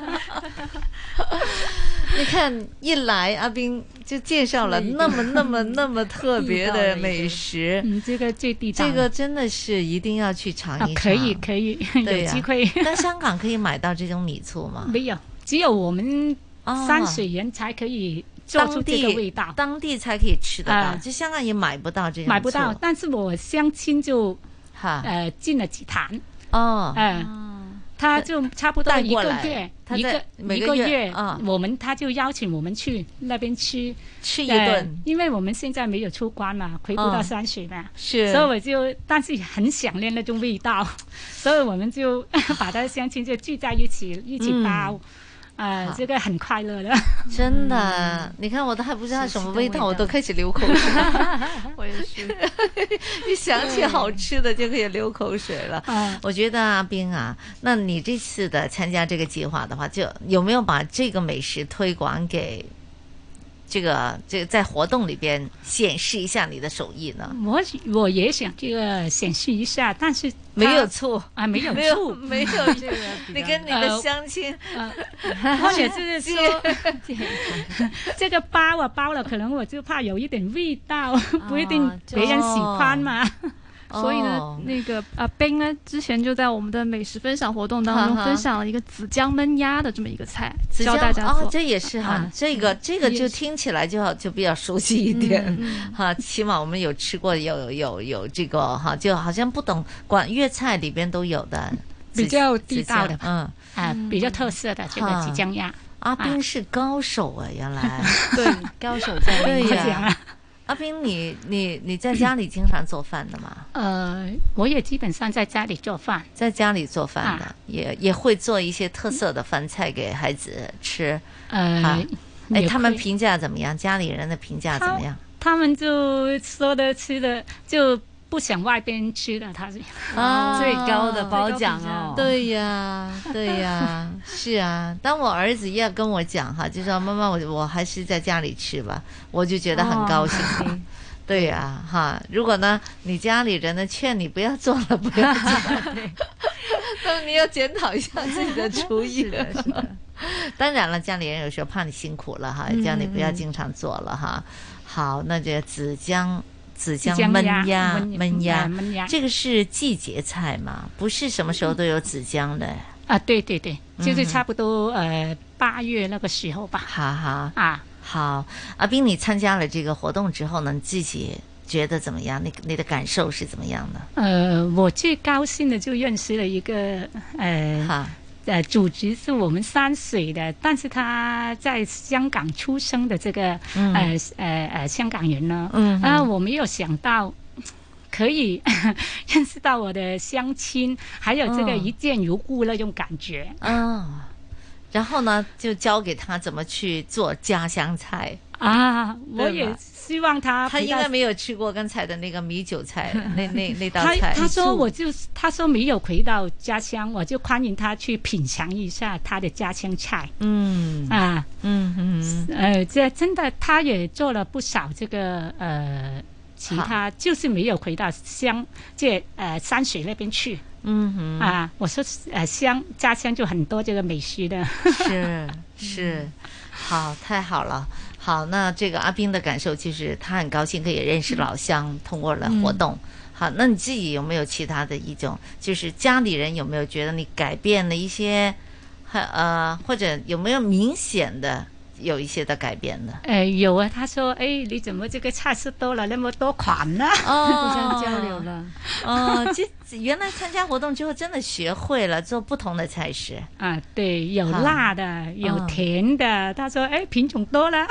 你看一來阿彬就介紹了那麼特別的美食， 這個最地道， 這個真的是一定要去嘗一嘗。可以，有機會。 但香港可以買到這種米醋嗎？ 沒有，只有我們山水人才可以做出這個味道， 當地才可以吃得到。就香港也買不到這種醋， 買不到。但是我相親就進了幾壇他就差不多一個月，一個月，他就邀請我們去那邊吃一頓， 因為我們現在沒有出關嘛，回不到山水嘛，所以我但是很想念那種味道，所以我們就把他相親就聚在一起包。這個很快樂的， 真的。你看，我都還不知道什麼味道，我都開始流口水。 我也是， 一想起好吃的就可以流口水了。我覺得阿彬啊，那你這次的參加這個計劃的話，就有沒有把這個美食推廣給這個在活動裏邊顯示一下你的手藝呢？ 我也想這個顯示一下，但是沒有醋沒有醋， 沒有這個。你跟你的鄉親， 或者是說這個包了，可能我就怕有一點味道，不一定別人喜歡嘛。 所以呢，那個阿彬呢，之前就在我們的美食分享活動當中分享了一個紫薑燜鴨的這麼一個菜，教大家做。 這也是哈，這個就聽起來就比較熟悉一點哈，起碼我們有吃過，有這個哈，就好像不懂廣粵菜裏邊都有的， 比較地道的，比較特色的這個紫薑鴨。 阿彬是高手啊，原來對，高手在裡面。阿彬，你在家裡經常做飯的嗎？ 我也基本上在家裡做飯， 在家裡做飯的，也會做一些特色的飯菜給孩子吃。他們評價怎麼樣？家裡人的評價怎麼樣？ 他們就說的吃的就不想外邊吃的，他是最高的褒獎哦。 對呀，是啊。當我兒子要跟我講哈，就說媽媽，我還是在家裡吃吧，我就覺得很高興。對呀，哈。如果呢，你家裡人呢勸你不要做了，不要做了，那你要檢討一下自己的廚藝。是的。當然了，家裡人有時候怕你辛苦了哈，叫你不要經常做了哈。好，那就紫薑燜鴨，這個是季節菜嘛？不是什麼時候都有紫薑的。 对对对，就是差不多8月那个时候吧。 好，阿彬，你参加了这个活动之后呢，你自己觉得怎么样？你的感受是怎么样的？ 我最高兴的就认识了一个组织是我们山水的，但是他在香港出生的这个香港人呢，我没有想到可以认识到我的乡亲，还有这个一见如故那种感觉。 然后呢，就教给他怎么去做家乡菜我也希望他应该没有吃过刚才的那个米酒菜那道菜。 他说没有回到家乡，我就欢迎他去品尝一下他的家乡菜。这真的他也做了不少这个其他，就是没有回到山水那边去。我说家乡就很多这个美食的。 是好，太好了。好，那这个阿彬的感受就是他很高兴可以认识老乡，通过了活动。好，那你自己有没有其他的一种，就是家里人有没有觉得你改变了一些或者有没有明显的有一些的改变的？ 有啊，他说你怎么这个菜式多了那么多款呢？互相交流了。 原来参加活动之后真的学会了做不同的菜式对，有辣的，有甜的。他说品种多了。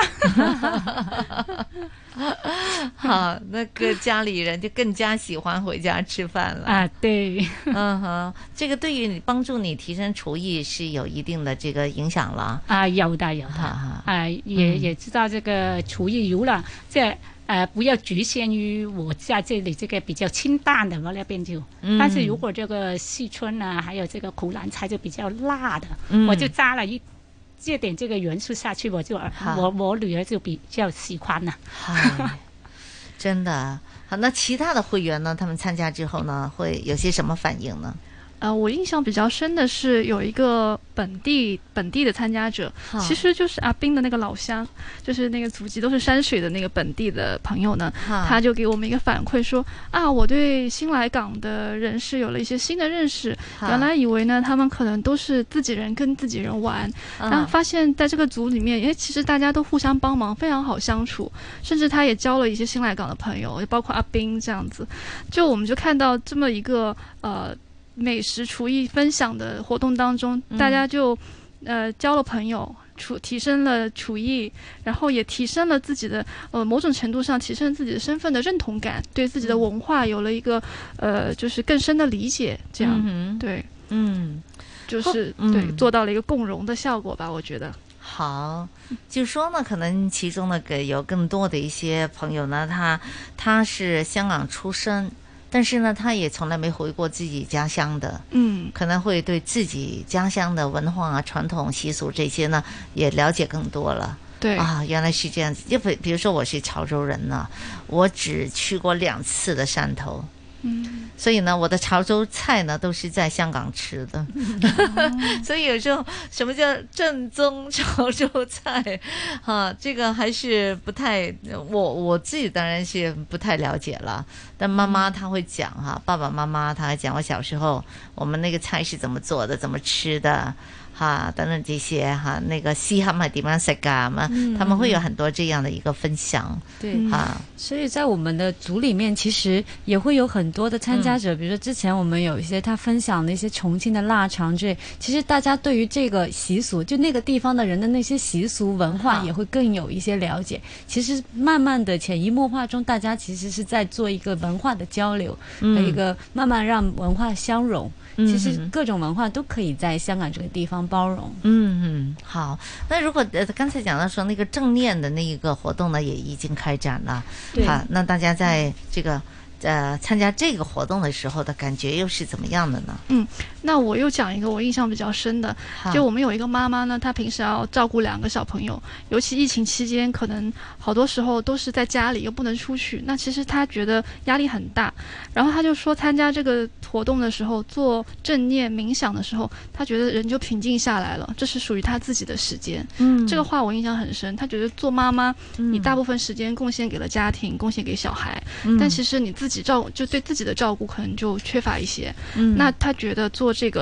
好，那个家里人就更加喜欢回家吃饭了对。 这个对于你帮助你提升厨艺是有一定的这个影响了有的也知道这个厨艺有了不要局限于我在这里这个比较清淡的那边就，但是如果这个四川还有这个湖南菜就比较辣的，我就加了这点这个元素下去，我女儿就比较喜欢了。 真的好，那其他的会员呢？他们参加之后呢，会有些什么反应呢？ 我印象比较深的是有一个本地的参加者，其实就是阿彬的那个老乡，就是那个祖籍都是山水的那个本地的朋友呢，他就给我们一个反馈说我对新来港的人士有了一些新的认识，原来以为呢他们可能都是自己人跟自己人玩，然后发现在这个组里面，因为其实大家都互相帮忙，非常好相处，甚至他也交了一些新来港的朋友，也包括阿彬这样子，就我们就看到这么一个美食厨艺分享的活动当中，大家就交了朋友，提升了厨艺，然后也提升了自己的某种程度上提升自己的身份的认同感，对自己的文化有了一个就是更深的理解，这样对，就是对做到了一个共融的效果吧，我觉得。 好，就说呢，可能其中呢有更多的一些朋友呢，他是香港出生。但是呢，他也从来没回过自己家乡的，可能会对自己家乡的文化传统习俗这些呢，也了解更多了。 对原来是这样子。就比如说我是潮州人呢，我只去过2次的汕头。所以呢，我的潮州菜呢都是在香港吃的，所以有时候什么叫正宗潮州菜这个还是不太，我自己当然是不太了解了，但妈妈她会讲爸爸妈妈她会讲我小时候我们那个菜是怎么做的，怎么吃的等等这些那个西ham係點樣食㗎嘛，他们会有很多这样的一个分享。 对所以在我们的组里面其实也会有很多的参加者，比如说之前我们有一些他分享的一些重庆的腊肠之类，其实大家对于这个习俗，就那个地方的人的那些习俗文化也会更有一些了解。其实慢慢的潜移默化中，大家其实是在做一个文化的交流和一个慢慢让文化相融。其实各种文化都可以在香港这个地方包容。 好，那如果刚才讲到说那个正念的那一个活动呢，也已经开展了。好，那大家在这个参加这个活动的时候的感觉又是怎么样的呢？ 那我又讲一个我印象比较深的，就我们有一个妈妈呢，她平时要照顾2个小朋友，尤其疫情期间，可能好多时候都是在家里又不能出去，那其实她觉得压力很大，然后她就说参加这个活动的时候，做正念冥想的时候，她觉得人就平静下来了，这是属于她自己的时间。这个话我印象很深。她觉得做妈妈，你大部分时间贡献给了家庭，贡献给小孩，但其实你自己就对自己的照顾可能就缺乏一些。那她觉得做这个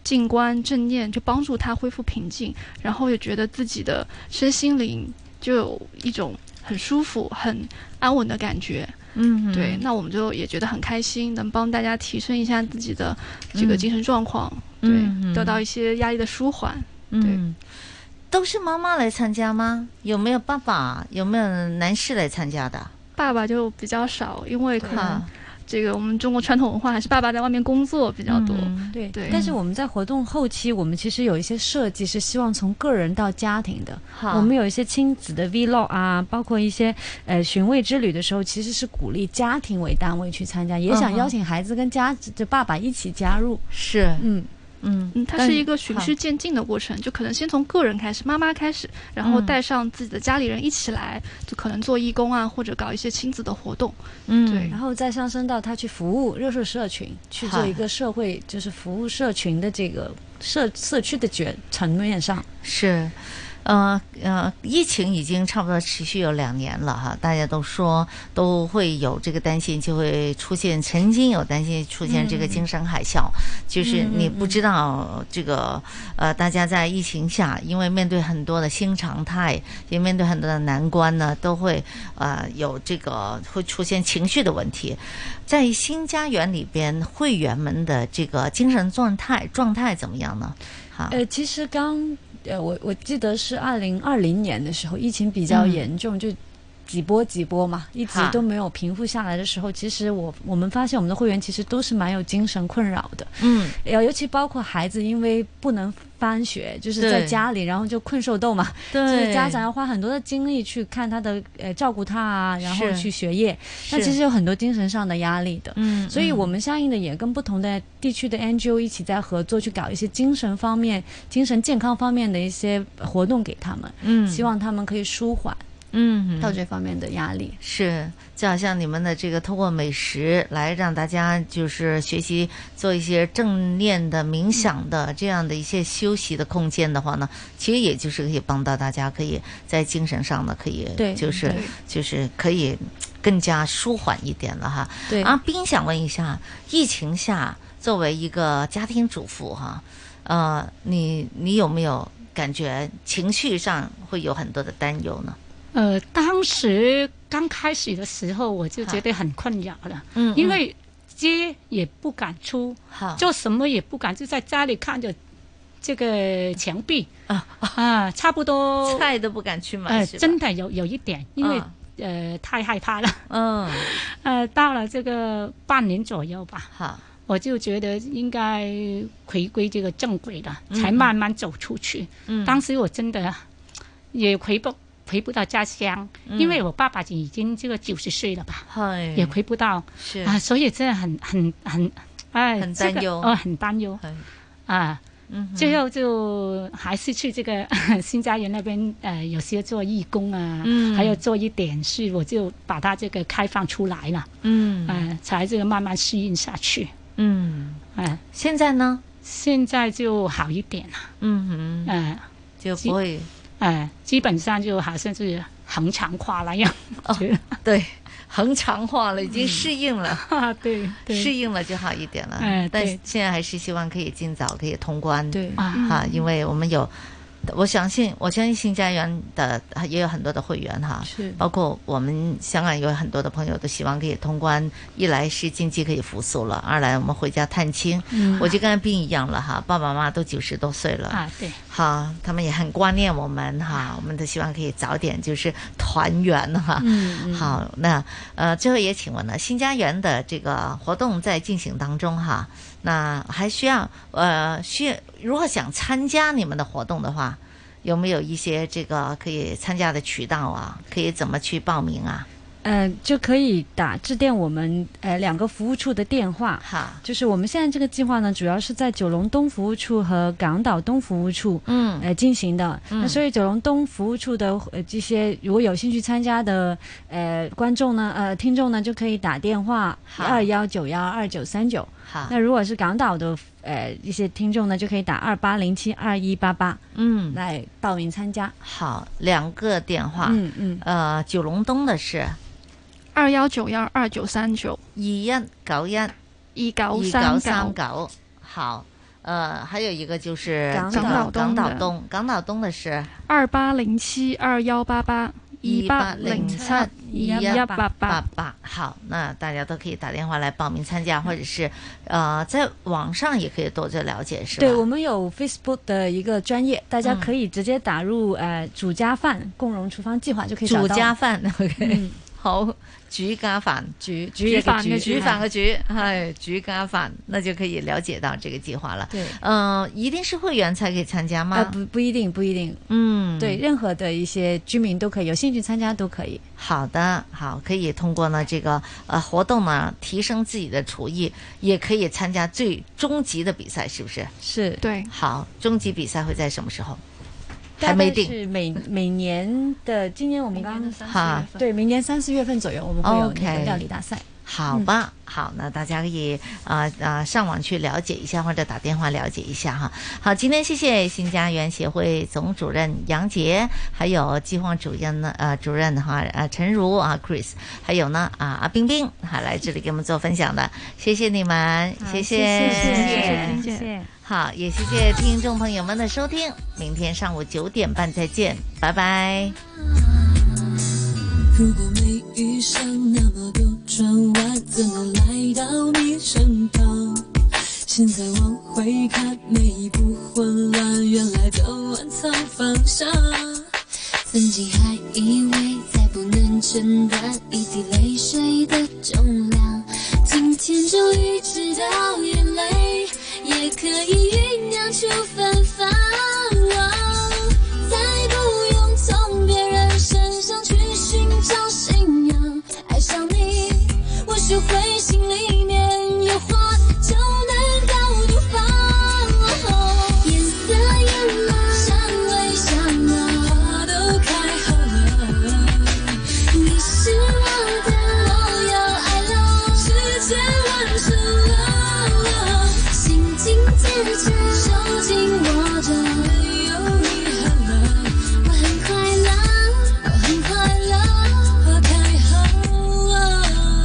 静观正念，就帮助他恢复平静，然后也觉得自己的身心灵就有一种很舒服、很安稳的感觉。对，那我们就也觉得很开心，能帮大家提升一下自己的这个精神状况，对，得到一些压力的舒缓。对， 都是妈妈来参加吗？有没有爸爸？有没有男士来参加的？ 爸爸就比较少，因为可能这个我们中国传统文化还是爸爸在外面工作比较多。 对。但是我们在活动后期，我们其实有一些设计是希望从个人到家庭的。我们有一些亲子的 vlog 啊，包括一些寻味之旅的时候，其实是鼓励家庭为单位去参加，也想邀请孩子跟爸爸一起加入。 是， 它是一个循序渐进的过程，就可能先从个人开始，妈妈开始，然后带上自己的家里人一起来，就可能做义工啊，或者搞一些亲子的活动。对， 然后再上升到他去服务弱势社群，去做一个社会就是服务社群的这个社区的层面上。 是。疫情已经差不多持续有2年了哈，大家都说都会有这个担心，就会曾经有担心出现这个精神海啸，就是你不知道这个大家在疫情下，因为面对很多的新常态，也面对很多的难关呢，都会有这个会出现情绪的问题。在新家园里边，会员们的这个精神状态怎么样呢？ 其实我记得是2020年的时候，疫情比较严重，就几波嘛，一直都没有平复下来的时候，其实我们发现我们的会员其实都是蛮有精神困扰的。尤其包括孩子，因为不能翻学，就是在家里，然后就困兽斗嘛，所以家长要花很多的精力去看他的照顾他啊，然后去学业，那其实有很多精神上的压力的。所以我们相应的也跟不同的地区的 NGO 一起在合作，去搞一些精神健康方面的一些活动给他们，希望他们可以舒缓到这方面的压力。 是，就好像你们的这个通过美食来让大家就是学习做一些正念的冥想的这样的一些休息的空间的话呢，其实也就是可以帮到大家，可以在精神上呢可以就是可以更加舒缓一点了哈。 对冰想问一下，疫情下作为一个家庭主妇哈，你有没有感觉情绪上会有很多的担忧呢？ 当时刚开始的时候，我就觉得很困扰了，因为街也不敢出，做什么也不敢，就在家里看着这个墙壁差不多菜都不敢去买， 真的有一点，因为太害怕了。到了这个半年左右吧，我就觉得应该回归这个正轨了，才慢慢走出去。当时我真的也回不到家乡，因为我爸爸已经这个90岁了吧，也回不到，所以真的很担忧， 很担忧最后就还是去这个新家园那边有些做义工啊，还有做一点事，我就把它这个开放出来了，才这个慢慢适应下去。 现在呢？ 现在就好一点了， 就不会。 基本上就好像是恒常化了样， 对，恒常化了，已经适应了， 对， 适应了就好一点了。但现在还是希望可以尽早可以通关， 对因为我们有。我相信新家园的也有很多的会员哈， 是包括我们香港有很多的朋友都希望可以通关，一来是经济可以复苏了，二来我们回家探亲，我就跟病一样了哈，爸爸妈妈都90多岁了对， 好，他们也很挂念我们哈，我们都希望可以早点就是团圆哈。好，那最后也请问了，新家园的这个活动在进行当中哈，那还需要如果想参加你们的活动的话，有没有一些这个可以参加的渠道啊？可以怎么去报名啊？ 就可以致电我们2个服务处的电话。 好， 就是我们现在这个计划呢，主要是在九龙东服务处和港岛东服务处进行的。那所以九龙东服务处的这些如果有兴趣参加的观众呢听众呢，就可以打电话21912939。好，那如果是港岛的一些听众呢，就可以打28072188来报名参加。 好，2个电话。九龙东的是21912939，21911939。好， 还有一个就是港岛东的是 280721881888。 好，那大家都可以打电话来报名参加，或者是在网上也可以多做了解，是吧？ 对，我们有 Facebook 的一个专页，大家可以直接打入煮家饭共融厨房计划就可以找到。 煮家饭 ，OK，好。煮家飯，煮飯嘅煮，係煮家飯，那就可以了解到這個計劃了。 對， 一定是會員才可以參加嗎？ 不一定，對，任何的一些居民都可以，有興趣參加都可以。 好的，好，可以通過呢這個活動呢，提升自己的廚藝，也可以參加最終極的比賽，是不是？ 是， 對。 好，終極比賽會在什麼時候？ 大概是每年的，今年我们刚刚对，明年3、4月份左右我们会有那个料理大赛。 好吧，好，那大家可以上网去了解一下，或者打电话了解一下哈。好，今天谢谢新家园协会总主任杨杰，还有计划主任陈如Chris， 还有呢阿冰冰来这里给我们做分享的，谢谢你们，谢谢。好，也谢谢听众朋友们的收听，明天上午9点半再见，拜拜。 如果没遇上那么多转弯，怎能来到你身旁？现在往回看，每一步混乱，原来都暗藏方向。曾经还以为再不能承担一滴泪水的重量，今天终于知道眼泪也可以酝酿出芬芳。再不用从别人身上去寻找信仰，爱上你，我学会心里面有话就能够怒放。颜色艳了，香味香了，花都开好了，你是我的，我要爱了，世界完成了，心紧接着，手紧握着，没有遗憾了，我很快乐，我很快乐，花开好了。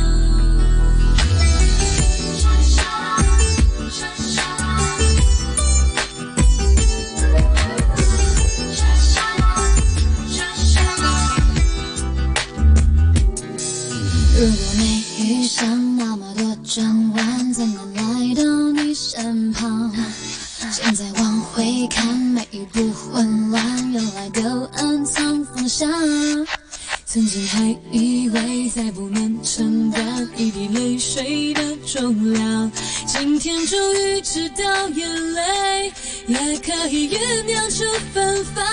如果没遇上那么多转弯，怎能来到你身旁？现在往回看，每一步混乱，原来都暗藏方向。曾经还以为再不能承担一滴泪水的重量，今天终于知道眼泪也可以酝酿出芬芳。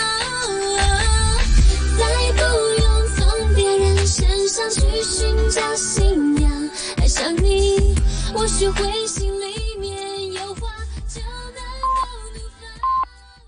再不用从别人身上去寻找信仰，爱上你，我学会心里